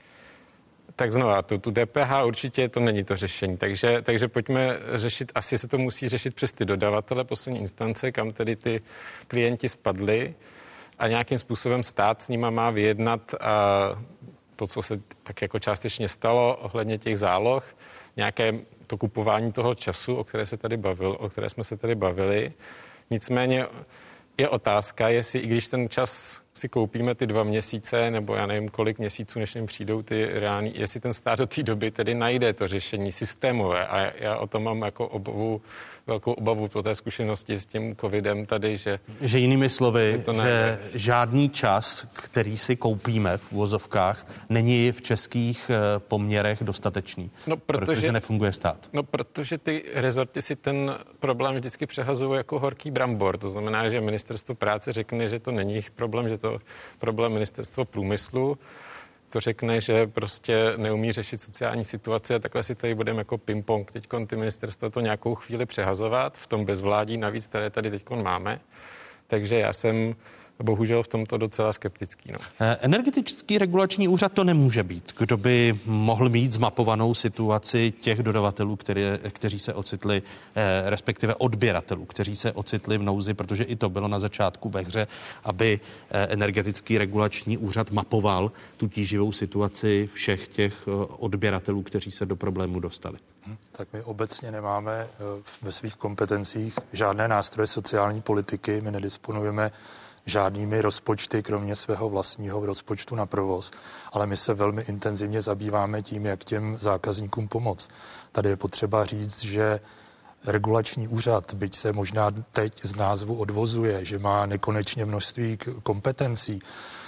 Tak znova, tu, tu D P H určitě to není to řešení, takže, takže pojďme řešit, asi se to musí řešit přes ty dodavatele poslední instance, kam tedy ty klienti spadli a nějakým způsobem stát s nima má vyjednat a to, co se tak jako částečně stalo ohledně těch záloh, nějaké to kupování toho času, o které se tady bavil, o které jsme se tady bavili. Nicméně je otázka, jestli i když ten čas si koupíme ty dva měsíce, nebo já nevím kolik měsíců, než jim přijdou ty reální, jestli ten stát do té doby tedy najde to řešení systémové. A já o tom mám jako obavu, velkou obavu po té zkušenosti s tím covidem tady, že... Že jinými slovy, že najde. Žádný čas, který si koupíme v uvozovkách, není v českých poměrech dostatečný, no, protože, protože nefunguje stát. No, protože ty rezorty si ten problém vždycky přehazují jako horký brambor. To znamená, že ministerstvo práce řekne, že to není jejich problém, že to problém ministerstvo průmyslu. To řekne, že prostě neumí řešit sociální situace a takhle si tady budeme jako ping-pong. Teďkon ty ministerstva to nějakou chvíli přehazovat v tom bezvládí navíc, které tady teďkon máme. Takže já jsem bohužel v tomto docela skeptický. No. Energetický regulační úřad to nemůže být. Kdo by mohl mít zmapovanou situaci těch dodavatelů, které, kteří se ocitli, respektive odběratelů, kteří se ocitli v nouzi, protože i to bylo na začátku ve hře, aby Energetický regulační úřad mapoval tu tíživou situaci všech těch odběratelů, kteří se do problému dostali. Tak my obecně nemáme ve svých kompetencích žádné nástroje sociální politiky, my nedisponujeme žádnými rozpočty, kromě svého vlastního rozpočtu na provoz, ale my se velmi intenzivně zabýváme tím, jak těm zákazníkům pomoct. Tady je potřeba říct, že regulační úřad, byť se možná teď z názvu odvozuje, že má nekonečně množství kompetencí,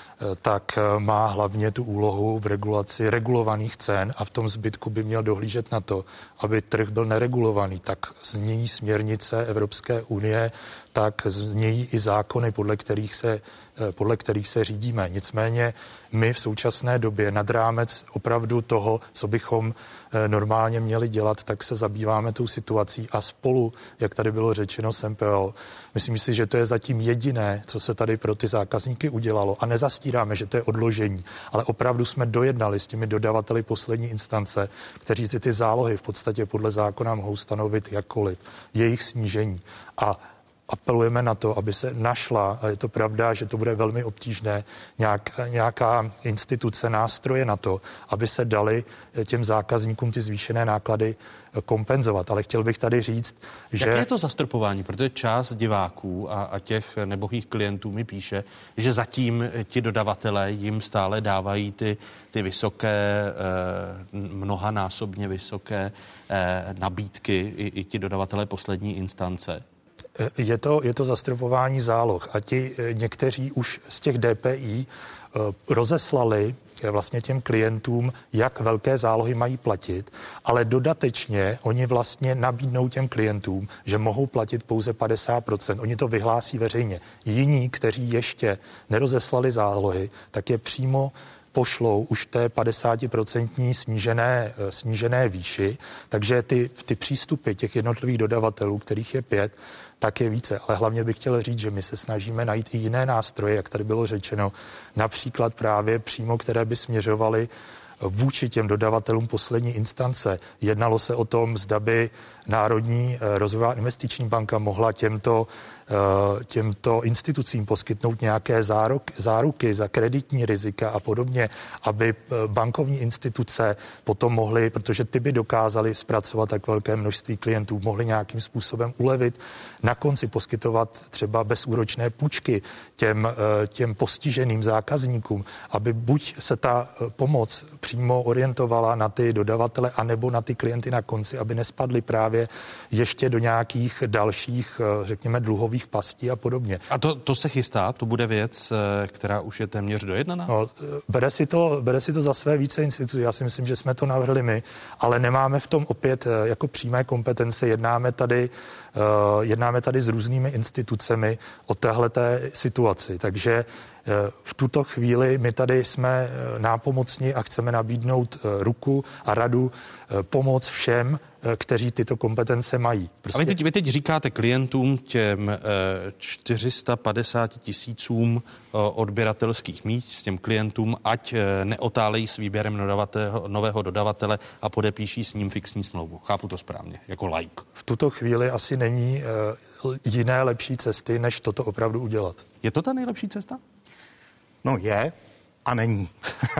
tak má hlavně tu úlohu v regulaci regulovaných cen a v tom zbytku by měl dohlížet na to, aby trh byl neregulovaný. Tak znějí směrnice Evropské unie, tak znějí i zákony, podle kterých se, podle kterých se řídíme. Nicméně my v současné době nad rámec opravdu toho, co bychom normálně měli dělat, tak se zabýváme tou situací a spolu, jak tady bylo řečeno s M P O, myslím si, že to je zatím jediné, co se tady pro ty zákazníky udělalo a nezastíráme, že to je odložení, ale opravdu jsme dojednali s těmi dodavateli poslední instance, kteří si ty zálohy v podstatě podle zákona mohou stanovit jakkoliv, jejich snížení a apelujeme na to, aby se našla, a je to pravda, že to bude velmi obtížné, nějak, nějaká instituce, nástroje na to, aby se dali těm zákazníkům ty zvýšené náklady kompenzovat. Ale chtěl bych tady říct, že... Jaké je to zastropování? Protože část diváků a, a těch nebohých klientů mi píše, že zatím ti dodavatelé jim stále dávají ty, ty vysoké, mnohanásobně vysoké nabídky, i, i ti dodavatelé poslední instance. Je to, je to zastropování záloh a ti někteří už z těch D P I rozeslali vlastně těm klientům, jak velké zálohy mají platit, ale dodatečně oni vlastně nabídnou těm klientům, že mohou platit pouze padesát procent. Oni to vyhlásí veřejně. Jiní, kteří ještě nerozeslali zálohy, tak je přímo pošlou už té padesátiprocentní snížené, snížené výši, takže ty, ty přístupy těch jednotlivých dodavatelů, kterých je pět, tak je více. Ale hlavně bych chtěl říct, že my se snažíme najít i jiné nástroje, jak tady bylo řečeno, například právě přímo, které by směřovaly vůči těm dodavatelům poslední instance. Jednalo se o tom, zda by Národní rozvojová investiční banka mohla těmto, těmto institucím poskytnout nějaké záruk, záruky za kreditní rizika a podobně, aby bankovní instituce potom mohly, protože ty by dokázaly zpracovat tak velké množství klientů, mohly nějakým způsobem ulevit, na konci poskytovat třeba bezúročné půjčky těm, těm postiženým zákazníkům, aby buď se ta pomoc přímo orientovala na ty dodavatele, anebo na ty klienty na konci, aby nespadly právě ještě do nějakých dalších, řekněme, dluhových pastí a podobně. A to, to se chystá? To bude věc, která už je téměř dojednaná? No, bere si to, bere si to za své více institucí. Já si myslím, že jsme to navrhli my, ale nemáme v tom opět jako přímé kompetence. Jednáme tady, jednáme tady s různými institucemi o téhleté situaci. Takže v tuto chvíli my tady jsme nápomocni a chceme nabídnout ruku a radu, pomoc všem, kteří tyto kompetence mají. Prostě... A vy teď, vy teď říkáte klientům těm čtyři sta padesát tisícům odběratelských míst, těm klientům, ať neotálejí s výběrem nového dodavatele a podepíší s ním fixní smlouvu. Chápu to správně, jako laik. V tuto chvíli asi není jiné lepší cesty, než toto opravdu udělat. Je to ta nejlepší cesta? No je a není.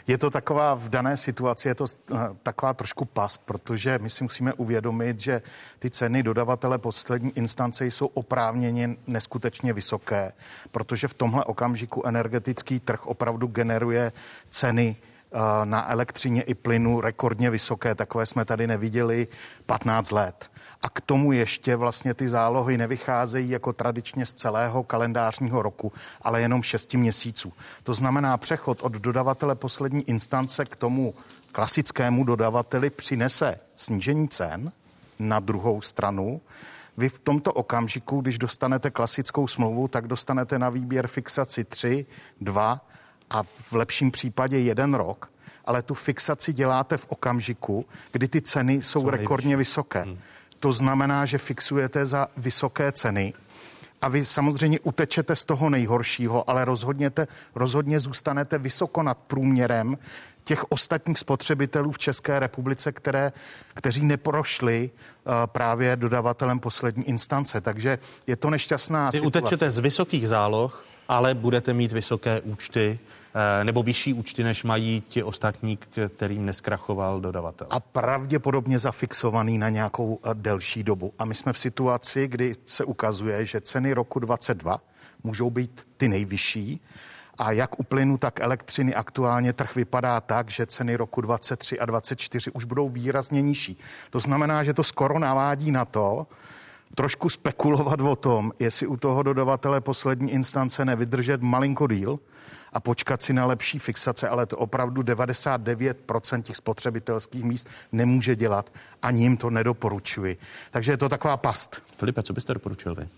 Je to taková v dané situaci, je to taková trošku past, protože my si musíme uvědomit, že ty ceny dodavatele poslední instance jsou oprávněně neskutečně vysoké, protože v tomhle okamžiku energetický trh opravdu generuje ceny na elektřině i plynu rekordně vysoké, takové jsme tady neviděli patnáct let. A k tomu ještě vlastně ty zálohy nevycházejí jako tradičně z celého kalendářního roku, ale jenom šesti měsíců. To znamená, přechod od dodavatele poslední instance k tomu klasickému dodavateli přinese snížení cen. Na druhou stranu, vy v tomto okamžiku, když dostanete klasickou smlouvu, tak dostanete na výběr fixaci tři, dva a v lepším případě jeden rok, ale tu fixaci děláte v okamžiku, kdy ty ceny jsou Co rekordně nejvyšší. vysoké. Hmm. To znamená, že fixujete za vysoké ceny a vy samozřejmě utečete z toho nejhoršího, ale rozhodněte, rozhodně zůstanete vysoko nad průměrem těch ostatních spotřebitelů v České republice, které, kteří neprošli uh, právě dodavatelem poslední instance. Takže je to nešťastná Vy situace. utečete z vysokých záloh, ale budete mít vysoké účty nebo vyšší účty, než mají ti ostatní, kterým neskrachoval dodavatel. A pravděpodobně zafixovaný na nějakou delší dobu. A my jsme v situaci, kdy se ukazuje, že ceny roku dvacet dva můžou být ty nejvyšší. A jak u plynu, tak elektřiny aktuálně trh vypadá tak, že ceny roku dvacet tři a dvacet čtyři už budou výrazně nižší. To znamená, že to skoro navádí na to, trošku spekulovat o tom, jestli u toho dodavatele poslední instance nevydržet malinko díl a počkat si na lepší fixace, ale to opravdu devadesát devět procent těch spotřebitelských míst nemůže dělat. Ani jim to nedoporučuji. Takže je to taková past. Filipe, co byste doporučil vy?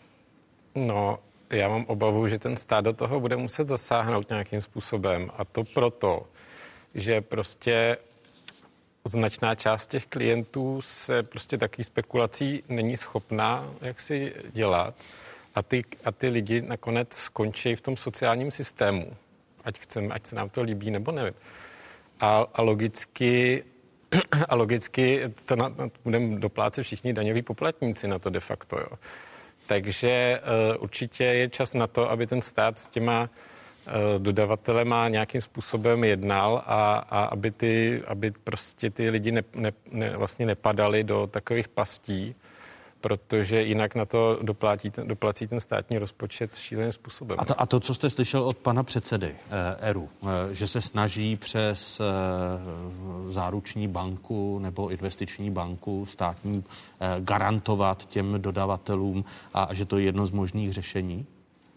No, já mám obavu, že ten stát do toho bude muset zasáhnout nějakým způsobem. A to proto, že prostě značná část těch klientů se prostě takový spekulací není schopná jak si dělat. A ty, a ty lidi nakonec skončí v tom sociálním systému. Ať chceme, ať se nám to líbí, nebo nevím. A, a logicky, a logicky to na, na, budeme doplácet všichni daňoví poplatníci na to de facto. Jo. Takže uh, určitě je čas na to, aby ten stát s těma uh, dodavatelema nějakým způsobem jednal a, a aby, ty, aby prostě ty lidi ne, ne, ne, vlastně nepadali do takových pastí, protože jinak na to doplatí ten, doplací ten státní rozpočet šíleným způsobem. A to, a to, co jste slyšel od pana předsedy eh, ERU, eh, že se snaží přes eh, záruční banku nebo investiční banku státní eh, garantovat těm dodavatelům a že to je jedno z možných řešení?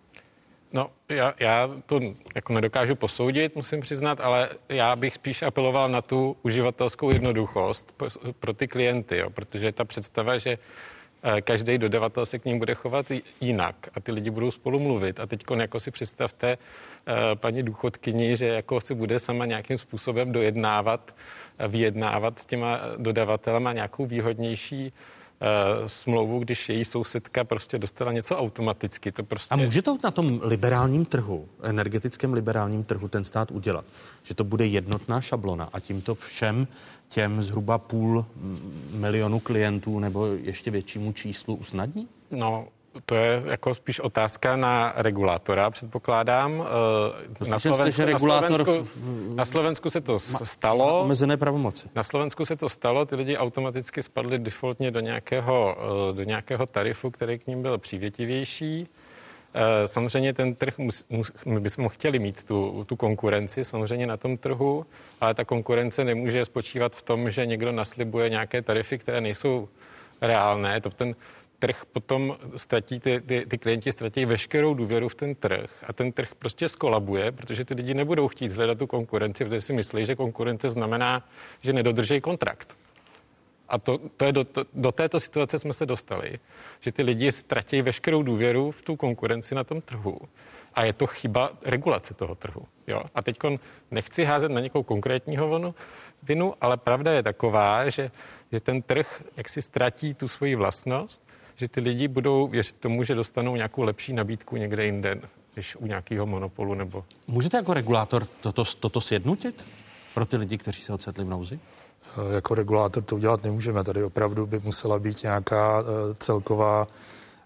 No, já, já to jako nedokážu posoudit, musím přiznat, ale já bych spíš apeloval na tu uživatelskou jednoduchost pro ty klienty, jo, protože ta představa, že každý dodavatel se k ním bude chovat jinak a ty lidi budou spolu mluvit. A teď jako si představte paní důchodkyni, že jako si bude sama nějakým způsobem dojednávat, vyjednávat s těma dodavatelema nějakou výhodnější smlouvu, když její sousedka prostě dostala něco automaticky. To prostě... A může to na tom liberálním trhu, energetickém liberálním trhu ten stát udělat? Že to bude jednotná šablona a tímto všem těm zhruba půl milionu klientů nebo ještě většímu číslu usnadní? No, to je jako spíš otázka na regulátora, předpokládám. Na Slovensku, regulátor... na, Slovensku, na Slovensku se to stalo. Omezené pravomoci. Na Slovensku se to stalo, ty lidi automaticky spadli defaultně do nějakého, do nějakého tarifu, který k ním byl přívětivější. Samozřejmě ten trh, mus, mus, my bychom chtěli mít tu, tu konkurenci samozřejmě na tom trhu, ale ta konkurence nemůže spočívat v tom, že někdo naslibuje nějaké tarify, které nejsou reálné. To ten trh potom ztratí, ty, ty, ty klienti ztratí veškerou důvěru v ten trh a ten trh prostě skolabuje, protože ty lidi nebudou chtít hledat tu konkurenci, protože si myslí, že konkurence znamená, že nedodrží kontrakt. A to, to je do, to, do této situace jsme se dostali, že ty lidi ztratí veškerou důvěru v tu konkurenci na tom trhu. A je to chyba regulace toho trhu. Jo? A teď nechci házet na někoho konkrétního vinu, vinu, ale pravda je taková, že, že ten trh jaksi ztratí tu svoji vlastnost, že ty lidi budou věřit tomu, že dostanou nějakou lepší nabídku někde jinde, než u nějakého monopolu. Nebo... Můžete jako regulátor toto, toto sjednotit pro ty lidi, kteří se ocitli v nouzi? Jako regulátor to udělat nemůžeme. Tady opravdu by musela být nějaká celková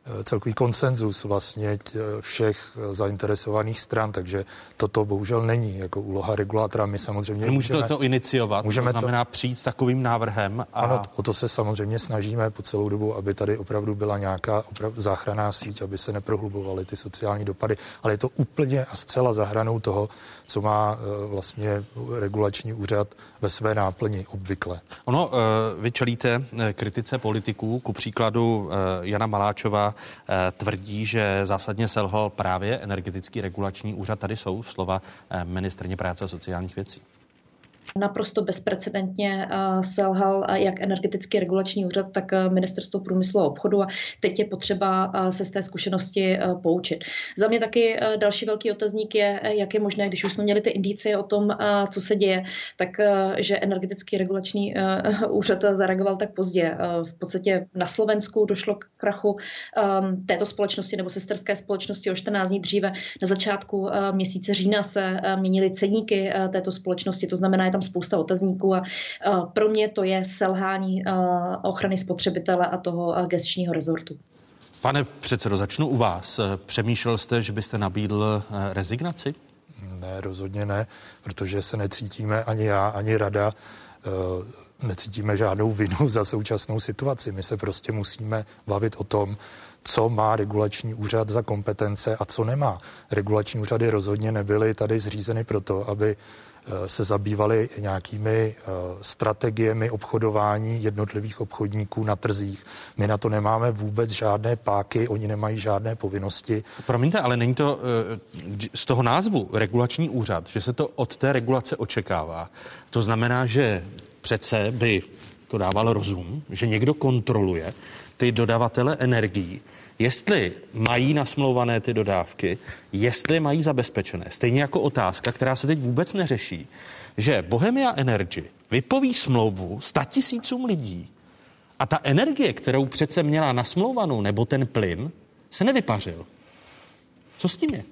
celkový konsenzus vlastně všech zainteresovaných stran, takže toto bohužel není jako úloha regulátora. My samozřejmě můžete můžeme, to iniciovat, můžeme to znamená to, přijít s takovým návrhem. A... Ano, o to se samozřejmě snažíme po celou dobu, aby tady opravdu byla nějaká opravdu záchranná síť, aby se neprohlubovaly ty sociální dopady, ale je to úplně a zcela za hranou toho, co má vlastně regulační úřad ve své náplni obvykle. Ono, vy čelíte kritice politiků, ku příkladu Jana Maláčová tvrdí, že zásadně selhal právě Energetický regulační úřad. Tady jsou slova ministryně práce a sociálních věcí. Naprosto bezprecedentně selhal jak Energetický regulační úřad, tak Ministerstvo průmyslu a obchodu a teď je potřeba se z té zkušenosti poučit. Za mě taky další velký otazník je, jak je možné, když už jsme měli ty indicie o tom, co se děje, tak že Energetický regulační úřad zareagoval tak pozdě. V podstatě na Slovensku došlo k krachu této společnosti nebo sesterské společnosti o čtrnáct dní dříve. Na začátku měsíce října se měnily ceníky této společnosti, to znamená, je tam spousta otazníků a pro mě to je selhání ochrany spotřebitele a toho gesčního rezortu. Pane předsedo, začnu u vás. Přemýšlel jste, že byste nabídl rezignaci? Ne, rozhodně ne, protože se necítíme ani já, ani rada, necítíme žádnou vinu za současnou situaci. My se prostě musíme bavit o tom, co má regulační úřad za kompetence a co nemá. Regulační úřady rozhodně nebyly tady zřízeny proto, aby se zabývali nějakými strategiemi obchodování jednotlivých obchodníků na trzích. My na to nemáme vůbec žádné páky, oni nemají žádné povinnosti. Promiňte, ale není to z toho názvu regulační úřad, že se to od té regulace očekává. To znamená, že přece by to dávalo rozum, že někdo kontroluje ty dodavatele energií, jestli mají nasmlouvané ty dodávky, jestli mají zabezpečené. Stejně jako otázka, která se teď vůbec neřeší, že Bohemia Energy vypoví smlouvu statisícům lidí a ta energie, kterou přece měla nasmlouvanou, nebo ten plyn, se nevypařil. Co s tím je?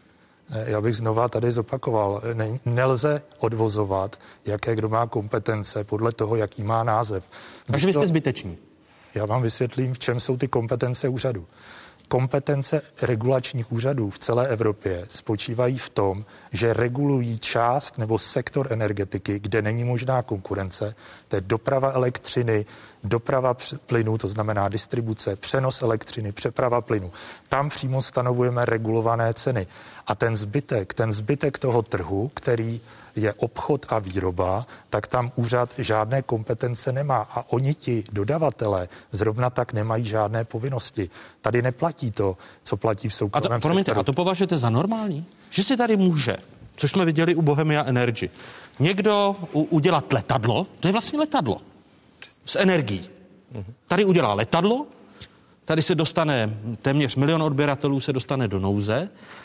Já bych znova tady zopakoval. Ne, nelze odvozovat, jaké kdo má kompetence podle toho, jaký má název. Takže vy jste zbyteční. Já vám vysvětlím, v čem jsou ty kompetence úřadu. Kompetence regulačních úřadů v celé Evropě spočívají v tom, že regulují část nebo sektor energetiky, kde není možná konkurence. To je doprava elektřiny, doprava plynu, to znamená distribuce, přenos elektřiny, přeprava plynu. Tam přímo stanovujeme regulované ceny. A ten zbytek, ten zbytek toho trhu, který je obchod a výroba, tak tam úřad žádné kompetence nemá. A oni ti dodavatelé zrovna tak nemají žádné povinnosti. Tady neplatí to, co platí v soukromém a to, promiňte, sektoru. A to považujete za normální? Že si tady může, což jsme viděli u Bohemia Energy, někdo u, udělat letadlo, to je vlastně letadlo, s energií. Tady udělá letadlo, tady se dostane téměř milion odběratelů, se dostane do nouze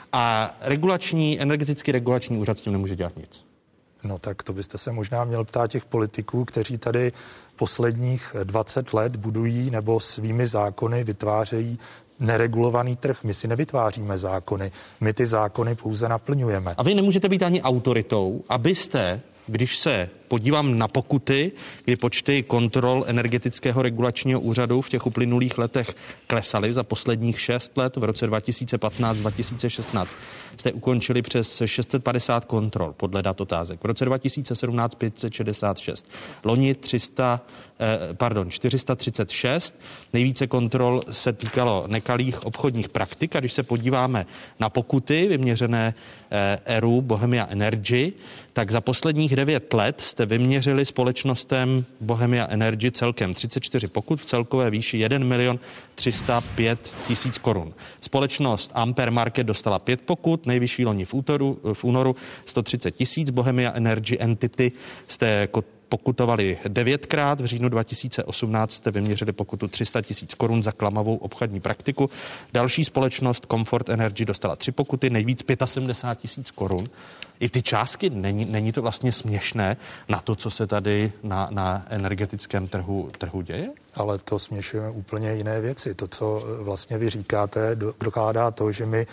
a regulační, energetický regulační úřad s tím nemůže dělat nic. No tak to byste se možná měl ptát těch politiků, kteří tady posledních dvacet let budují nebo svými zákony vytvářejí neregulovaný trh. My si nevytváříme zákony, my ty zákony pouze naplňujeme. A vy nemůžete být ani autoritou, abyste, když se podívám na pokuty, kdy počty kontrol Energetického regulačního úřadu v těch uplynulých letech klesaly za posledních šest let, v roce dva tisíce patnáct dva tisíce šestnáct jste ukončili přes šest set padesát kontrol podle dat otázek. V roce dva tisíce sedmnáct pět set šedesát šest. Loni tři sta, eh, pardon, čtyři sta třicet šest. Nejvíce kontrol se týkalo nekalých obchodních praktik a když se podíváme na pokuty vyměřené eh, E R U Bohemia Energy, tak za posledních devět let jste vyměřili společnostem Bohemia Energy celkem třicet čtyři pokut v celkové výši jeden milion tři sta pět tisíc korun. Společnost Ampere Market dostala pět pokut, nejvyšší loni v, útoru, v únoru sto třicet tisíc. Bohemia Energy Entity jste pokutovali devětkrát, v říjnu dva tisíce osmnáct jste vyměřili pokutu tři sta tisíc korun za klamavou obchodní praktiku. Další společnost Comfort Energy dostala tři pokuty, nejvíc sedmdesát pět tisíc korun. I ty částky, není, není to vlastně směšné na to, co se tady na, na energetickém trhu, trhu děje? Ale to směšujeme úplně jiné věci. To, co vlastně vy říkáte, dokládá to, že my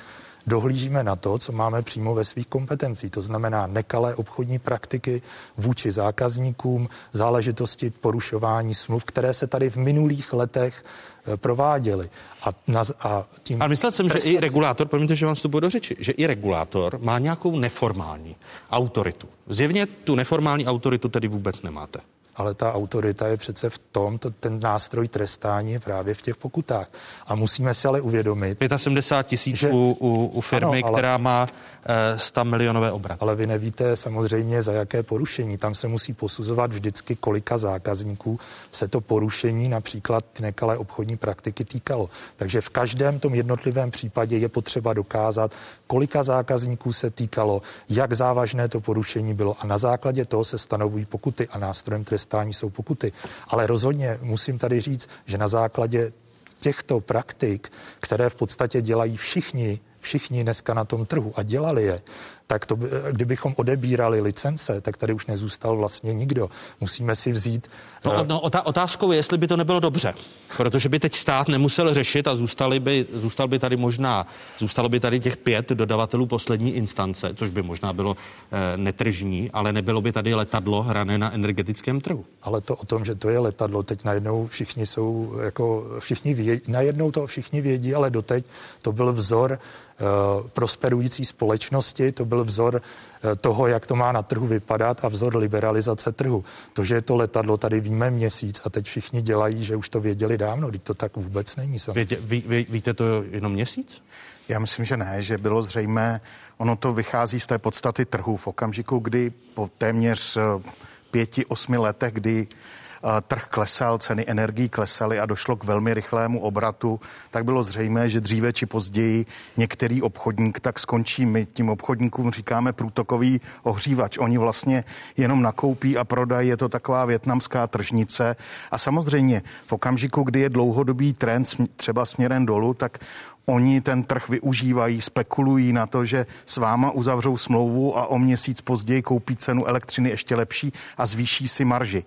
dohlížíme na to, co máme přímo ve svých kompetencích. To znamená nekalé obchodní praktiky vůči zákazníkům, záležitosti porušování smluv, které se tady v minulých letech prováděli. A, na, a tím Ale myslel jsem, prestací... že i regulátor, promiňte, že vám vstupuji do řeči, že i regulátor má nějakou neformální autoritu. Zjevně tu neformální autoritu tedy vůbec nemáte. Ale ta autorita je přece v tom, to, ten nástroj trestání je právě v těch pokutách. A musíme si ale uvědomit... sedmdesát pět tisíc že... u, u, u firmy, ano, ale... která má e, sto milionové obrat. Ale vy nevíte samozřejmě, za jaké porušení. Tam se musí posuzovat vždycky, kolika zákazníků se to porušení, například nekalé obchodní praktiky, týkalo. Takže v každém tom jednotlivém případě je potřeba dokázat, kolika zákazníků se týkalo, jak závažné to porušení bylo a na základě toho se stanovují pokuty a nástrojem trestání jsou pokuty. Ale rozhodně musím tady říct, že na základě těchto praktik, které v podstatě dělají všichni, všichni dneska na tom trhu a dělali je, tak to, kdybychom odebírali licence, tak tady už nezůstal vlastně nikdo. Musíme si vzít... No, no otázkou je, jestli by to nebylo dobře, protože by teď stát nemusel řešit a zůstali by, zůstal by tady možná, zůstalo by tady těch pět dodavatelů poslední instance, což by možná bylo e, netržní, ale nebylo by tady letadlo hrané na energetickém trhu. Ale to o tom, že to je letadlo, teď najednou všichni jsou, jako všichni vědí, najednou to všichni vědí, ale doteď to byl vzor prosperující společnosti, to byl vzor toho, jak to má na trhu vypadat a vzor liberalizace trhu. To, že je to letadlo, tady víme měsíc a teď všichni dělají, že už to věděli dávno, teď to tak vůbec není. Víte, ví, ví, víte to jenom měsíc? Já myslím, že ne, že bylo zřejmé, ono to vychází z té podstaty trhu v okamžiku, kdy po téměř pěti, osmi letech, kdy trh klesal, ceny energií klesaly a došlo k velmi rychlému obratu, tak bylo zřejmé, že dříve či později některý obchodník tak skončí. My tím obchodníkům říkáme průtokový ohřívač. Oni vlastně jenom nakoupí a prodají, je to taková vietnamská tržnice. A samozřejmě v okamžiku, kdy je dlouhodobý trend třeba směrem dolů, tak oni ten trh využívají, spekulují na to, že s váma uzavřou smlouvu a o měsíc později koupí cenu elektřiny ještě lepší a zvýší si marži.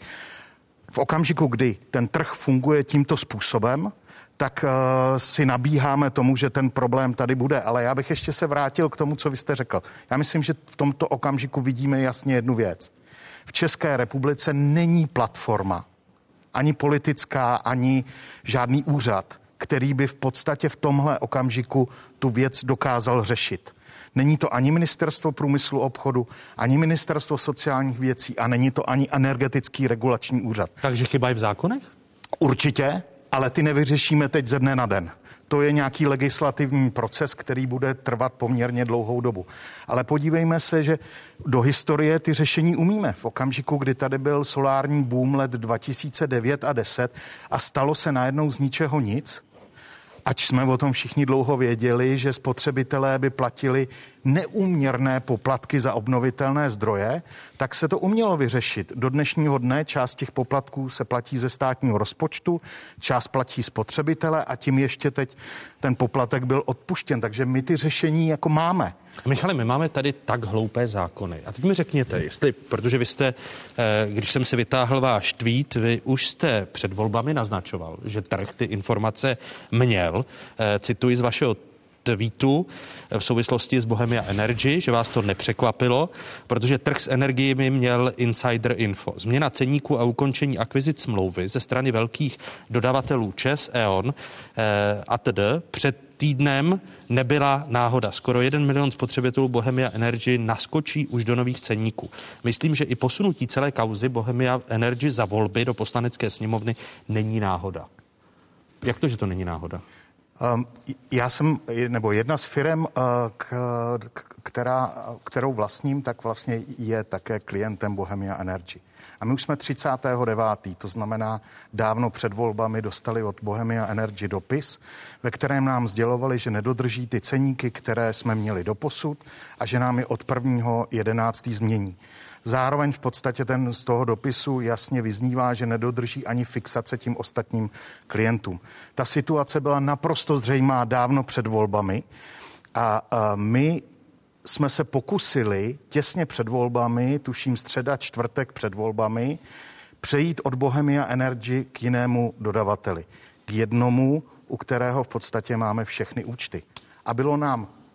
V okamžiku, kdy ten trh funguje tímto způsobem, tak uh, si nabíháme tomu, že ten problém tady bude. Ale já bych ještě se vrátil k tomu, co vy jste řekl. Já myslím, že v tomto okamžiku vidíme jasně jednu věc. V České republice není platforma, ani politická, ani žádný úřad, který by v podstatě v tomhle okamžiku tu věc dokázal řešit. Není to ani ministerstvo průmyslu a obchodu, ani ministerstvo sociálních věcí a není to ani energetický regulační úřad. Takže chyba je v zákonech? Určitě, ale ty nevyřešíme teď ze dne na den. To je nějaký legislativní proces, který bude trvat poměrně dlouhou dobu. Ale podívejme se, že do historie ty řešení umíme. V okamžiku, kdy tady byl solární boom let dva tisíce devět a deset a stalo se najednou z ničeho nic, ač jsme o tom všichni dlouho věděli, že spotřebitelé by platili neúměrné poplatky za obnovitelné zdroje, tak se to umělo vyřešit. Do dnešního dne část těch poplatků se platí ze státního rozpočtu, část platí spotřebitele a tím ještě teď ten poplatek byl odpuštěn. Takže my ty řešení jako máme. Michale, my máme tady tak hloupé zákony. A teď mi řekněte, jestli, protože vy jste, když jsem si vytáhl váš tweet, vy už jste před volbami naznačoval, že trh ty informace měl. Cituji z vašeho tweetu v souvislosti s Bohemia Energy, že vás to nepřekvapilo, protože trh s energiemi měl insider info. Změna ceníku a ukončení akvizic smlouvy ze strany velkých dodavatelů ČEZ, E O N eh, a td. Před týdnem nebyla náhoda. Skoro jeden milion spotřebitelů Bohemia Energy naskočí už do nových ceníků. Myslím, že i posunutí celé kauzy Bohemia Energy za volby do poslanecké sněmovny není náhoda. Jak to, že to není náhoda? Um, já jsem, nebo jedna z firem, uh, k, která, kterou vlastním, tak vlastně je také klientem Bohemia Energy. A my už jsme třicátého devátého to znamená dávno před volbami, dostali od Bohemia Energy dopis, ve kterém nám sdělovali, že nedodrží ty ceníky, které jsme měli doposud a že nám je od prvního jedenáctého změní. Zároveň v podstatě ten z toho dopisu jasně vyznívá, že nedodrží ani fixace tím ostatním klientům. Ta situace byla naprosto zřejmá dávno před volbami a, a my jsme se pokusili těsně před volbami, tuším středa, čtvrtek před volbami, přejít od Bohemia Energy k jinému dodavateli. K jednomu, u kterého v podstatě máme všechny účty. A bylo nám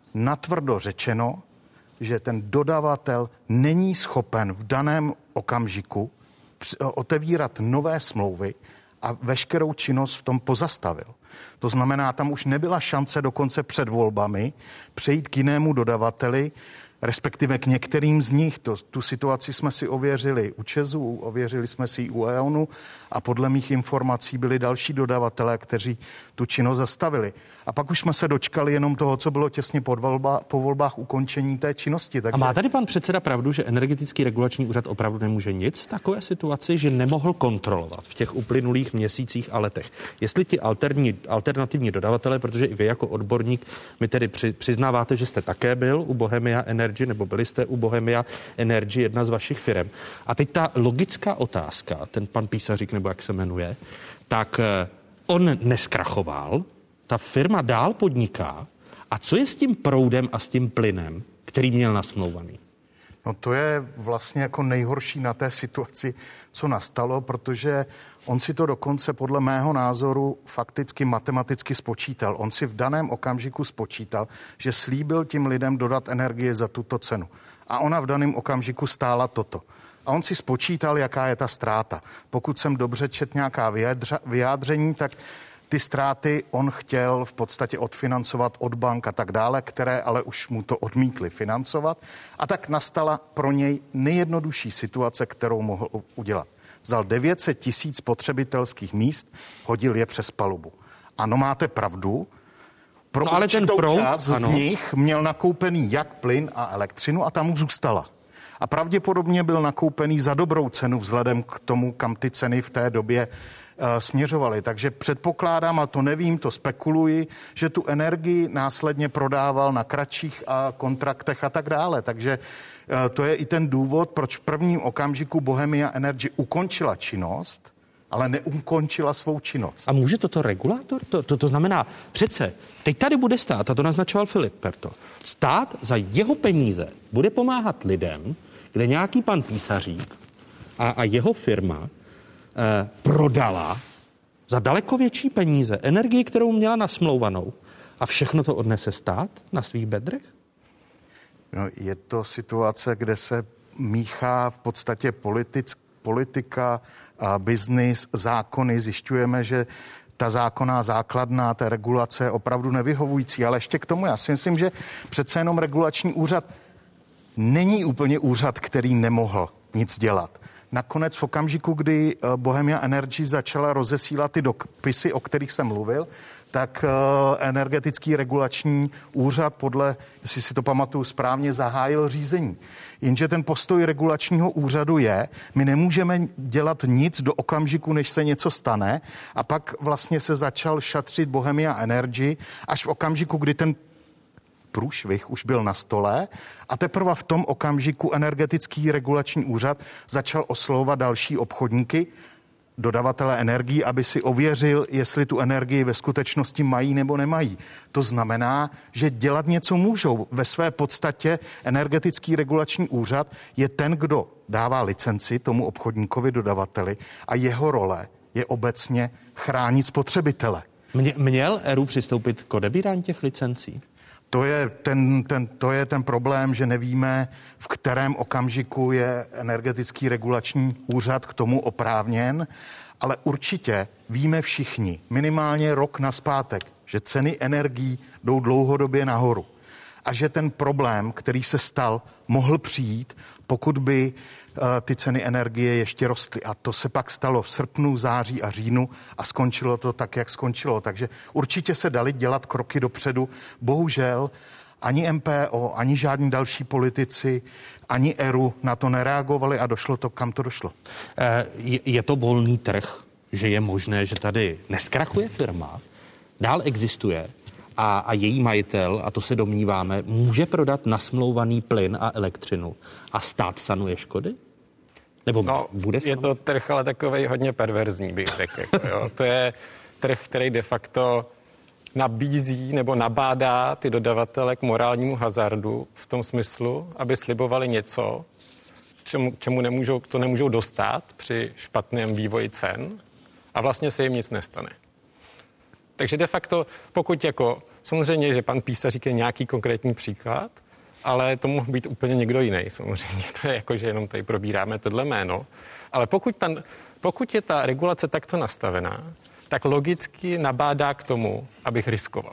natvrdo řečeno, že ten dodavatel není schopen v daném okamžiku otevírat nové smlouvy a veškerou činnost v tom pozastavil. To znamená, tam už nebyla šance dokonce před volbami přejít k jinému dodavateli, respektive k některým z nich. To, tu situaci jsme si ověřili u ČEZu, ověřili jsme si ji u E.ONu a podle mých informací byli další dodavatelé, kteří tu činnost zastavili. A pak už jsme se dočkali jenom toho, co bylo těsně po, volba, po volbách ukončení té činnosti. Takže... A má tady pan předseda pravdu, že Energetický regulační úřad opravdu nemůže nic v takové situaci, že nemohl kontrolovat v těch uplynulých měsících a letech? Jestli ti alterní, alternativní dodavatelé, protože i vy jako odborník mi tedy při, přiznáváte, že jste také byl u Bohemia Energy, nebo byli jste u Bohemia Energy, jedna z vašich firem. A teď ta logická otázka, ten pan Písařík, nebo jak se jmenuje, tak on neskrachoval, ta firma dál podniká. A co je s tím proudem a s tím plynem, který měl nasmlouvaný? No to je vlastně jako nejhorší na té situaci, co nastalo, protože on si to dokonce podle mého názoru fakticky matematicky spočítal. On si v daném okamžiku spočítal, že slíbil tím lidem dodat energie za tuto cenu. A ona v daném okamžiku stála toto. A on si spočítal, jaká je ta ztráta. Pokud jsem dobře četl nějaká vyjádření, tak ty ztráty on chtěl v podstatě odfinancovat od bank a tak dále, které ale už mu to odmítli financovat. A tak nastala pro něj nejjednodušší situace, kterou mohl udělat. Vzal devět set tisíc spotřebitelských míst, hodil je přes palubu. Ano, máte pravdu. Pro no, ale ten proud, část z nich měl nakoupený jak plyn a elektřinu a tam mu zůstala. A pravděpodobně byl nakoupený za dobrou cenu vzhledem k tomu, kam ty ceny v té době uh, směřovaly. Takže předpokládám, a to nevím, to spekuluji, že tu energii následně prodával na kratších a kontraktech a tak dále. Takže uh, to je i ten důvod, proč v prvním okamžiku Bohemia Energy ukončila činnost, ale neukončila svou činnost. A může toto regulátor? To, to, to znamená, přece, teď tady bude stát, a to naznačoval Filip Perto, stát za jeho peníze bude pomáhat lidem, kde nějaký pan Písařík a, a jeho firma eh, prodala za daleko větší peníze energii, kterou měla nasmlouvanou, a všechno to odnese stát na svých bedrech? No, je to situace, kde se míchá v podstatě politic, politika, a biznis, zákony. Zjišťujeme, že ta zákonná základna, ta regulace je opravdu nevyhovující. Ale ještě k tomu, já si myslím, že přece jenom regulační úřad není úplně úřad, který nemohl nic dělat. Nakonec v okamžiku, kdy Bohemia Energy začala rozesílat ty dopisy, o kterých jsem mluvil, tak Energetický regulační úřad podle, jestli si to pamatuju správně, zahájil řízení. Jenže ten postoj regulačního úřadu je, my nemůžeme dělat nic do okamžiku, než se něco stane, a pak vlastně se začal šatřit Bohemia Energy až v okamžiku, kdy ten průšvih už byl na stole, a teprve v tom okamžiku Energetický regulační úřad začal oslovovat další obchodníky, dodavatele energií, aby si ověřil, jestli tu energii ve skutečnosti mají nebo nemají. To znamená, že dělat něco můžou. Ve své podstatě Energetický regulační úřad je ten, kdo dává licenci tomu obchodníkovi, dodavateli, a jeho role je obecně chránit spotřebitele. Mě, měl E R U přistoupit k odebírání těch licencí? To je ten, ten, to je ten problém, že nevíme, v kterém okamžiku je Energetický regulační úřad k tomu oprávněn, ale určitě víme všichni, minimálně rok nazpátek, že ceny energií jdou dlouhodobě nahoru a že ten problém, který se stal, mohl přijít, pokud by uh, ty ceny energie ještě rostly. A to se pak stalo v srpnu, září a říjnu a skončilo to tak, jak skončilo. Takže určitě se dali dělat kroky dopředu. Bohužel ani M P O, ani žádní další politici, ani E R U na to nereagovali a došlo to, kam to došlo. Je, je to volný trh, že je možné, že tady neskrachuje firma, dál existuje, A, a její majitel, a to se domníváme, může prodat nasmlouvaný plyn a elektřinu a stát sanuje škody? Nebo no, bude je to trh, ale takovej hodně perverzní, bych řekl. Jako, jo. To je trh, který de facto nabízí nebo nabádá ty dodavatele k morálnímu hazardu v tom smyslu, aby slibovali něco, čemu, čemu nemůžou, to nemůžou dostat při špatném vývoji cen, a vlastně se jim nic nestane. Takže de facto, pokud jako Samozřejmě, že pan Písařík je nějaký konkrétní příklad, ale to mohl být úplně někdo jiný. Samozřejmě to je jako, že jenom tady probíráme tohle jméno. Ale pokud, ta, pokud je ta regulace takto nastavená, tak logicky nabádá k tomu, abych riskoval.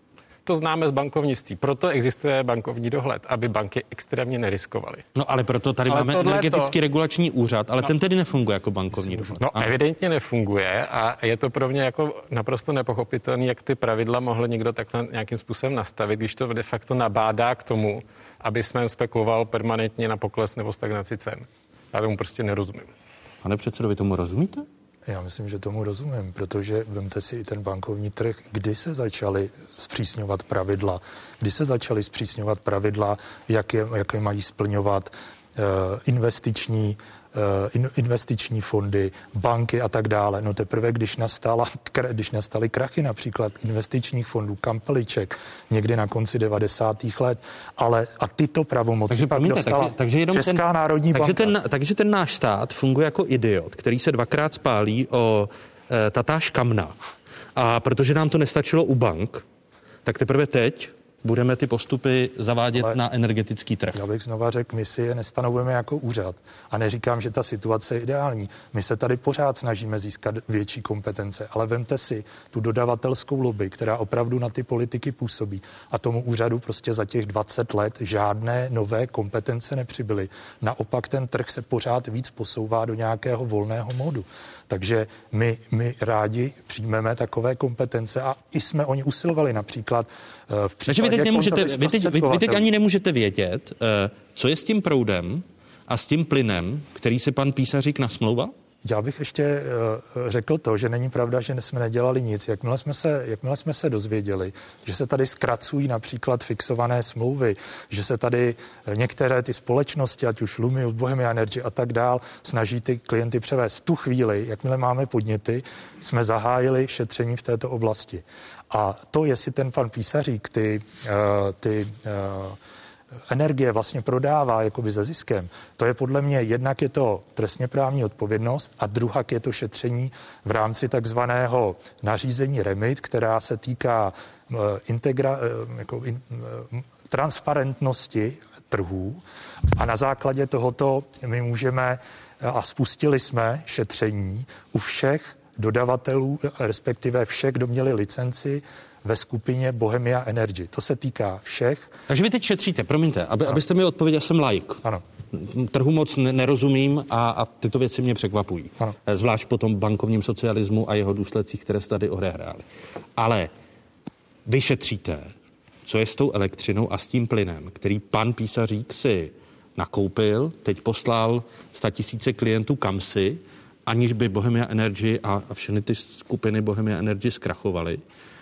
To známe z bankovnictví. Proto existuje bankovní dohled, aby banky extrémně neriskovaly. No ale proto tady ale máme energetický to... regulační úřad, ale no, ten tedy nefunguje jako bankovní dohled. No Aha. evidentně nefunguje a je to pro mě jako naprosto nepochopitelné, jak ty pravidla mohl někdo takhle nějakým způsobem nastavit, když to de facto nabádá k tomu, aby jsme spekuloval permanentně na pokles nebo stagnaci cen. Já tomu prostě nerozumím. Pane předsedo, vy tomu rozumíte? Já myslím, že tomu rozumím, protože vemte si i ten bankovní trh, kdy se začaly zpřísňovat pravidla, kdy se začaly zpřísňovat pravidla, jak je, jak je mají splňovat uh, investiční, uh, investiční fondy, banky a tak dále. No teprve, když, nastala, když nastaly krachy například investičních fondů, kampeliček, někdy na konci devadesátých let, ale a tyto pravomoci takže, pak promiňte, dostala takže, takže jenom Česká ten, národní takže banka. Ten, takže ten náš stát funguje jako idiot, který se dvakrát spálí o e, tatáž kamna. A protože nám to nestačilo u bank, tak teprve teď budeme ty postupy zavádět ale na energetický trh. Já bych znova řekl, my si je nestanovujeme jako úřad a neříkám, že ta situace je ideální. My se tady pořád snažíme získat větší kompetence, ale vemte si tu dodavatelskou lobby, která opravdu na ty politiky působí a tomu úřadu prostě za těch dvacet let žádné nové kompetence nepřibyly. Naopak ten trh se pořád víc posouvá do nějakého volného módu. Takže my, my rádi přijmeme takové kompetence a i jsme o ně usilovali například v případě. Takže vy teď, nemůžete, vy, teď, vy, vy teď ani nemůžete vědět, co je s tím proudem a s tím plynem, který si pan Písařík nasmlouval? Já bych ještě uh, řekl to, že není pravda, že jsme nedělali nic. Jakmile jsme se, jakmile jsme se dozvěděli, že se tady zkracují například fixované smlouvy, že se tady některé ty společnosti, ať už Lumius, Bohemia Energy a tak dál, snaží ty klienty převést. V tu chvíli, jakmile máme podněty, jsme zahájili šetření v této oblasti. A to, jestli ten pan Písařík ty, uh, ty uh, energie vlastně prodává jakoby ze ziskem, to je podle mě jednak je to trestně právní odpovědnost a druhak je to šetření v rámci takzvaného nařízení REMIT, která se týká uh, integra, uh, jako in, uh, transparentnosti trhů a na základě tohoto my můžeme a spustili jsme šetření u všech dodavatelů, respektive všech, kdo měli licenci ve skupině Bohemia Energy. To se týká všech. Takže vy teď šetříte, promiňte, aby, abyste mi odpověděl, jsem laik. Ano. Trhu moc nerozumím a, a tyto věci mě překvapují. Ano. Zvlášť po tom bankovním socialismu a jeho důsledcích, které se tady odehrály. Ale vy šetříte, co je s tou elektřinou a s tím plynem, který pan Písařík si nakoupil, teď poslal statisíce klientů kamsi, aniž by Bohemia Energy a, a všechny ty skupiny Bohemia Energy zkrachovaly.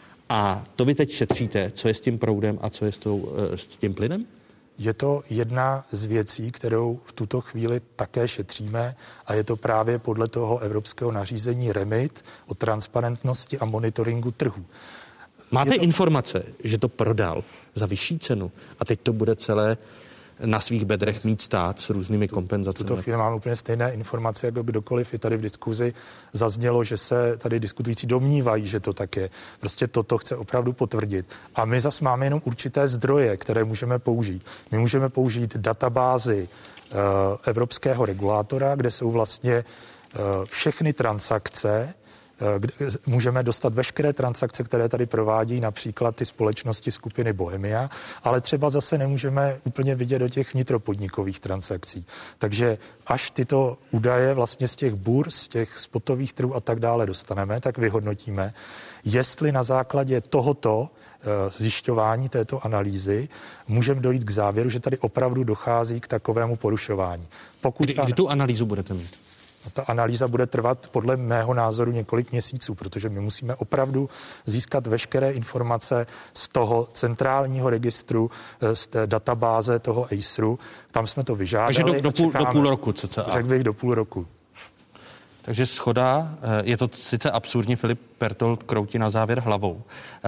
A to vy teď šetříte, co je s tím proudem a co je s, tou, s tím plynem? Je to jedna z věcí, kterou v tuto chvíli také šetříme a je to právě podle toho evropského nařízení REMIT o transparentnosti a monitoringu trhu. Máte to... informace, že to prodal za vyšší cenu a teď to bude celé na svých bedrech mít stát s různými kompenzacemi? V tuto chvíli máme úplně stejné informace jako kdokoliv. I tady v diskuzi zaznělo, že se tady diskutující domnívají, že to tak je. Prostě toto chce opravdu potvrdit. A my zase máme jenom určité zdroje, které můžeme použít. My můžeme použít databázi uh, evropského regulátora, kde jsou vlastně uh, všechny transakce, kde můžeme dostat veškeré transakce, které tady provádí například ty společnosti skupiny Bohemia, ale třeba zase nemůžeme úplně vidět do těch vnitropodnikových transakcí. Takže až tyto údaje vlastně z těch burz, z těch spotových trhů a tak dále dostaneme, tak vyhodnotíme, jestli na základě tohoto zjišťování této analýzy můžeme dojít k závěru, že tady opravdu dochází k takovému porušování. Pokud kdy, kdy tu analýzu budete mít? Ta analýza bude trvat podle mého názoru několik měsíců, protože my musíme opravdu získat veškeré informace z toho centrálního registru, z té databáze toho ACERu. Tam jsme to vyžádali. Takže do, do, půl, do půl roku cca. Řekl bych do půl roku. Takže schoda, je to sice absurdní, Filip Pertold kroutí na závěr hlavou,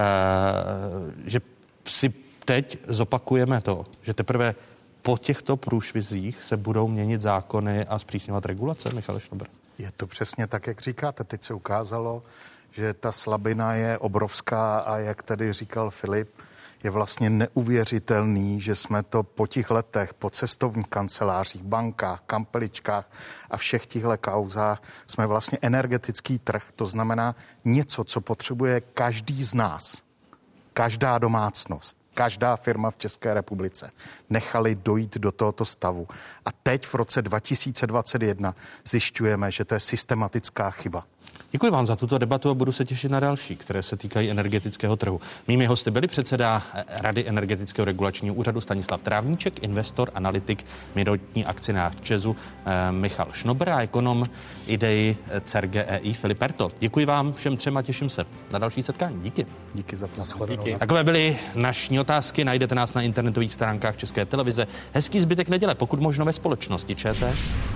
že si teď zopakujeme to, že teprve po těchto průšvizích se budou měnit zákony a zpřísňovat regulace, Michale Štobr? Je to přesně tak, jak říkáte. Teď se ukázalo, že ta slabina je obrovská a jak tady říkal Filip, je vlastně neuvěřitelný, že jsme to po těch letech, po cestovních kancelářích, bankách, kampeličkách a všech těchto kauzách jsme vlastně energetický trh, to znamená něco, co potřebuje každý z nás, každá domácnost, každá firma v České republice nechali dojít do tohoto stavu. A teď v roce dva tisíce dvacet jedna zjišťujeme, že to je systematická chyba. Děkuji vám za tuto debatu a budu se těšit na další, které se týkají energetického trhu. Mými hosty byli předseda Rady energetického regulačního úřadu Stanislav Trávníček, investor, analytik, minoritní akcionář ČEZu Michal Šnobr a ekonom idei C E R G E I Filip Pertold. Děkuji vám všem třem a těším se na další setkání. Díky. Díky za pozornost. Takové byly naší otázky. Najdete nás na internetových stránkách České televize. Hezký zbytek neděle, pokud možno ve společnosti ČT.